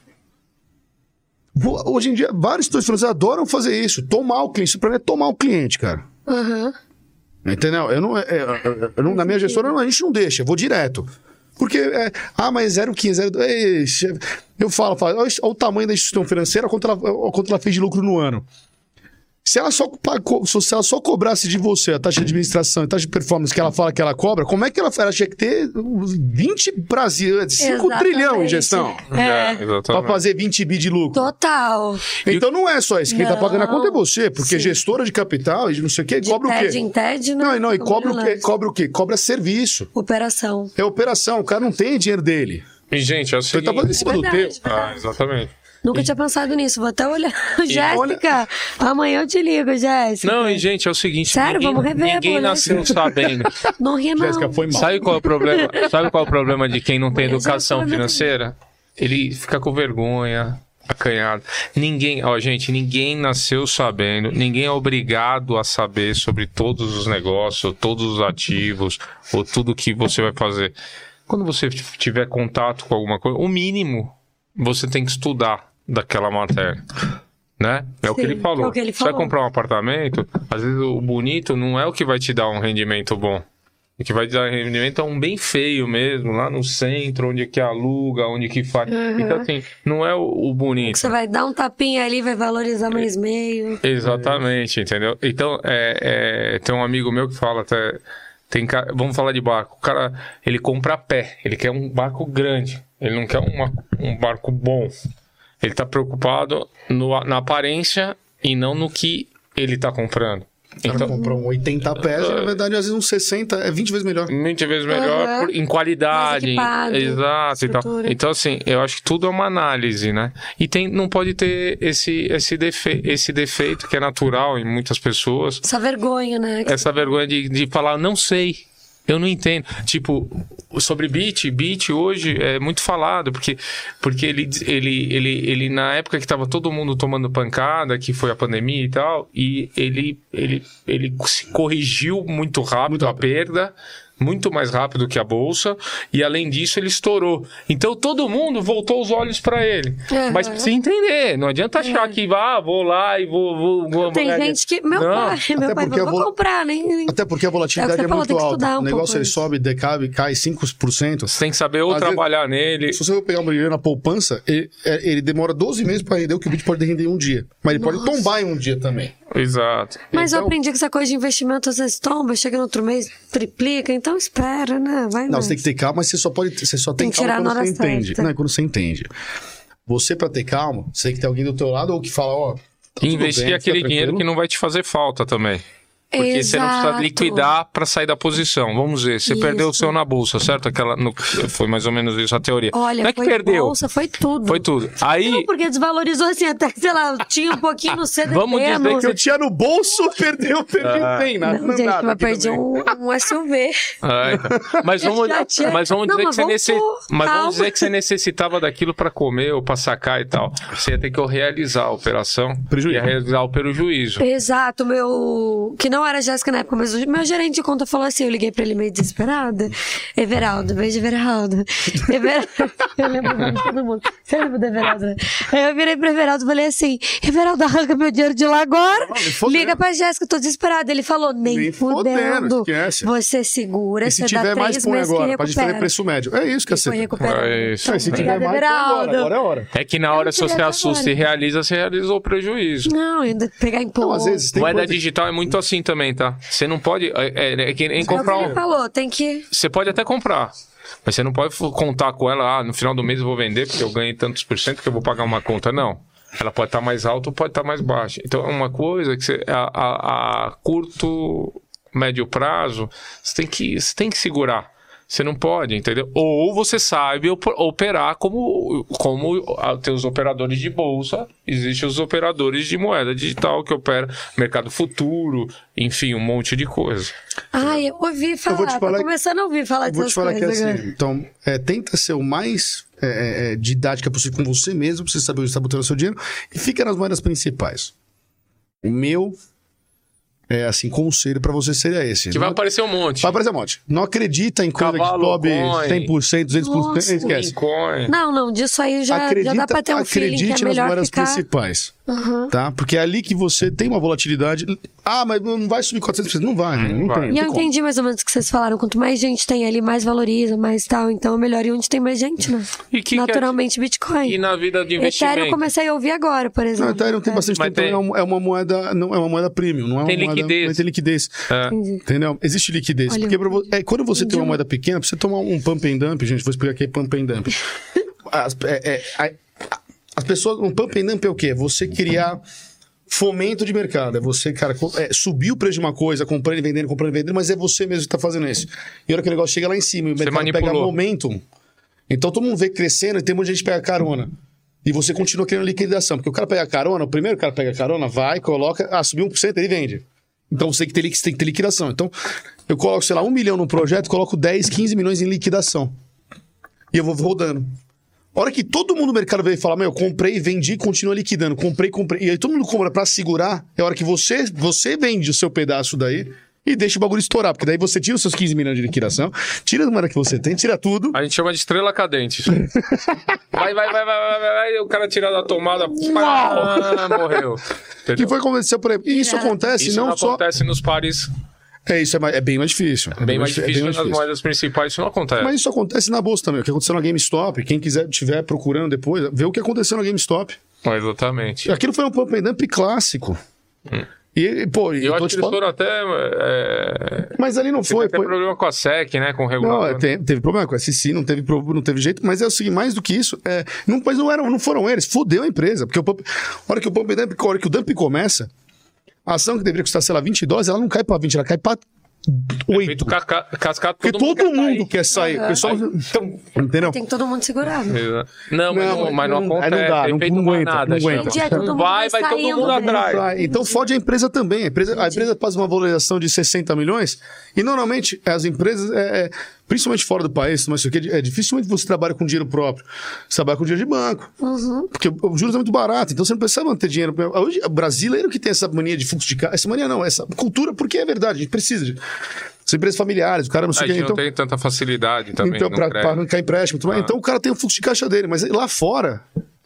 Vou- Hoje em dia, vários instituições financeiras adoram fazer isso. Tomar o cliente. Isso pra mim é tomar o cliente, cara. Aham. Entendeu? Eu não, é, é, eu não- na minha gestora, não, a gente não deixa, eu vou direto. Porque, é, ah, mas zero vírgula quinze, zero vírgula dois. Ei, eu falo, falo, olha o tamanho da instituição financeira, quanto ela, olha quanto ela fez de lucro no ano. Se ela, só, pagou- se ela só cobrasse de você a taxa de administração e a taxa de performance que ela fala que ela cobra, como é que ela, ela tinha que ter uns vinte Brasil, cinco Exatamente. trilhão em gestão É. exatamente. para fazer vinte bi de lucro? Total. Então não é só isso. Quem tá Não. pagando a conta é você, porque Sim. gestora de capital e de não sei o quê, De cobra o quê? TED em TED, Não, e não, e Fica cobra o quê? milionário. Cobra o quê? Cobra serviço. Operação. É operação, o cara não tem dinheiro dele. E, gente, é o Ele seguinte... tá fazendo em cima do Verdade. teu. Ah, exatamente. Nunca tinha pensado nisso, vou até olhar. Jéssica, olha- amanhã eu te ligo, Jéssica. Não, e, gente, é o seguinte... Sério, ninguém, vamos rever, Ninguém pô, né? nasceu sabendo. Não ri, não. Jéssica, foi mal. Sabe qual é o problema? Sabe qual é o problema de quem não tem Mas já educação foi financeira? Ele fica com vergonha, acanhado. Ninguém, ó, gente, ninguém nasceu sabendo, ninguém é obrigado a saber sobre todos os negócios, ou todos os ativos, ou tudo que você vai fazer. Quando você tiver contato com alguma coisa, o mínimo você tem que estudar daquela matéria. Né? É o que Sim, ele falou. é o que ele Você vai falou. comprar um apartamento, às vezes o bonito não é o que vai te dar um rendimento bom. O que vai te dar rendimento é um bem feio mesmo, lá no centro, onde que aluga, onde que faz. Então, assim, não é o, o bonito. Você vai dar um tapinha ali, vai valorizar mais meio. Exatamente, entendeu? Então, é, é, tem um amigo meu que fala até... Tem, ca- vamos falar de barco. O cara, ele compra a pé. Ele quer um barco grande. Ele não quer uma, um barco bom. Ele tá preocupado no, na aparência e não no que ele tá comprando. O cara Então, compra um oitenta pés, e, na verdade, às vezes um sessenta é vinte vezes melhor. vinte vezes melhor Uhum. por- em qualidade. Mais equipado, Exato. E tal. estrutura. Então, assim, eu acho que tudo é uma análise, né? E tem, não pode ter esse, esse, defe, esse defeito que é natural em muitas pessoas. Essa vergonha, né? Essa vergonha de, de falar, não sei. Eu não entendo. Tipo, sobre beat, beat hoje é muito falado, porque, porque ele, ele, ele, ele, na época que tava todo mundo tomando pancada, que foi a pandemia e tal, e ele, ele, ele se corrigiu muito rápido, Muito a rápido. perda, muito mais rápido que a bolsa, e além disso ele estourou. Então todo mundo voltou os olhos para ele. Uhum. Mas precisa entender, não adianta achar que ah, vou lá e vou... vou, vou Tem é, gente que. Meu não. pai, meu pai, porque vou eu vou- comprar, nem. nem- Até porque a volatilidade É o é, que você falou, muito tem que alta. estudar um O negócio pouco ele isso. sobe, decabe, cai cinco por cento. Você tem que saber ou Às vezes- trabalhar nele. Se você for pegar um brilhante na poupança, ele, é- ele demora doze meses para render o que o Bitcoin pode render em um dia. Mas ele pode tombar em um dia também. Exato. Mas eu Então- aprendi que essa coisa de investimento às vezes tomba, chega no outro mês, triplica, então espera, né? Vai Não, mais. você tem que ter calma, mas você só pode, você só tem, Tem que tirar calma na quando hora você entende. certa. Não, é quando você entende. Você, pra ter calma, você tem que ter alguém do teu lado ou que fala, ó... tá tudo Investir bem, aquele fica dinheiro que tranquilo. não vai te fazer falta também. Porque você não precisa Exato. liquidar para sair da posição. Vamos ver, você Isso. perdeu o seu na bolsa, certo? Aquela, no- foi mais ou menos isso a teoria. Olha, não é que foi perdeu, bolsa, foi tudo. foi tudo. Aí, Não, porque desvalorizou assim, até, sei lá, tinha um pouquinho no C D P. Vamos dizer no... Que eu tinha no bolso, perdeu, perdeu, Ah. tem nada. Não, gente, nada mas aqui perdi também. um, um S U V. ah, então. mas vamos, Já tinha- mas vamos Não, dizer mas que você necess... voltou. mas Calma. vamos dizer que você necessitava daquilo para comer ou para sacar e tal. Você ia ter que realizar a operação, Prejuízo. ia realizar o prejuízo. Exato, meu. Que não era Jéssica na época, mas o meu gerente de conta falou assim: eu liguei pra ele meio desesperada. Everaldo, beijo, Everaldo. Everaldo. Eu lembro o nome de todo mundo. Você lembra do Everaldo, né? Aí eu virei pro Everaldo e falei assim: Everaldo, arranca meu dinheiro de lá agora. Não, nem fodendo. Liga pra Jéssica, eu tô desesperada. Ele falou: nem, Nem fudendo. fodendo, esquece. Você segura, E se você dá tiver mais, três põe meses que agora, pra gente fazer recupera. preço médio. É isso que é Foi ser. recuperado. É isso. É, se tiver Obrigada, mais, põe agora. Everaldo. Agora é a hora. É que na hora, Eu se você queria assusta agora. e realiza, você realizou o prejuízo. Não, ainda pegar imposto. Não, às vezes tem Moeda coisa... digital é muito assim também, tá? Você não pode. É, é, é que nem É o que comprar ele um. falou, tem que. Você pode até comprar. Mas você não pode f- contar com ela, ah, no final do mês eu vou vender porque eu ganhei tantos por cento que eu vou pagar uma conta. Não. Ela pode estar mais alta ou pode estar mais baixa. Então é uma coisa que você, a, a, a curto, médio prazo, você tem que, você tem que segurar. Você não pode, entendeu? Ou você sabe op- operar como, como a- tem os operadores de bolsa, existem os operadores de moeda digital que opera mercado futuro, enfim, um monte de coisa. Ai, eu ouvi falar, vou te falar- tô começando a ouvir falar Eu vou dessas te falar que é coisas assim, agora. então, é, tenta ser o mais é, é, é, didática possível com você mesmo, pra você saber onde está botando o seu dinheiro, e fica nas moedas principais. O meu, é assim, conselho pra você seria esse. Que vai Não- aparecer um monte. Vai aparecer um monte. Não acredita em coisa Cavalo, que sobe coin. cem por cento, duzentos por cento, Nossa. esquece. Bitcoin. Não, não, disso aí já, acredita, já dá pra ter um feeling acredite que é nas melhor moedas ficar... principais, Uhum. tá? Porque é ali que você tem uma volatilidade. Ah, mas não vai subir quatrocentos por cento. Não vai, né? Não vai. tem. E não eu tem como. entendi mais ou menos o que vocês falaram. Quanto mais gente tem ali, mais valoriza, mais tal. Então é melhor ir onde tem mais gente, né? E que Naturalmente, Bitcoin. E na vida de Ethereum eu investimento? comecei a ouvir agora, por Não, exemplo. Ethereum tem bastante Mas tempo, tem- é uma- é uma moeda, não é uma moeda premium, não é Tem uma moeda, liquidez. não tem liquidez. É. Entendi. Entendeu? Existe liquidez. Olha, porque pra vo- é, quando você tem entendi uma um- moeda pequena, pra você tomar um pump and dump, gente, vou explicar aqui pump and dump. As, é, é, a- as pessoas, um pump and dump é o quê? Você criar fomento de mercado. É você, cara, co- é, subir o preço de uma coisa, comprando e vendendo, comprando e vendendo, mas é você mesmo que tá fazendo isso. E a hora que o negócio chega lá em cima e o Você mercado pega manipulou. momentum, então todo mundo vê crescendo e tem um monte de gente que pega carona. E você continua querendo liquidação. Porque o cara pega carona, o primeiro cara pega carona, vai, coloca, ah, subiu um por cento, ele vende. Então você tem que ter, li- você tem que ter liquidação. Então, eu coloco, sei lá, um milhão num projeto, coloco dez, quinze milhões em liquidação. E eu vou rodando. A hora que todo mundo no mercado veio falar, meu, comprei, vendi, continua liquidando. Comprei, comprei. E aí todo mundo compra pra segurar. É a hora que você, você vende o seu pedaço daí e deixa o bagulho estourar. Porque daí você tira os seus quinze milhões de liquidação, tira a moeda que você tem, tira tudo. A gente chama de estrela cadente. isso. vai, vai, vai, vai, vai, vai, vai, o cara tira da tomada, pá, morreu. Que Entendeu? foi acontecer por aí. E isso Irado. acontece Isso não, não só. acontece nos pares, É, isso é, mais- é bem mais difícil. É bem mais é difícil, nas moedas principais, isso não acontece. Mas isso acontece na bolsa também. O que aconteceu na GameStop, quem quiser estiver procurando depois, vê o que aconteceu na GameStop. Exatamente. Aquilo foi um pump and dump clássico. Hum. E, pô, E e eu tô acho te que eles falando- foram até... É... Mas ali não Teve foi. até foi... problema com a S E C, né? Com o Não, regulamento. é, teve, teve problema com a S C, não teve, pro- não teve jeito, mas é o seguinte, mais do que isso, é, não, mas não, eram, não foram eles, fodeu a empresa, porque o pump, a hora que o pump dump, a hora que o dump começa, a ação que deveria custar, sei lá, vinte dólares, ela não cai pra vinte, ela cai pra oito. Feito ca- cascata, Porque todo, todo mundo, mundo quer sair. O pessoal, Então, entendeu? Tem que todo mundo segurar. né? não, mas não, Não, mas não não- aí acontece. não dá, não- Efeito não aguenta, manada, não aguenta. chama. Entendi, aí todo mundo Vai, vai vai todo saindo mundo dele. atrás. Vai, então fode a empresa também. A empresa, a empresa faz uma valorização de sessenta milhões e normalmente as empresas, é, é, principalmente fora do país, mas isso aqui é, é dificilmente você trabalha com dinheiro próprio. Você trabalha com dinheiro de banco. Porque o juros é muito barato, então você não precisa manter dinheiro. Hoje, o brasileiro que tem essa mania de fluxo de caixa, essa mania não, essa cultura, porque é verdade, a gente precisa de. São empresas familiares, o cara não A sei o que. gente Então, não tem tanta facilidade também. então no pra, crédito. pra arrancar empréstimo. tudo mais. Ah. Então o cara tem o fluxo de caixa dele, mas lá fora.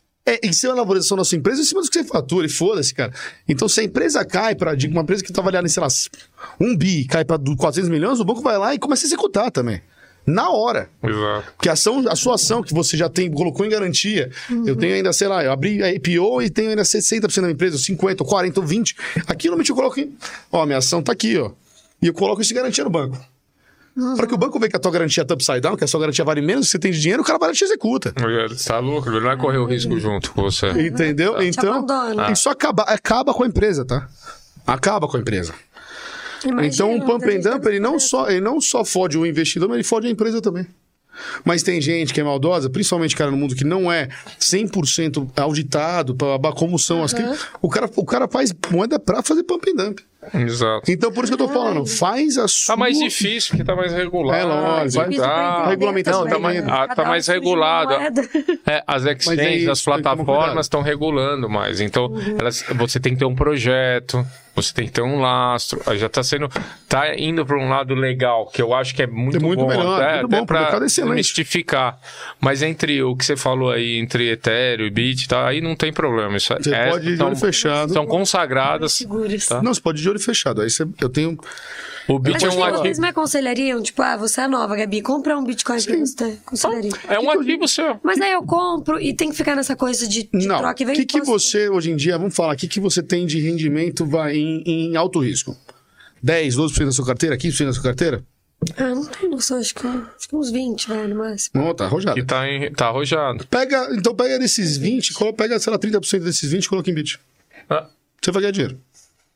É em cima da valorização da sua empresa, em cima do que você fatura, e foda-se, cara. Então, se a empresa cai para uma empresa que está avaliada em, sei lá, um bi, cai para quatrocentos milhões, o banco vai lá e começa a executar também. Na hora. Exato. Porque a, ação, a sua ação que você já tem, colocou em garantia, eu tenho ainda, sei lá, eu abri a I P O e tenho ainda sessenta por cento da minha empresa, cinquenta, quarenta, vinte. Aqui normalmente eu coloco em. Ó, minha ação tá aqui, ó. E eu coloco isso em garantia no banco. Para que o banco vê que a tua garantia tá upside down, que a sua garantia vale menos do que você tem de dinheiro, o cara vai lá e te executa. Você tá louco? Ele não vai correr o risco junto com você. Entendeu? Te Então, abandona. isso acaba, acaba com a empresa, tá? Acaba com a empresa. Imagina, Então, o pump muita and gente tá dump, ele não, desesperada. só, ele não só fode o investidor, mas ele fode a empresa também. Mas tem gente que é maldosa, principalmente, cara, no mundo que não é cem por cento auditado, pra, como são as... O cara, o cara faz moeda pra fazer pump and dump. Exato. Então, por isso que eu tô falando, faz a sua... Tá mais difícil, porque tá mais regulado. É, lógico, vai vai- tá, regulamentação não, tá mais, também. ah, tá mais regulado. É, as exchanges, é isso, as tem que tomar cuidado. plataformas estão regulando mais. Então, elas, você tem que ter um projeto, você tem que ter um lastro. Aí já tá sendo. Tá indo para um lado legal, que eu acho que é muito, É muito bom. melhor, até, muito até bom, pro mercado pra é excelente. mistificar. Mas entre o que você falou aí, entre Ethereum e Bit, tá, aí não tem problema. Isso Você é, pode ir de são, olho fechado. São consagradas. Seguros. Tá. Não, você pode ir de olho fechado. Aí você, eu tenho... O Bit Mas é assim, um vocês ativo. me aconselhariam? Tipo, ah, você é nova, Gabi, compra um Bitcoin pra você. Aconselharia. É um ativo seu. Mas aí eu compro e tem que ficar nessa coisa de, de Não, troca e o vem que, que posso- você, hoje em dia, vamos falar, o que, que você tem de rendimento vai, em, em alto risco? dez, doze por cento da sua carteira? quinze por cento da sua carteira? Ah, não tenho noção, acho que, acho que uns vinte, vai, no máximo. Não, tá arrojado. Que tá, em, tá arrojado. Pega, então pega desses vinte, colo- pega, sei lá, trinta por cento desses vinte e coloca em Bit. Ah, Você vai ganhar dinheiro.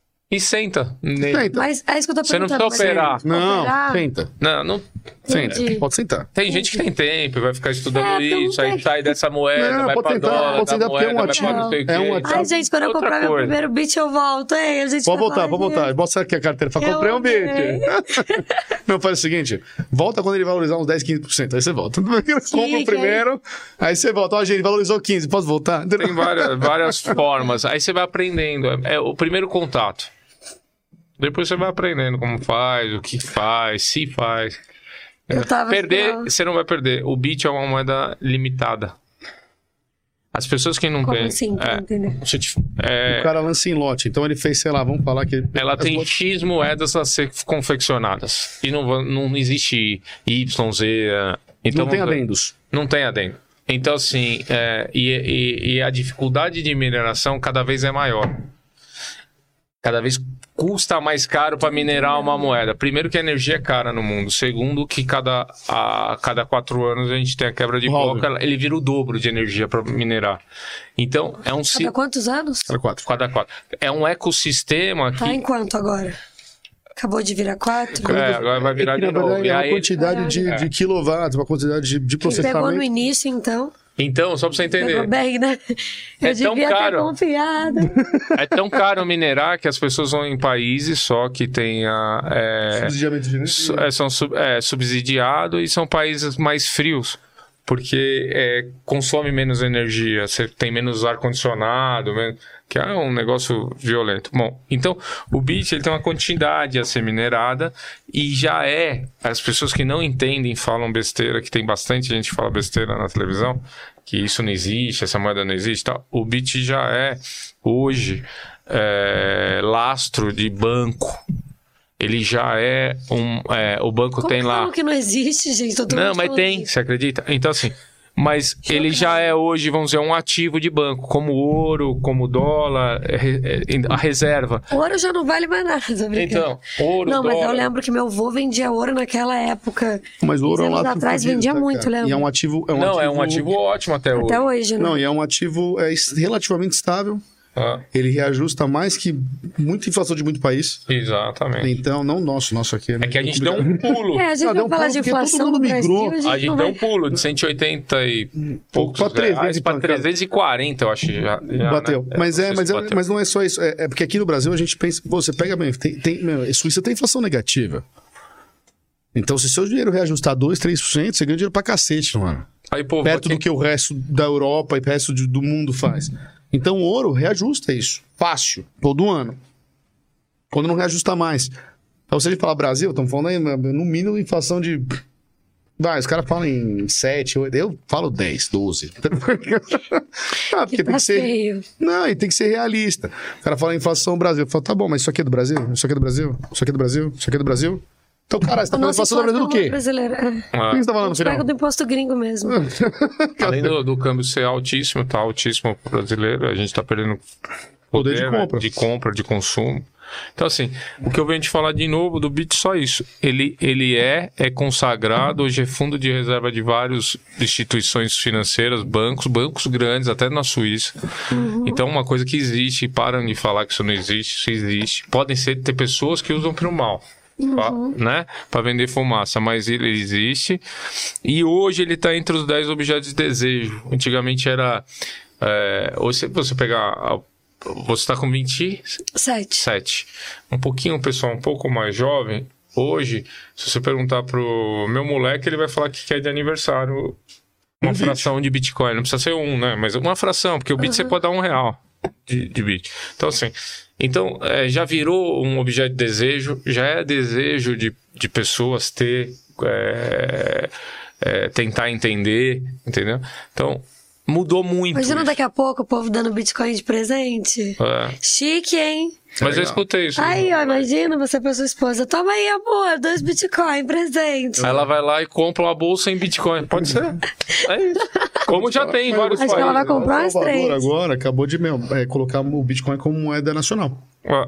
e senta nele. Senta. Mas é isso que eu tô Você não perguntando. precisa operar. mas- Não, Operar? senta. Não, não. Senta. Entendi. Pode sentar. Tem gente que tem tempo, vai ficar estudando É, tem isso, aí tempo. sai dessa moeda, Não, vai pode pra tentar, dólar, pode da tentar, porque é um moeda, vai ativo. pra não sei o É um quê. ativo. Ai, gente, quando eu Outra comprar meu coisa. primeiro bit, eu volto. Ei, a gente Pode vai voltar, falar pode voltar. disso. Mostra aqui a carteira. Fala, Eu comprei um amei. Bit. Não, faz o seguinte. Volta quando ele valorizar uns dez, quinze por cento. Aí você volta. Compra o primeiro, aí você volta. Ó, gente, valorizou quinze. Posso voltar? Tem várias, várias formas. Aí você vai aprendendo. É, é o primeiro contato. Depois você vai aprendendo como faz, o que faz, se faz. Eu tava Perder, assim, ó. você não vai perder. O Bit é uma moeda limitada. As pessoas que não Como têm. assim? Pra é, entender? deixa eu te- é, O cara lança em lote. Então ele fez, sei lá, vamos falar que... ela as tem lotes- X moedas a ser confeccionadas. E não, va- não existe Y, Z. é, Então Não tem vai- adendos. Não tem adendo. Então, assim, é, e, e- e a dificuldade de mineração cada vez é maior. Cada vez custa mais caro para minerar uma moeda. Primeiro que a energia é cara no mundo. Segundo que cada, a cada quatro anos a gente tem a quebra de Óbvio. bloco. ela- Ele vira o dobro de energia para minerar. Então, é um... ci- Cada quantos anos? Era quatro. Cada quatro. É um ecossistema que... Tá em quanto agora? Acabou de virar quatro? É, agora vai virar É que, de na novo. verdade, E é uma aí- quantidade de, de quilowatts, uma quantidade de, de Quem pegou no processamento. início, então. Então, só para você entender. Pegou bem, né? Eu É tão devia caro. ter confiado. É tão caro minerar que as pessoas vão em países só que tenha... É, Subsidiamento de energia. su- é, são sub- é, subsidiados e são países mais frios, porque é, consome menos energia, você tem menos ar-condicionado, men- que é um negócio violento. Bom, então o Bit ele tem uma quantidade a ser minerada e já é, as pessoas que não entendem falam besteira, que tem bastante gente que fala besteira na televisão, que isso não existe, essa moeda não existe, tal. O Bit já é hoje é, lastro de banco. Ele já é um. É, o banco Como tem que lá. falam que não existe, gente? Todo Não, mundo mas falando tem, isso. você acredita? Então, assim, Mas ele já é hoje, vamos dizer, um ativo de banco, como ouro, como dólar, a reserva. O ouro já não vale mais nada, tô brincando. Então, ouro, Não, mas dólar... eu lembro que meu avô vendia ouro naquela época. Mas o ouro é um anos ativo atrás fodido, vendia tá, muito, cara? lembra? E é um ativo... É um Não, ativo... é um ativo ótimo até hoje. Até hoje, né? Não, e é um ativo é, relativamente estável. Ah, Ele reajusta mais que muita inflação de muito país. exatamente. Então, não nosso, nosso aqui. É que a gente deu um pulo. É, a gente Ah, deu vai um falar pulo de porque todo inflação mundo no Brasil, migrou. a gente, A gente não deu vai... um pulo de cento e oitenta e poucos Pra trezentos reais e para pancada. trezentos e quarenta, eu acho. Já, já, Bateu. né? Mas, é, não sei mas, se é, bateu. mas não é só isso. É, é porque aqui no Brasil a gente pensa... Pô, você pega bem... Tem, tem, meu, Suíça tem inflação negativa. Então, se seu dinheiro reajustar dois, três por cento, você ganha dinheiro pra cacete, mano. Aí, pô, Perto aqui- do que o resto da Europa e o resto de- do mundo faz. Então, o ouro reajusta isso. Fácil. Todo ano. Quando não reajusta mais. Então, se a gente falar Brasil, estamos falando aí, no mínimo, inflação de... Vai, os caras falam em sete, oito, eu falo dez, doze. Ah, porque Que tem tá que ser... feio. Não, e tem que ser realista. O cara fala inflação Brasil. Eu falo, tá bom, mas isso aqui é do Brasil? Isso aqui é do Brasil? Isso aqui é do Brasil? Isso aqui é do Brasil? Então, cara, você tá A falando nossa inflação do Brasil do inflação quê? brasileira. É. O que você tá falando no Pega final? do imposto gringo mesmo. Além do, do câmbio ser altíssimo, tá altíssimo pro brasileiro, a gente tá perdendo Poder de né, compra. de compra, de consumo. Então, assim, o que eu venho te falar de novo do B I T, só isso. Ele, ele é, é consagrado, hoje é fundo de reserva de várias instituições financeiras, bancos, bancos grandes, até na Suíça. Então, uma coisa que existe, param de falar que isso não existe, isso existe. Podem ser, ter pessoas que usam para o mal. Pra, né? Para vender fumaça, mas ele existe e hoje ele está entre os dez objetos de desejo. Antigamente era é, hoje se você pegar a, você está com vinte e Sete. sete, um pouquinho o pessoal um pouco mais jovem hoje, se você perguntar pro meu moleque, ele vai falar que quer de aniversário uma fração de Bitcoin, não precisa ser um, né, mas uma fração, porque o Bit você pode dar um real de, de Bit. Então assim, Então, é, já virou um objeto de desejo, já é desejo de, de pessoas ter, é, é, tentar entender, entendeu? Então, mudou muito. Imagina isso. daqui a pouco o povo dando Bitcoin de presente. É. Chique, hein? Mas eu Legal. escutei isso. Aí, ó, imagina você pra sua esposa. Toma aí, amor, dois Bitcoin, presente. Aí ela vai lá e compra uma bolsa em Bitcoin. Pode ser. É isso. Como já tem em vários Acho que ela vai países. comprar O umas Salvador três. agora acabou de meu, é, colocar o Bitcoin como moeda nacional. Ó,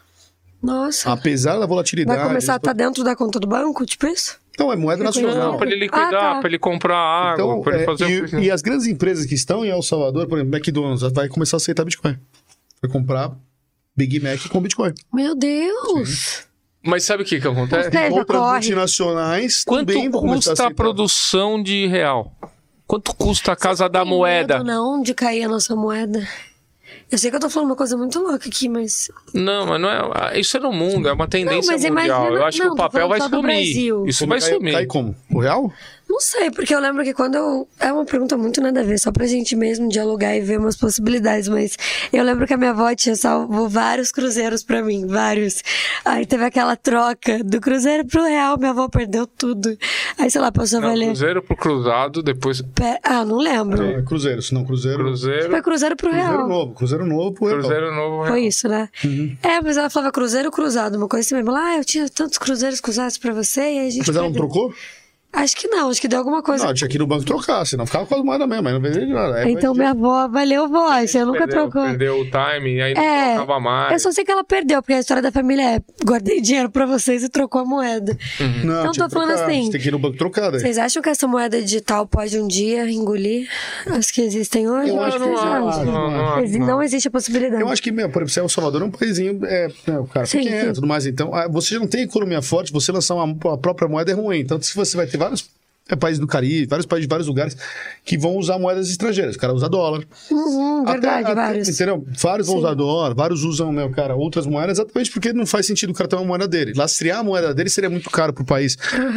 Nossa. Apesar da volatilidade... Vai começar a eles- estar dentro da conta do banco, tipo isso? Não, é moeda nacional. Não, pra ele liquidar, Ah, tá. pra ele comprar água, Então, pra ele é, fazer... o que- e, e as grandes empresas que estão em El Salvador, por exemplo, McDonald's, vai começar a aceitar Bitcoin. Vai comprar Big Mac com Bitcoin. Meu Deus. Mas sabe o que que acontece? Ou seja, Outras corre. multinacionais Quanto também vão começar custa a aceitar. produção de real? Quanto custa a casa da Tem moeda? medo, não, de cair a nossa moeda. Eu sei que eu tô falando uma coisa muito louca aqui, mas... Não, mas não é. Isso é no mundo, é uma tendência mas mundial. imagina- Eu acho não, que o tô papel falando vai só do sumir. Brasil. Isso Como vai cai, sumir. Cai como? O real? Não sei, porque eu lembro que quando eu... É uma pergunta muito nada a ver, só pra gente mesmo dialogar e ver umas possibilidades, mas eu lembro que a minha avó tinha salvo vários cruzeiros pra mim, vários. Aí teve aquela troca do cruzeiro pro real, minha avó perdeu tudo. Aí, sei lá, passou a Não, valer... cruzeiro pro cruzado, depois Pe- Ah, não lembro. Não, é cruzeiro, senão cruzeiro... cruzeiro, Foi cruzeiro pro Cruzeiro real. novo, cruzeiro novo pro real. cruzeiro novo. Foi isso, né? É, mas ela falava cruzeiro cruzado, uma coisa assim mesmo. Ela, ah, eu tinha tantos cruzeiros cruzados pra você e aí a gente... Mas ela não perdeu. trocou? Acho que não, acho que deu alguma coisa. Não, tinha que ir no banco trocar, senão ficava com as moedas mesmo, aí não veio de nada. Aí Então vai- minha avó, valeu, vó, você nunca Perdeu, trocou. perdeu o time, aí não É, trocava mais. eu só sei que ela perdeu, porque a história da família é guardei dinheiro pra vocês e trocou a moeda. Não, Então tinha tô que falando trocar, assim, você tem que ir no banco trocar, daí. Vocês acham que essa moeda digital pode um dia engolir as que existem hoje? Eu acho que não, vocês não, acham? não, não, Exi- não. Não existe a possibilidade. Eu acho que, meu, por exemplo, se El Salvador é um paísinho, é, né, o cara Sim, pequeno sim. e tudo mais, então ah, você já não tem economia forte, você lançar uma, a própria moeda é ruim. Então, se você vai ter vários é, países do Caribe, vários países de vários lugares que vão usar moedas estrangeiras. O cara usa dólar. Uhum, verdade, Até- até- vários. Entendeu? Vários vão Sim. usar dólar, vários usam, né, cara, outras moedas, exatamente porque não faz sentido o cara ter uma moeda dele. Lastrear a moeda dele seria muito caro pro país.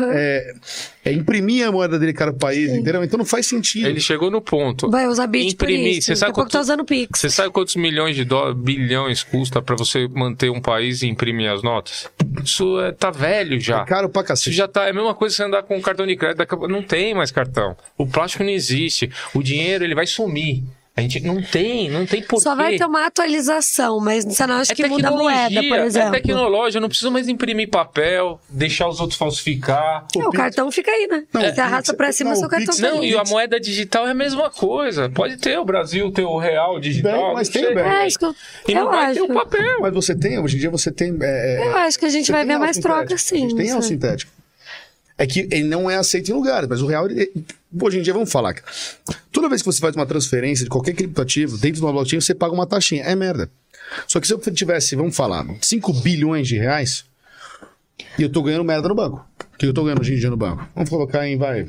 É, é imprimir a moeda dele caro pro país, entendeu? Então não faz sentido. Ele chegou no ponto. Vai usar Bit por Imprimir, isso. você Daqui sabe a pouco quanto- tá usando Pix. Você sabe quantos milhões de dólares, bilhões custa pra você manter um país e imprimir as notas? Isso é, tá velho já. É caro pra Isso cacete. já tá, é a mesma coisa que você andar com um cartão de crédito, daqui a pouco- não tem mais cartão. O plástico não existe. O dinheiro, ele vai sumir. A gente não tem, não tem porquê. Só vai ter uma atualização, mas você não acha É que muda a moeda, por exemplo? É tecnológica, eu não preciso mais imprimir papel, deixar os outros falsificar. É, o cartão fica aí, né? Não, você o arrasta Pix- pra cima, não, seu o cartão Pix- tá Não, aí. e a moeda digital é a mesma coisa. Pode ter o Brasil, ter o real digital. Bem, mas não tem sei. o bem. É, isso que eu, E eu não vai acho. ter o papel. Mas você tem, hoje em dia você tem... é, é, Eu acho que a gente você vai tem ver real mais sintético. troca, sim. A gente tem não real sei. sintético. É que ele não é aceito em lugares, mas o real... Ele, hoje em dia, vamos falar. cara. Toda vez que você faz uma transferência de qualquer criptoativo, dentro de uma blockchain, você paga uma taxinha. É merda. Só que se eu tivesse, vamos falar, cinco bilhões de reais, e eu tô ganhando merda no banco. O que eu tô ganhando hoje em dia no banco? Vamos colocar em, vai...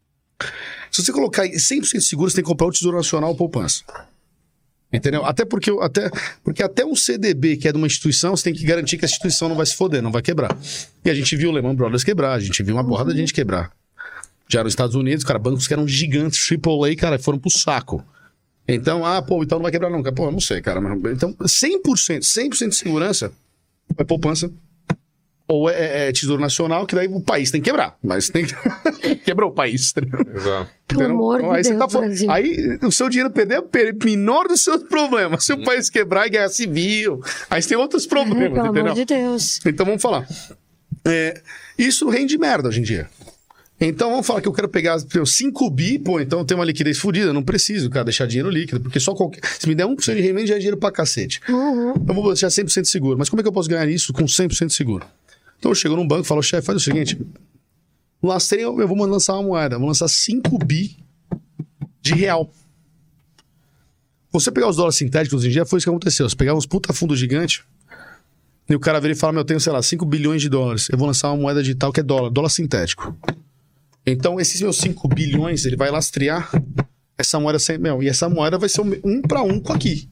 Se você colocar em cem por cento seguro, você tem que comprar o Tesouro Nacional ou poupança. Entendeu? Até porque, eu- até porque até um C D B, que é de uma instituição, você tem que garantir que a instituição não vai se foder, não vai quebrar. E a gente viu o Lehman Brothers quebrar, a gente viu uma porrada de gente quebrar. Já nos Estados Unidos, cara, bancos que eram gigantes, triple A, cara, foram pro saco. Então, ah, pô, então não vai quebrar não. Pô, eu não sei, cara. mas- Então, cem por cento, cem por cento de segurança é poupança ou é, é Tesouro Nacional, que daí o país tem que quebrar. Mas tem que... Quebrou o país. Entendeu? Exato. Pelo Entendeu? amor Então, de aí, você Deus, tá fal- Brasil. aí o seu dinheiro perder é o per- menor dos seus problemas. Se o país quebrar e guerra civil, aí você tem outros É, problemas, pelo entendeu? amor de Deus. Então vamos falar. É, isso rende merda hoje em dia. Então vamos falar que eu quero pegar cinco bi, pô, então eu tenho uma liquidez fodida, não preciso, cara, deixar dinheiro líquido, porque só qualquer... Se me der um por cento de rendimento, já é dinheiro pra cacete. Uhum. Então eu vou deixar cem por cento seguro. Mas como é que eu posso ganhar isso com cem por cento seguro? Então eu chego num banco e falo, chefe, faz o seguinte, lastrei, eu vou lançar uma moeda, vou lançar cinco bi de real. Você pegar os dólares sintéticos hoje em dia, foi isso que aconteceu. Você pegar uns puta fundos gigantes, e o cara vira e fala, meu, eu tenho, sei lá, cinco bilhões de dólares, eu vou lançar uma moeda digital que é dólar, dólar sintético. Então, esses meus cinco bilhões, ele vai lastrear essa moeda sem... Meu, e essa moeda vai ser um, um para um com aqui.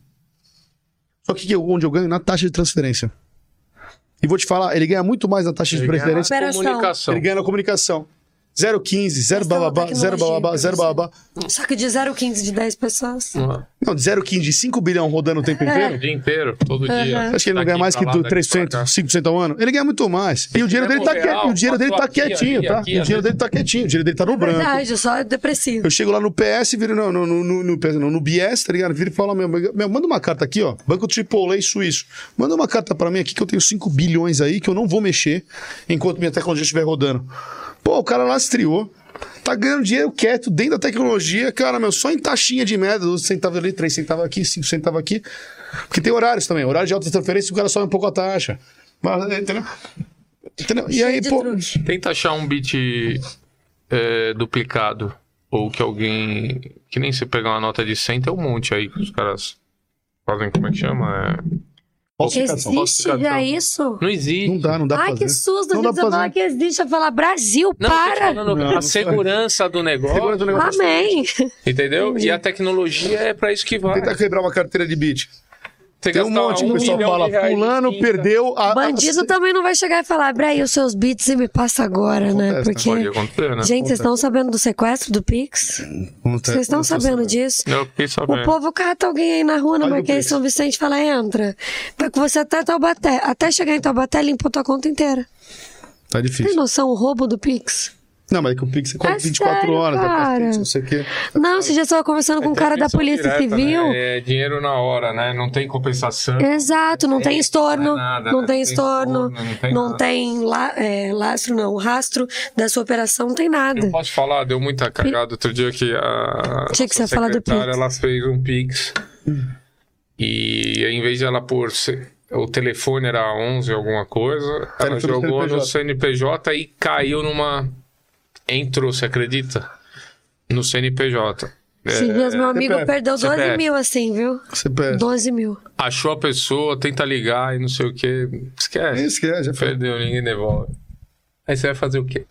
Só que eu- onde eu ganho? Na taxa de transferência. E vou te falar, ele ganha muito mais na taxa de Ele ganha transferência. na Operação. comunicação. Ele ganha na comunicação. zero vírgula quinze, zero Questão da bababá, zero tecnologia, bababá, zero bababá. Só que de zero vírgula quinze de dez pessoas. Não, de zero vírgula quinze, de cinco bilhão rodando o tempo O inteiro. dia inteiro, todo dia. Você acha que ele não ganha mais que do três por cento, cinco por cento ao ano? Ele ganha muito mais. E o dinheiro dele tá, real, quietinho, o dinheiro dele tá passou aqui, quietinho, aqui, tá? aqui, O dinheiro às dele tá quietinho, o dinheiro dele tá no branco. Verdade, só depressivo. Eu chego lá no P S, viro no, no, no, no, no, P S, não, no B S, tá ligado? Viro e falo, meu, meu, manda uma carta aqui, ó. Banco triple A suíço. Manda uma carta pra mim aqui que eu tenho cinco bilhões aí que eu não vou mexer enquanto minha tecnologia estiver rodando. Pô, o cara lastreou. Tá ganhando dinheiro quieto dentro da tecnologia, cara, meu, só em taxinha de merda, doze centavos ali, três centavos aqui, cinco centavos aqui. Porque tem horários também, horário de alta transferência, o cara sobe um pouco a taxa. Mas, entendeu? Entendeu? E aí, Cheio de pô. trouxa. Tenta achar um bit é, duplicado. Ou que alguém. Que nem você pegar uma nota de cem, tem um monte aí que os caras fazem. Como é que chama? É... Falsificação. Existe já isso? Não existe. Não dá, não dá pra Ai, fazer. que susto. Não Não dá você pra falar fazer. que existe, eu falar Brasil, Não, tô para. falando Não, não a segurança do negócio. Segurança do negócio. Amém. Entendeu? E a tecnologia é pra isso que vai. Tentar quebrar uma carteira de bit. Você Tem um gastar monte que o um pessoal milhão fala, de reais de fulano tinta. perdeu a... Bandido a... também não vai chegar e falar, Bray, os seus beats você me passa agora, né? Acontece, Porque. Pode acontecer, né? Gente, vocês estão sabendo do sequestro do Pix? Vocês estão sabendo disso? Eu fiquei O sabendo. povo cata alguém aí na rua, no Olha o Marquês de Pix. São Vicente, e fala, entra. Vai com você até Taubaté. Até chegar em Taubaté, limpou tua conta inteira. Tá Tem difícil. noção o roubo do Pix? Não, mas é que o Pix é quase É vinte e quatro sério, horas, cara. não sei o quê. Não, você já estava conversando com um cara da Transmissão Polícia direta, Civil. né? É dinheiro na hora, né? Não tem compensação. Exato, não tem estorno, não é nada, não né? tem Não tem estorno, estorno, não tem não nada. tem la- é, lastro, não, rastro da sua operação, não tem nada. Eu posso falar, deu muita cagada outro dia que a Tinha que nossa você falar do secretária, Pix. ela fez um Pix e em vez de ela pôr se- o telefone era onze alguma coisa, ela Era tudo jogou no C N P J. C N P J e caiu numa... Entrou, você acredita? No C N P J. Esses dias meu amigo C P F. perdeu doze C P F. mil assim, viu? C P F. doze mil. Achou a pessoa, tenta ligar e não sei o que. Esquece. Isso que é, já foi. Perdeu, ninguém devolve. Aí você vai fazer o quê?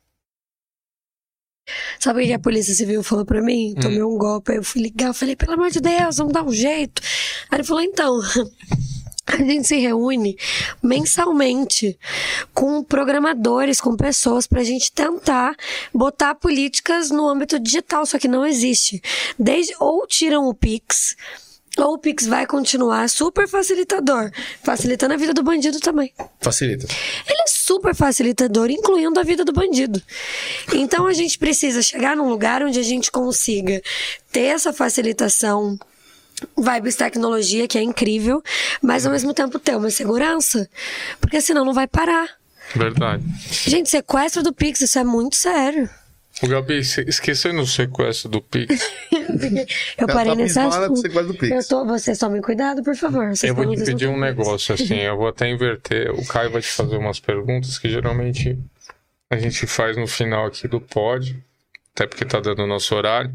Sabe o que a Polícia Civil falou pra mim? Hum. Tomei um golpe, aí eu fui ligar, eu falei, pelo amor de Deus, vamos dar um jeito. Aí ele falou, então, a gente se reúne mensalmente com programadores, com pessoas, pra gente tentar botar políticas no âmbito digital, só que não existe. Desde, ou tiram o Pix, ou o Pix vai continuar super facilitador, facilitando a vida do bandido também. Facilita. Ele é super facilitador, incluindo a vida do bandido. Então a gente precisa chegar num lugar onde a gente consiga ter essa facilitação vibes tecnologia, que é incrível, mas ao mesmo tempo ter uma segurança, porque senão não vai parar. Verdade. Gente, sequestro do Pix, isso é muito sério. O Gabi, você esqueceu no sequestro do Pix? Eu parei tá nesse abismada com o assunto. sequestro do Pix. Eu tô, vocês tomem cuidado, por favor. Vocês Eu vou estão te nos pedir um escutando. negócio, assim, eu vou até inverter. O Caio vai te fazer umas perguntas que geralmente a gente faz no final aqui do pod, até porque tá dando o nosso horário,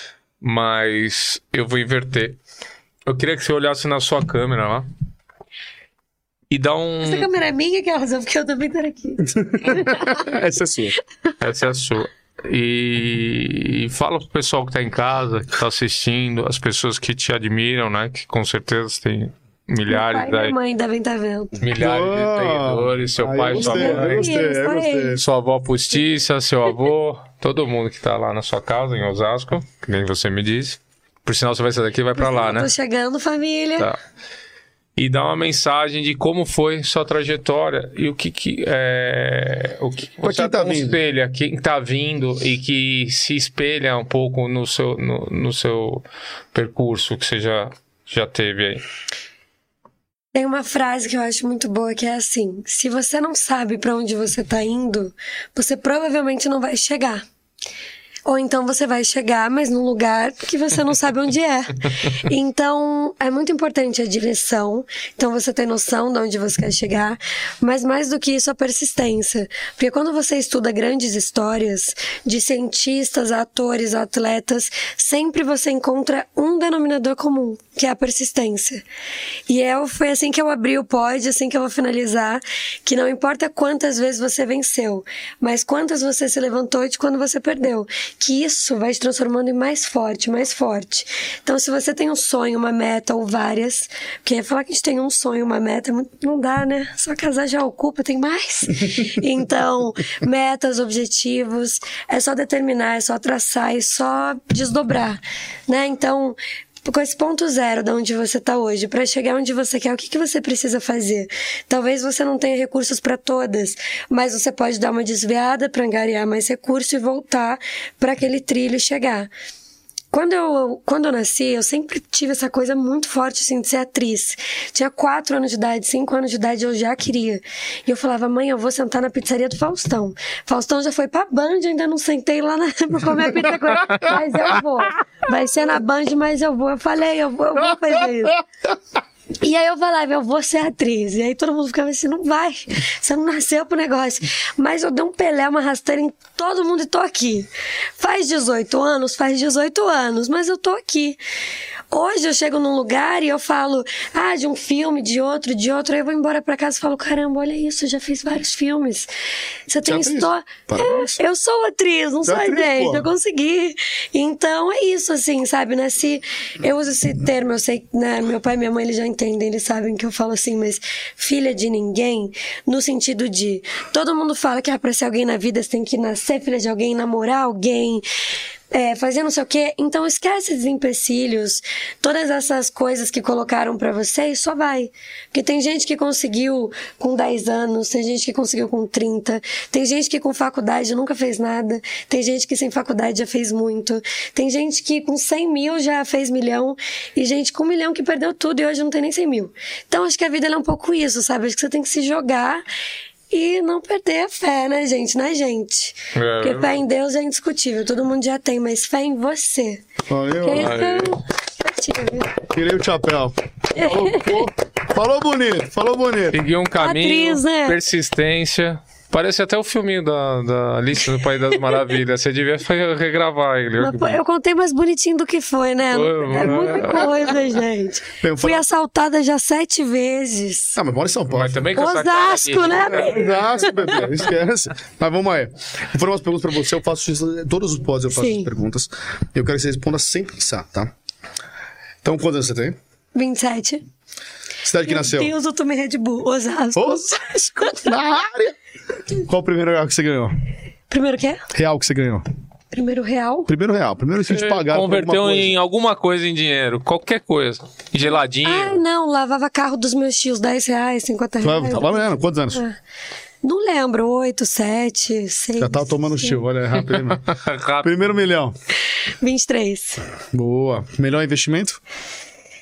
mas eu vou inverter. Eu queria que você olhasse na sua câmera lá e dá um... Essa câmera é minha, que é a razão porque eu também tô aqui. Essa é sua. Essa é a sua. E, e fala pro pessoal que tá em casa, que tá assistindo, as pessoas que te admiram, né? Que com certeza tem milhares, Meu pai e minha aí, mãe devem estar vendo. milhares de Oh, seguidores, seu aí pai, eu sua gostei, mãe, eu gostei, eu Isso, gostei. sua avó postiça, seu avô, todo mundo que tá lá na sua casa, em Osasco, que nem você me disse. Por sinal, você vai sair daqui e vai pra lá, né? Tô chegando, família. Tá. E dá uma mensagem de como foi sua trajetória e o que que é, o que, que Pra você quem tá vindo. aconselha, quem tá vindo e que se espelha um pouco no seu, no, no seu percurso que você já, já teve aí. Tem uma frase que eu acho muito boa que é assim: se você não sabe pra onde você tá indo, você provavelmente não vai chegar. Ou então você vai chegar, mas num lugar que você não sabe onde é. Então, é muito importante a direção. Então, você tem noção de onde você quer chegar. Mas mais do que isso, a persistência. Porque quando você estuda grandes histórias de cientistas, atores, atletas, sempre você encontra um denominador comum, que é a persistência. E eu, foi assim que eu abri o pod, assim que eu vou finalizar, que não importa quantas vezes você venceu, mas quantas você se levantou de quando você perdeu. Que isso vai te transformando em mais forte, mais forte. Então, se você tem um sonho, uma meta ou várias, porque falar que a gente tem um sonho, uma meta, não dá, né? Só casar já ocupa, tem mais. Então, metas, objetivos, é só determinar, é só traçar e só desdobrar, né? Então, com esse ponto zero de onde você está hoje, para chegar onde você quer, o que, que você precisa fazer? Talvez você não tenha recursos para todas, mas você pode dar uma desviada para angariar mais recurso e voltar para aquele trilho e chegar. Quando eu, quando eu nasci, eu sempre tive essa coisa muito forte, assim, de ser atriz. Tinha quatro anos de idade, cinco anos de idade, eu já queria. E eu falava, mãe, eu vou sentar na pizzaria do Faustão. Faustão já foi pra Band, ainda não sentei lá na, pra comer pizza com ele. Mas eu vou. Vai ser na Band, mas eu vou. Eu falei, eu vou, eu vou fazer isso. E aí eu falava, eu vou ser atriz. E aí todo mundo ficava assim, não vai, você não nasceu pro negócio. Mas eu dei um pelé, uma rasteira em todo mundo e tô aqui. Faz dezoito anos, faz dezoito anos, mas eu tô aqui. Hoje eu chego num lugar e eu falo, ah, de um filme, de outro, de outro. Aí eu vou embora pra casa e falo, caramba, olha isso, eu já fiz vários filmes. Você tem atriz? história. É, eu sou atriz, não Você sou é atriz, gente, pô. eu consegui. Então é isso, assim, sabe? Nasci. Eu uso esse termo, eu sei, né? Meu pai e minha mãe eles já entendem, eles sabem que eu falo assim, mas filha de ninguém, no sentido de todo mundo fala que ah, pra ser alguém na vida você tem que nascer filha de alguém, namorar alguém. É, fazer não sei o quê. Então esquece esses empecilhos, todas essas coisas que colocaram pra você e só vai. Porque tem gente que conseguiu com dez anos, tem gente que conseguiu com trinta, tem gente que com faculdade nunca fez nada, tem gente que sem faculdade já fez muito, tem gente que com cem mil já fez milhão e gente com um milhão que perdeu tudo e hoje não tem nem cem mil. Então acho que a vida ela é um pouco isso, sabe? Acho que você tem que se jogar e não perder a fé, né, gente? Na gente. É, Porque fé em Deus é indiscutível, todo mundo já tem, mas fé em você. Valeu. Que isso Aí. eu já tive. Tirei o chapéu. Falou, pô, falou bonito, falou bonito. Seguir um caminho, Atriz, né? persistência. Parece até o filminho da, da Alice no País das Maravilhas. Você devia fa- regravar ele. Mas, pô, eu contei mais bonitinho do que foi, né? Foi, É foi. muita coisa, gente. Eu Fui falo- assaltada já sete vezes. Ah, mas mora em São Paulo. Mas também com essa cara Osasco, de- né? Exato, bebê, esquece. Mas vamos aí. Foram umas perguntas pra você, eu faço isso, todos os pods eu faço Sim. as perguntas. Eu quero que você responda sem pensar, tá? Então, quantos anos você tem? vinte e sete. Cidade que Meu nasceu? Deus, eu tomei Red Bull. Osasco. Osasco, na área. Qual o primeiro real que você ganhou? Primeiro o quê? Real que você ganhou? Primeiro real. Primeiro real. Primeiro que te pagaram por Converteu alguma coisa. em alguma coisa em dinheiro. Qualquer coisa. Geladinho. Ah, não. Lavava carro dos meus tios. dez reais, cinquenta reais. Tá valendo, quantos anos? Ah, não lembro. oito, sete, seis. Já tava tomando chill, olha, é rápido aí, mano. Rápido. Primeiro milhão. vinte e três. Boa. Melhor investimento?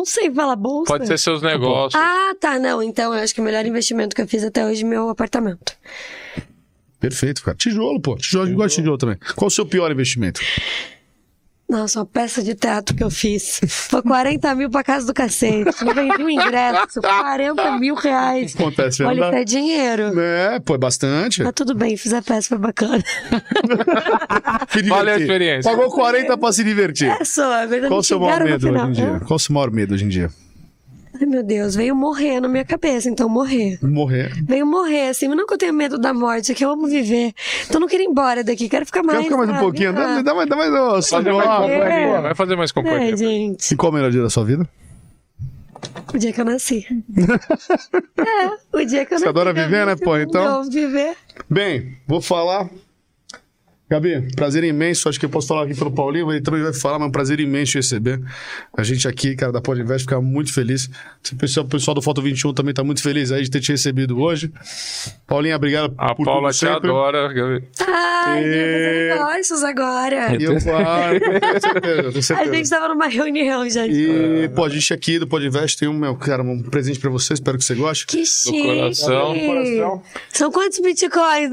não sei falar bolsa. Pode ser seus negócios. Ah, tá, não. Então, eu acho que o melhor investimento que eu fiz até hoje é meu apartamento. Perfeito, cara. Tijolo, pô. Tijolo, eu gosto de tijolo também. Qual o seu pior investimento? Nossa, uma peça de teatro que eu fiz. Foi quarenta mil pra casa do cacete. Eu vendi um ingresso, quarenta mil reais. Acontece, Olha, verdade. isso é dinheiro. É, pô, é bastante. Mas tudo bem, fiz a peça, foi bacana. Se divertir. Valeu a experiência. Pagou quarenta pra se divertir. É só, é verdade. Qual o seu maior chegaram no medo hoje final. em dia? Qual o seu maior medo hoje em dia? Ai, meu Deus, veio morrer na minha cabeça, então morrer. Morrer. Veio morrer, assim, mas não que eu tenha medo da morte, é que eu amo viver. Então eu não queria ir embora daqui, quero ficar mais. Quer ficar mais um sabe? pouquinho? Dá, Ah, dá mais, dá mais. Ó, Fazer mais ó, companhia. é. Vai fazer mais companhia. É, gente. E qual o melhor dia da sua vida? O dia que eu nasci. É, o dia que eu Você nasci. adora viver, né, pô? Então- Eu amo viver. Bem, vou falar. Gabi, prazer imenso. Acho que eu posso falar aqui pelo Paulinho, ele também vai falar, mas é um prazer imenso te receber. A gente aqui, cara, da Podinvest, fica muito feliz. O pessoal, o pessoal do Foto vinte e um também tá muito feliz aí de ter te recebido hoje. Paulinha, obrigado A por Paula tudo te sempre. adora, Gabi. Ai, E- eu vou fazer negócios agora. E eu, claro, tenho certeza, tenho A certeza. gente tava numa reunião, gente. E, pô, a gente aqui do Podinvest tem um, meu, cara, um presente pra você, espero que você goste. Que chique. coração. Do coração. São quantos bitcoins?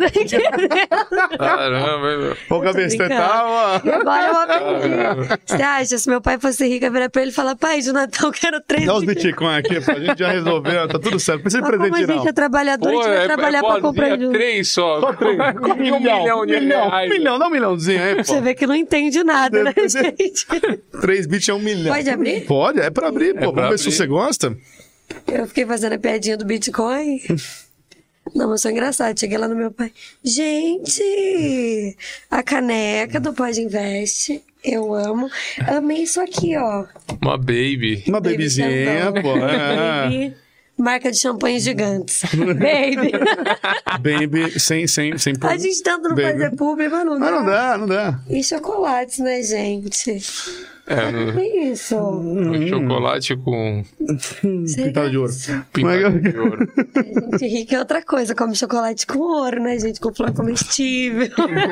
Caramba, meu. Ô, Gabi, você brincando. tá, ó. E agora eu aprendi. Você acha, se meu pai fosse rico, eu virar pra ele e falar, pai, de Natal eu quero três Dá os bitcoins. Bitcoin aqui, pô, a gente já resolveu, tá tudo certo. Não precisa de Mas como a presente, gente não. é trabalhador, a gente vai trabalhar pra comprar boazinha, junto. três só. Só três. Um milhão de milhão, reais. um milhão, dá um milhãozinho aí, pô. Você vê que não entende nada, né, gente? Três bits é um milhão. Pode abrir? Pode, é pra abrir, pô. pra Vamos ver se abrir. você gosta. Eu fiquei fazendo a piadinha do Bitcoin. Não, mas foi engraçado. Cheguei lá no meu pai. Gente, a caneca do Pode Invest. Eu amo. Amei isso aqui, ó. Uma baby. Uma Baby bebezinha, Xandão. pô. É. Baby. Marca de champanhe gigantes. Baby. Baby, sem, sem, sem A gente tentando Baby. fazer publi, mas não dá. Mas não dá, não dá. E chocolates, né, gente? É, no, Que isso? no chocolate com Pintada de ouro. pintado de ouro. Gente rica é outra coisa. Come chocolate com ouro, né, gente? Com flor comestível.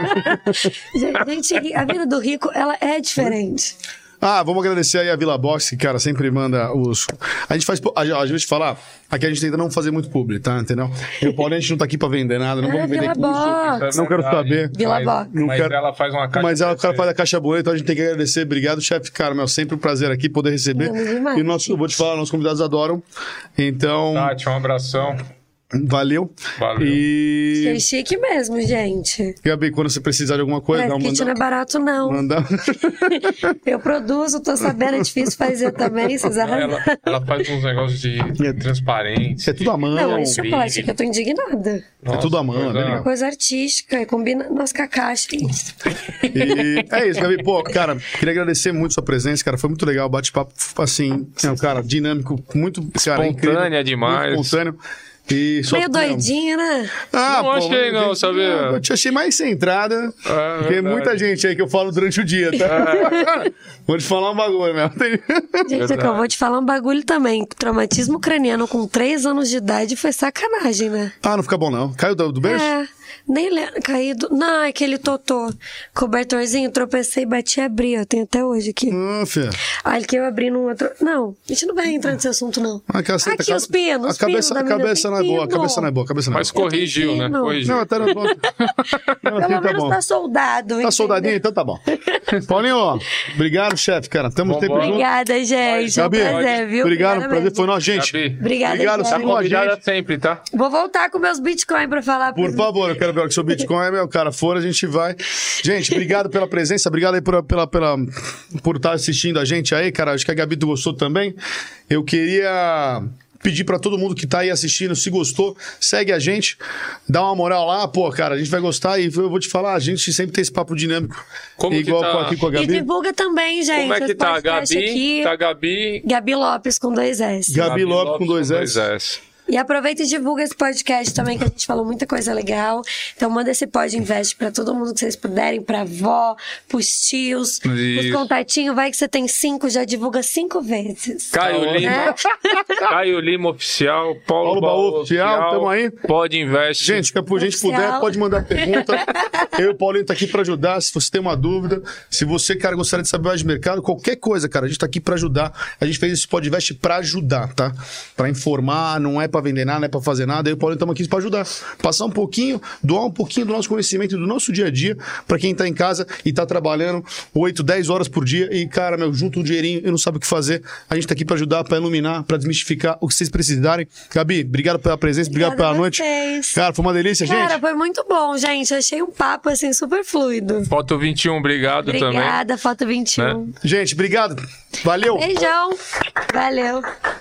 Gente, gente, a vida do rico, ela é diferente. Ah, vamos agradecer aí a Vila Box, que, cara, sempre manda os... A gente faz... A, a gente falar, aqui a gente tenta não fazer muito publi, tá? Entendeu? E o Paulo, a gente não tá aqui pra vender nada, não Ah, vamos vender Vila curso. Box. Não quero saber. Vila mas, Box. Não Mas quero- ela faz uma caixa. Mas ela, o cara de faz a caixa boa, então a gente tem que agradecer. Obrigado, chefe. Cara, meu, sempre um prazer aqui poder receber. Amo demais. E nosso, eu vou te falar, nossos convidados adoram. Então, Tati, um abração. valeu. Valeu. E, Achei chique mesmo, gente. Gabi, quando você precisar de alguma coisa, É, dá uma kit não é barato, não. manda. Eu produzo, tô sabendo, é difícil fazer também, vocês arrasam. Ela, ela faz uns negócios de transparência. É tudo à mão. Não, esse brilho. chocolate aqui eu tô indignada. É tudo à mão, coisa- é bem legal. Coisa artística, e combina nossa com a caixa. E é isso, Gabi. Pô, cara, queria agradecer muito sua presença, cara. Foi muito legal o bate-papo, assim, é um cara dinâmico, muito, cara, Espontânea incrível, demais. Muito espontâneo. E só, Meio doidinha, né? Ah, Não achei não, sabia? Eu te achei mais centrada. É, Tem verdade. muita gente aí que eu falo durante o dia, tá? Vou te falar um bagulho mesmo. Tem- Gente, é que eu vou te falar um bagulho também. Traumatismo craniano com três anos de idade foi sacanagem, né? Ah, não fica bom não. Caiu do, do berço? É, nem lembro. Caído. Não, é aquele totô. Cobertorzinho, tropecei, bati e abri, ó. Tem até hoje aqui. Ah, filha. Aí que eu abri num outro. Não, a gente não vai entrar nesse assunto, não. Ah, caceta, Aqui, os pinos. A os cabeça, pinos da a menina. cabeça não é Tem boa, a pino. cabeça não é boa, a cabeça não é Mas boa. corrigiu, né? Não. Corrigiu. Não, até não. Não, Pelo assim, tá menos bom. tá soldado. Tá entendeu? soldadinho, então tá bom. Paulinho, ó, obrigado, chefe, cara. Tamo Vambora. tempo junto. Obrigada, gente. É um Gabi, prazer, viu? obrigado, Obrigada prazer mesmo. foi nós, gente. Gabi. Obrigada, Obrigado, gente. tá com a Convidada gente. sempre, tá? Vou voltar com meus bitcoins pra falar. Por favor, eu quero ver o que seu Bitcoin, meu cara, for, a gente vai. Gente, obrigado pela presença, obrigado aí por, pela, pela, por estar assistindo a gente aí, cara. Acho que a Gabi tu gostou também. Eu queria pedir pra todo mundo que tá aí assistindo, se gostou, segue a gente, dá uma moral lá, pô, cara, a gente vai gostar e eu vou te falar, a gente sempre tem esse papo dinâmico. Como que igual tá? com- aqui com a E Gabi. divulga também, gente. Como é que esse tá a podcast Gabi? Aqui. Tá a Gabi. Gabi Lopes com dois S. Gabi Lopes com dois S. S. E aproveita e divulga esse podcast também, que a gente falou muita coisa legal. Então manda esse Pod Invest pra todo mundo que vocês puderem, pra avó, pros tios, pros contatinhos. Vai que você tem cinco, já divulga cinco vezes. Caio é. Lima. Caio Lima Oficial, Paulo, Paulo Baú Oficial, tamo aí. Pod Invest. Gente, que a gente puder, pode mandar pergunta. Eu e o Paulinho tá aqui pra ajudar. Se você tem uma dúvida, se você, cara, gostaria de saber mais de mercado, qualquer coisa, cara, a gente tá aqui pra ajudar. A gente fez esse Pod Invest pra ajudar, tá? Pra informar, não é pra vender nada, não é pra fazer nada. Eu e o Paulinho estamos aqui pra ajudar. Passar um pouquinho, doar um pouquinho do nosso conhecimento, do nosso dia a dia, pra quem tá em casa e tá trabalhando oito, dez horas por dia e, cara, meu, junta um dinheirinho e não sabe o que fazer. A gente tá aqui pra ajudar, pra iluminar, pra desmistificar o que vocês precisarem. Gabi, obrigado pela presença, obrigado Obrigada pela noite. Vocês. Cara, foi uma delícia, gente. Cara, foi muito bom, gente. Achei um papo, assim, super fluido. Foto vinte e um, obrigado Obrigada, também. Obrigada, Foto vinte e um. Né? Gente, obrigado. Valeu. Beijão. Valeu.